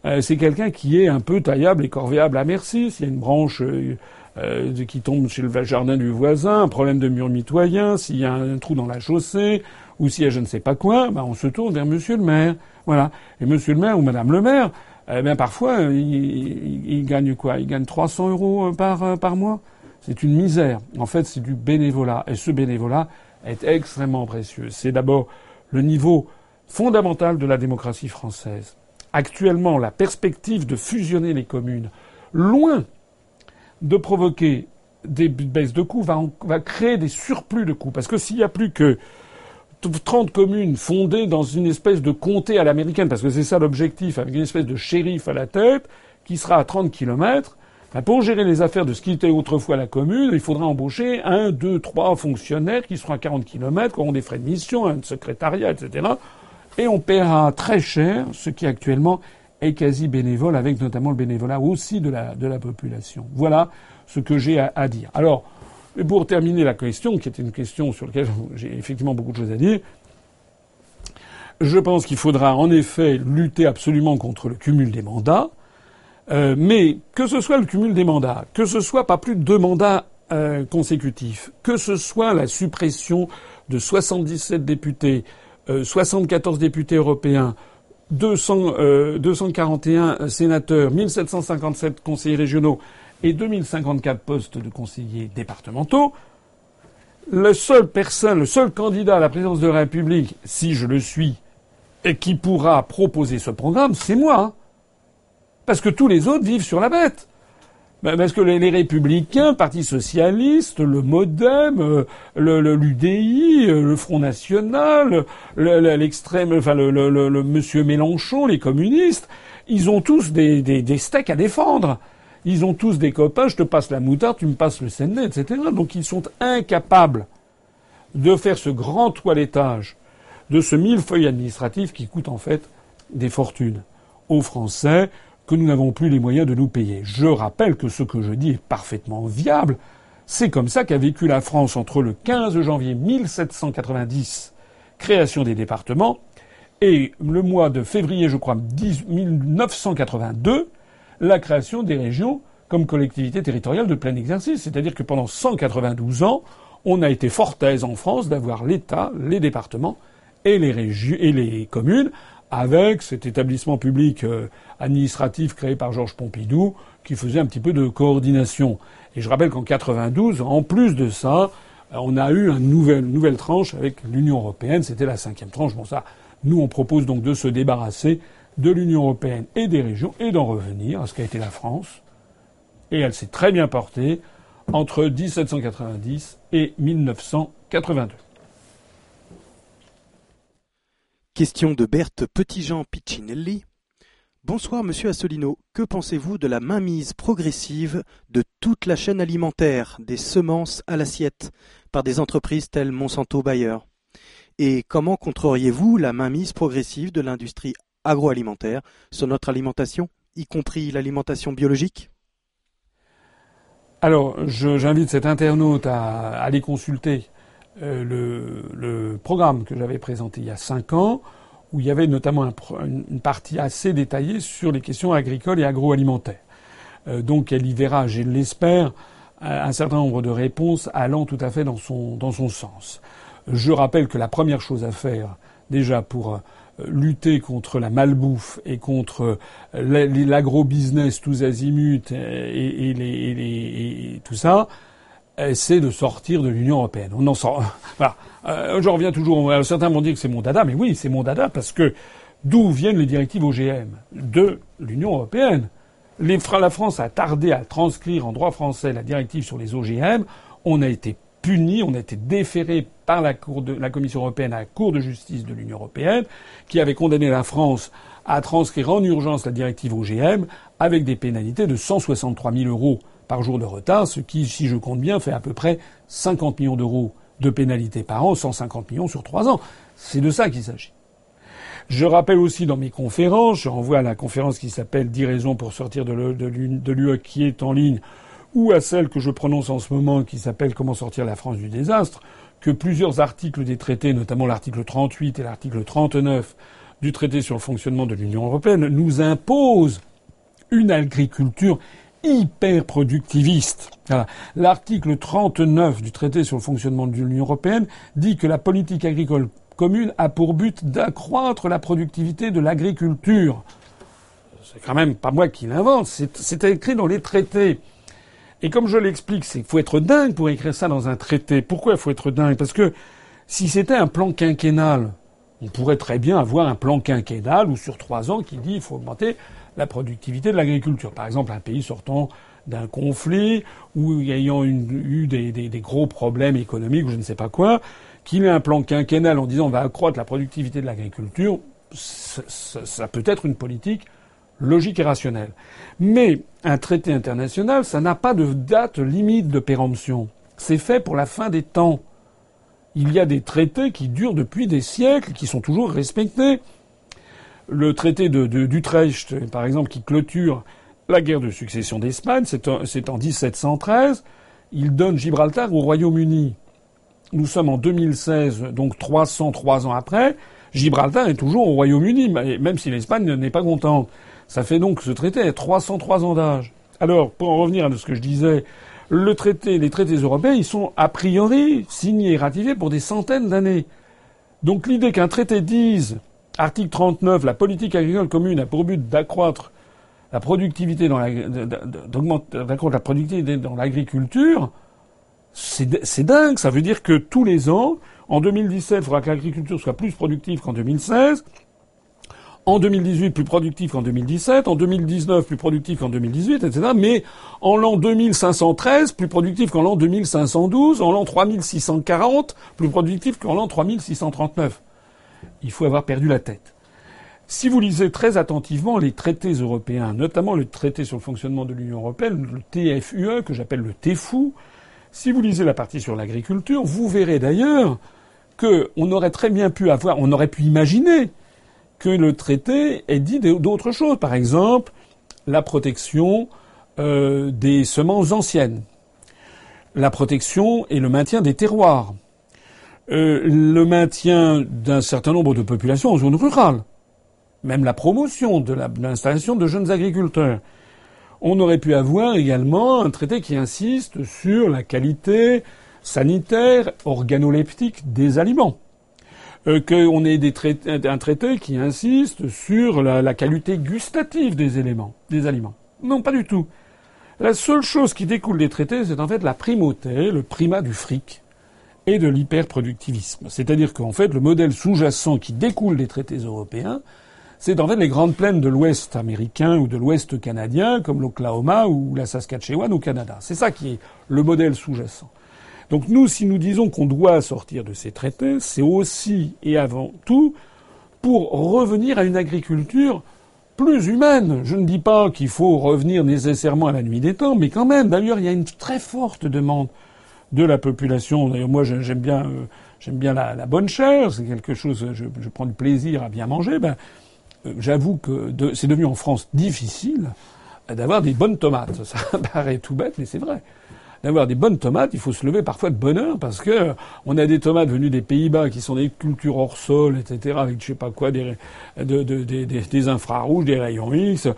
c'est quelqu'un qui est un peu taillable et corvéable à merci. S'il y a une branche qui tombe chez le jardin du voisin, un problème de mur mitoyen, s'il y a un trou dans la chaussée, ou s'il y a je ne sais pas quoi, on se tourne vers monsieur le maire. Voilà. Et monsieur le maire ou madame le maire, parfois, il gagne quoi? Il gagne 300 € par mois. C'est une misère. En fait, c'est du bénévolat. Et ce bénévolat est extrêmement précieux. C'est d'abord le niveau fondamental de la démocratie française. Actuellement, la perspective de fusionner les communes, loin de provoquer des baisses de coûts, va créer des surplus de coûts. Parce que s'il n'y a plus que 30 communes fondées dans une espèce de comté à l'américaine, parce que c'est ça l'objectif, avec une espèce de shérif à la tête, qui sera à 30 kilomètres, pour gérer les affaires de ce qui était autrefois la commune, il faudra embaucher 1, 2, 3 fonctionnaires qui seront à 40 kilomètres, qui auront des frais de mission, un secrétariat, etc. Et on paiera très cher ce qui actuellement est quasi bénévole, avec notamment le bénévolat aussi de la population. Voilà ce que j'ai à dire. Alors, pour terminer la question, qui était une question sur laquelle j'ai effectivement beaucoup de choses à dire, je pense qu'il faudra en effet lutter absolument contre le cumul des mandats, mais que ce soit le cumul des mandats, que ce soit pas plus de 2 mandats consécutifs, que ce soit la suppression de 77 députés, 74 députés européens, 241 sénateurs, 1757 conseillers régionaux et 2054 postes de conseillers départementaux, le seul candidat à la présidence de la République, si je le suis, et qui pourra proposer ce programme, c'est moi. Hein. Parce que tous les autres vivent sur la bête. Parce que les Républicains, le Parti Socialiste, le MoDem, l'UDI, le Front National, l'extrême, le Monsieur Mélenchon, les communistes, ils ont tous des steaks à défendre. Ils ont tous des copains, je te passe la moutarde, tu me passes le Sénat, etc. Donc ils sont incapables de faire ce grand toilettage de ce millefeuille administratif qui coûte en fait des fortunes aux Français, que nous n'avons plus les moyens de nous payer. Je rappelle que ce que je dis est parfaitement viable. C'est comme ça qu'a vécu la France entre le 15 janvier 1790, création des départements, et le mois de février, je crois, 1982, la création des régions comme collectivités territoriales de plein exercice. C'est-à-dire que pendant 192 ans, on a été fort aise en France d'avoir l'État, les départements et les régions et les communes, avec cet établissement public administratif créé par Georges Pompidou, qui faisait un petit peu de coordination. Et je rappelle qu'en 92, en plus de ça, on a eu une nouvelle tranche avec l'Union européenne. C'était la 5e tranche. Bon, ça, nous, on propose donc de se débarrasser de l'Union européenne et des régions et d'en revenir à ce qu'a été la France. Et elle s'est très bien portée entre 1790 et 1982. Question de Berthe Petitjean Piccinelli. Bonsoir Monsieur Asselineau. Que pensez-vous de la mainmise progressive de toute la chaîne alimentaire, des semences à l'assiette, par des entreprises telles Monsanto Bayer? Et comment contreriez-vous la mainmise progressive de l'industrie agroalimentaire sur notre alimentation, y compris l'alimentation biologique? Alors, j'invite cet internaute à aller consulter le programme que j'avais présenté il y a 5 ans, où il y avait notamment une partie assez détaillée sur les questions agricoles et agroalimentaires. Donc elle y verra, je l'espère, un certain nombre de réponses allant tout à fait dans son sens. Je rappelle que la première chose à faire, déjà pour lutter contre la malbouffe et contre l'agro-business tous azimuts et tout ça, c'est de sortir de l'Union européenne. On en sort. Voilà. Je reviens toujours. Certains m'ont dit que c'est mon dada, mais oui, c'est mon dada parce que d'où viennent les directives OGM? De l'Union européenne. La France a tardé à transcrire en droit français la directive sur les OGM. On a été puni, on a été déféré par la Commission européenne à la Cour de justice de l'Union européenne, qui avait condamné la France à transcrire en urgence la directive OGM avec des pénalités de 163 000 € par jour de retard, ce qui, si je compte bien, fait à peu près 50 millions d'euros de pénalités par an, 150 millions sur 3 ans. C'est de ça qu'il s'agit. Je rappelle aussi dans mes conférences, je renvoie à la conférence qui s'appelle 10 raisons pour sortir de l'UE qui est en ligne, ou à celle que je prononce en ce moment qui s'appelle Comment sortir la France du désastre, que plusieurs articles des traités, notamment l'article 38 et l'article 39 du traité sur le fonctionnement de l'Union européenne nous impose une agriculture hyper productiviste. Voilà. L'article 39 du traité sur le fonctionnement de l'Union européenne dit que la politique agricole commune a pour but d'accroître la productivité de l'agriculture. C'est quand même pas moi qui l'invente, c'est écrit dans les traités. Et comme je l'explique, c'est qu'il faut être dingue pour écrire ça dans un traité. Pourquoi il faut être dingue? Parce que si c'était un plan quinquennal, on pourrait très bien avoir un plan quinquennal ou sur 3 ans qui dit qu'il faut augmenter la productivité de l'agriculture. Par exemple, un pays sortant d'un conflit ou ayant eu des gros problèmes économiques ou je ne sais pas quoi, qu'il ait un plan quinquennal en disant on va accroître la productivité de l'agriculture, ça peut être une politique logique et rationnelle. Mais un traité international, ça n'a pas de date limite de péremption. C'est fait pour la fin des temps. Il y a des traités qui durent depuis des siècles, qui sont toujours respectés. Le traité d'Utrecht, par exemple, qui clôture la guerre de succession d'Espagne, c'est en 1713. Il donne Gibraltar au Royaume-Uni. Nous sommes en 2016, donc 303 ans après. Gibraltar est toujours au Royaume-Uni, même si l'Espagne n'est pas contente. Ça fait donc ce traité à 303 ans d'âge. Alors, pour en revenir à ce que je disais, les traités européens, ils sont a priori signés et ratifiés pour des centaines d'années. Donc l'idée qu'un traité dise, article 39, la politique agricole commune a pour but d'accroître la productivité d'accroître la productivité dans l'agriculture, c'est dingue. Ça veut dire que tous les ans, en 2017, il faudra que l'agriculture soit plus productive qu'en 2016. En 2018, plus productif qu'en 2017. En 2019, plus productif qu'en 2018, etc. Mais en l'an 2513, plus productif qu'en l'an 2512. En l'an 3640, plus productif qu'en l'an 3639. Il faut avoir perdu la tête. Si vous lisez très attentivement les traités européens, notamment le traité sur le fonctionnement de l'Union européenne, le TFUE, que j'appelle le TFU, si vous lisez la partie sur l'agriculture, vous verrez d'ailleurs qu'on aurait très bien on aurait pu imaginer que le traité ait dit d'autres choses. Par exemple, la protection des semences anciennes, la protection et le maintien des terroirs, le maintien d'un certain nombre de populations en zone rurale, même la promotion de l'installation de jeunes agriculteurs. On aurait pu avoir également un traité qui insiste sur la qualité sanitaire, organoleptique des aliments. Qu'on ait un traité qui insiste sur la qualité gustative des aliments. Non, pas du tout. La seule chose qui découle des traités, c'est en fait la primauté, le primat du fric et de l'hyperproductivisme. C'est-à-dire qu'en fait, le modèle sous-jacent qui découle des traités européens, c'est en fait les grandes plaines de l'Ouest américain ou de l'Ouest canadien, comme l'Oklahoma ou la Saskatchewan au Canada. C'est ça qui est le modèle sous-jacent. Donc nous, si nous disons qu'on doit sortir de ces traités, c'est aussi et avant tout pour revenir à une agriculture plus humaine. Je ne dis pas qu'il faut revenir nécessairement à la nuit des temps, mais quand même. D'ailleurs, il y a une très forte demande de la population. D'ailleurs, moi, j'aime bien la bonne chair. C'est quelque chose, je prends du plaisir à bien manger. J'avoue que c'est devenu en France difficile d'avoir des bonnes tomates. Ça paraît tout bête, mais c'est vrai. D'avoir des bonnes tomates, il faut se lever parfois de bonne heure parce que on a des tomates venues des Pays-Bas qui sont des cultures hors sol, etc., avec je sais pas quoi, des infrarouges, des rayons X,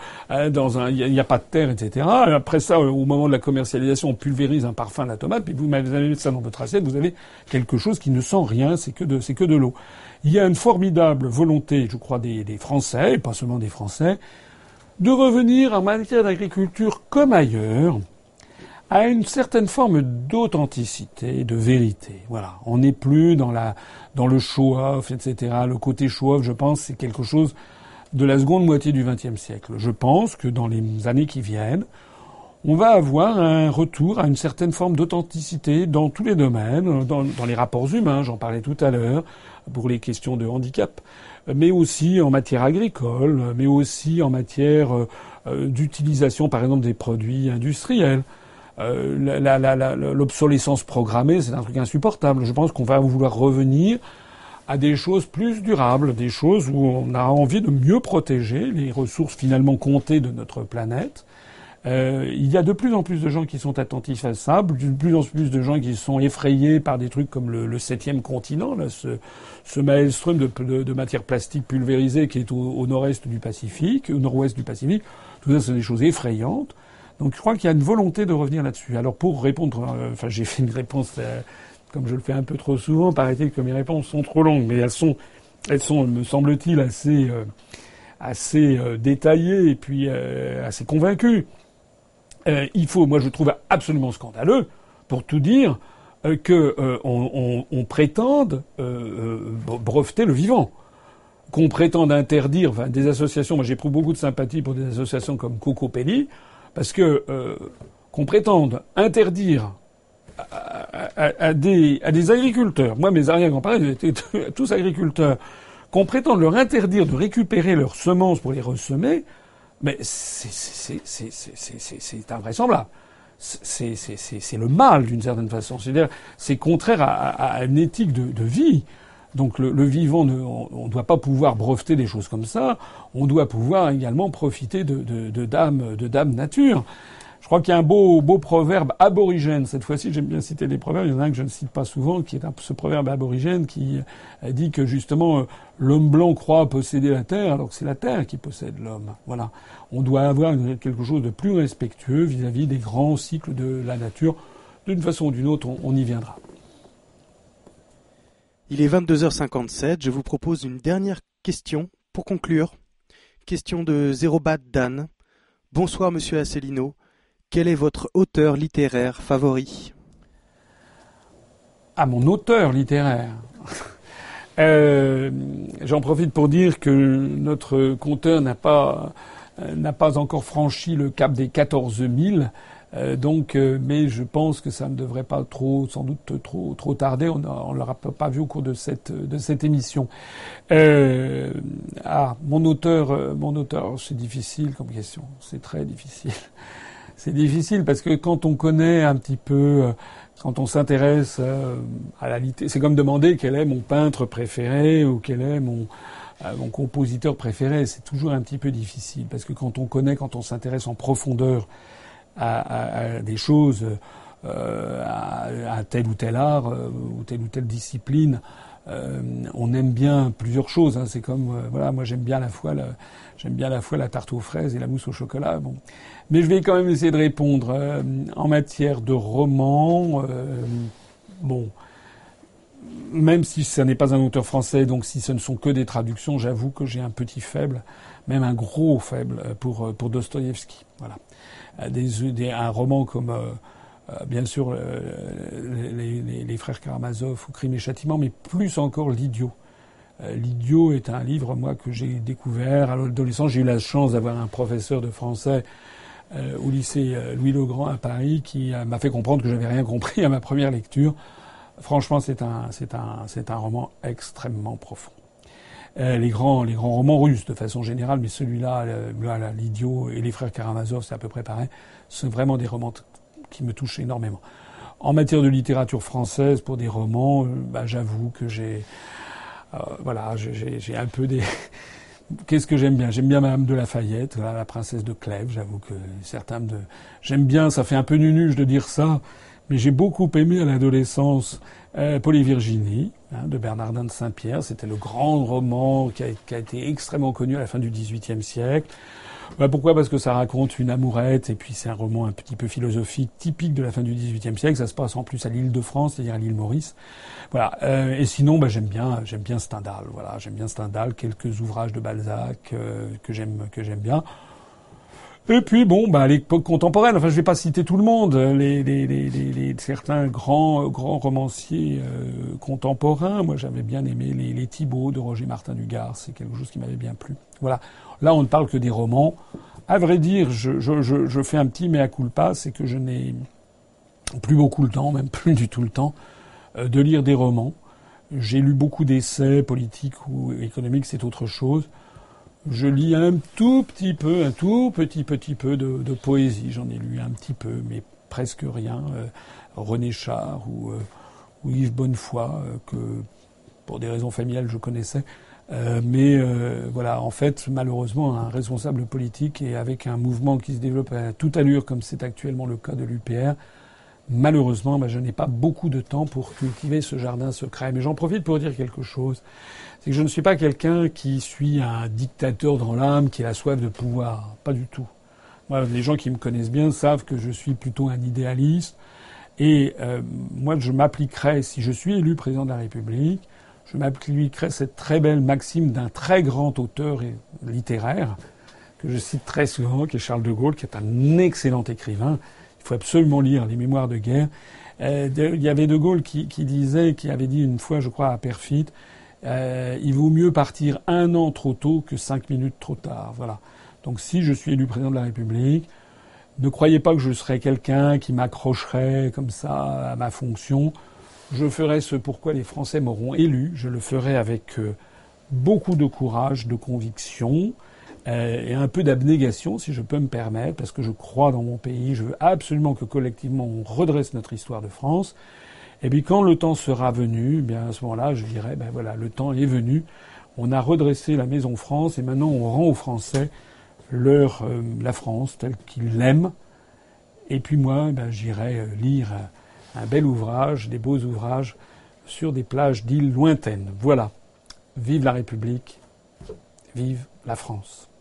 il n'y a pas de terre, etc. Après ça, au moment de la commercialisation, on pulvérise un parfum de la tomate, puis vous mettez ça dans votre assiette, vous avez quelque chose qui ne sent rien, c'est que de l'eau. Il y a une formidable volonté, je crois, des Français, et pas seulement des Français, de revenir en matière d'agriculture comme ailleurs, à une certaine forme d'authenticité, de vérité. Voilà. On n'est plus dans le show-off, etc. Le côté show-off, je pense, c'est quelque chose de la seconde moitié du XXe siècle. Je pense que dans les années qui viennent, on va avoir un retour à une certaine forme d'authenticité dans tous les domaines, dans les rapports humains, j'en parlais tout à l'heure, pour les questions de handicap, mais aussi en matière agricole, mais aussi en matière d'utilisation, par exemple, des produits industriels. L'obsolescence programmée, c'est un truc insupportable. Je pense qu'on va vouloir revenir à des choses plus durables, des choses où on a envie de mieux protéger les ressources finalement comptées de notre planète, Il y a de plus en plus de gens qui sont attentifs à ça, de plus en plus de gens qui sont effrayés par des trucs comme le 7e continent, là, ce maelstrom de matière plastique pulvérisée qui est au nord-est du Pacifique, au nord-ouest du Pacifique. Tout ça, c'est des choses effrayantes. Donc je crois qu'il y a une volonté de revenir là-dessus. Alors pour répondre, j'ai fait une réponse, comme je le fais un peu trop souvent, paraît-il que mes réponses sont trop longues, mais elles sont, me semble-t-il, assez détaillées et puis assez convaincues. Moi je trouve absolument scandaleux, pour tout dire, on prétende breveter le vivant. Qu'on prétende interdire, des associations, moi j'éprouve beaucoup de sympathie pour des associations comme Cocopelli, parce que qu'on prétende interdire à des agriculteurs, moi mes arrière-grands-parents ils étaient tous agriculteurs, qu'on prétende leur interdire de récupérer leurs semences pour les ressemer, mais c'est invraisemblable. C'est le mal d'une certaine façon. C'est-à-dire, c'est contraire à une éthique de vie. Donc le vivant, on ne doit pas pouvoir breveter des choses comme ça. On doit pouvoir également profiter de dame nature. Je crois qu'il y a un beau proverbe aborigène. Cette fois-ci, j'aime bien citer des proverbes. Il y en a un que je ne cite pas souvent, qui est ce proverbe aborigène qui dit que justement l'homme blanc croit posséder la terre, alors que c'est la terre qui possède l'homme. Voilà. On doit avoir quelque chose de plus respectueux vis-à-vis des grands cycles de la nature. D'une façon ou d'une autre, on y viendra. Il est 22h57. Je vous propose une dernière question pour conclure. Question de Zérobat Dan. Bonsoir, monsieur Asselineau. Quel est votre auteur littéraire favori ? Ah, mon auteur littéraire. J'en profite pour dire que notre conteur n'a pas encore franchi le cap des 14 000. Mais je pense que ça ne devrait pas sans doute trop tarder. On l'aura pas vu au cours de cette émission. Mon auteur, c'est difficile comme question. C'est très difficile. C'est difficile parce que quand on connaît un petit peu, quand on s'intéresse à la littérature, c'est comme demander quel est mon peintre préféré ou quel est mon compositeur préféré. C'est toujours un petit peu difficile parce que quand on s'intéresse en profondeur à des choses, à tel ou tel art ou telle discipline, on aime bien plusieurs choses. Hein. C'est comme moi j'aime bien à la fois la tarte aux fraises et la mousse au chocolat. Bon, mais je vais quand même essayer de répondre en matière de roman. Même si ça n'est pas un auteur français, donc si ce ne sont que des traductions, j'avoue que j'ai un petit faible, même un gros faible pour Dostoïevski. Voilà. Un roman comme bien sûr les frères Karamazov ou Crime et Châtiment, mais plus encore L'Idiot. L'Idiot est un livre, moi, que j'ai découvert à l'adolescence. J'ai eu la chance d'avoir un professeur de français au lycée Louis-le-Grand à Paris qui m'a fait comprendre que j'avais rien compris à ma première lecture. Franchement, c'est un roman extrêmement profond. Les grands romans russes, de façon générale, mais celui-là, L'Idiot et les frères Karamazov, c'est à peu près pareil. Ce sont vraiment des romans qui me touchent énormément. En matière de littérature française, pour des romans, j'avoue que j'ai un peu des... Qu'est-ce que j'aime bien ? J'aime bien Madame de Lafayette, la princesse de Clèves. J'avoue que j'aime bien, ça fait un peu nunuche de dire ça, mais j'ai beaucoup aimé à l'adolescence Paul et Virginie, de Bernardin de Saint-Pierre. C'était le grand roman qui a été extrêmement connu à la fin du XVIIIe siècle. Pourquoi ? Parce que ça raconte une amourette, et puis c'est un roman un petit peu philosophique, typique de la fin du XVIIIe siècle. Ça se passe en plus à l'île de France, c'est-à-dire à l'île Maurice. Voilà. Et sinon, j'aime bien Stendhal. Voilà, j'aime bien Stendhal. Quelques ouvrages de Balzac que j'aime bien. Et puis à l'époque contemporaine, je vais pas citer tout le monde, certains grands romanciers contemporains. Moi, j'avais bien aimé les Thibaut de Roger Martin du Gard, c'est quelque chose qui m'avait bien plu. Voilà. Là, on ne parle que des romans. À vrai dire, je fais un petit mea culpa, c'est que je n'ai plus beaucoup le temps, même plus du tout le temps, de lire des romans. J'ai lu beaucoup d'essais politiques ou économiques, c'est autre chose. Je lis un tout petit peu de poésie. J'en ai lu un petit peu, mais presque rien. René Char ou Yves Bonnefoy, que pour des raisons familiales je connaissais. Voilà, en fait, malheureusement, un responsable politique et avec un mouvement qui se développe à toute allure, comme c'est actuellement le cas de l'UPR, malheureusement, je n'ai pas beaucoup de temps pour cultiver ce jardin secret. Mais j'en profite pour dire quelque chose. C'est que je ne suis pas quelqu'un qui suit un dictateur dans l'âme, qui a la soif de pouvoir. Pas du tout. Moi, les gens qui me connaissent bien savent que je suis plutôt un idéaliste. Et moi, je m'appliquerai, si je suis élu président de la République, je m'appliquerai cette très belle maxime d'un très grand auteur littéraire, que je cite très souvent, qui est Charles de Gaulle, qui est un excellent écrivain. Il faut absolument lire les Mémoires de guerre. Il y avait de Gaulle qui avait dit une fois, je crois, à Perfit, il vaut mieux partir 1 an trop tôt que 5 minutes trop tard. Voilà. Donc si je suis élu président de la République, ne croyez pas que je serai quelqu'un qui m'accrocherait comme ça à ma fonction. Je ferai ce pourquoi les Français m'auront élu. Je le ferai avec beaucoup de courage, de conviction et un peu d'abnégation, si je peux me permettre, parce que je crois dans mon pays. Je veux absolument que collectivement on redresse notre histoire de France. Et puis quand le temps sera venu, bien à ce moment-là, je dirai, voilà, le temps est venu. On a redressé la Maison France et maintenant on rend aux Français la France telle qu'ils l'aiment. Et puis moi, j'irai lire un bel ouvrage, des beaux ouvrages sur des plages d'îles lointaines. Voilà. Vive la République. Vive la France.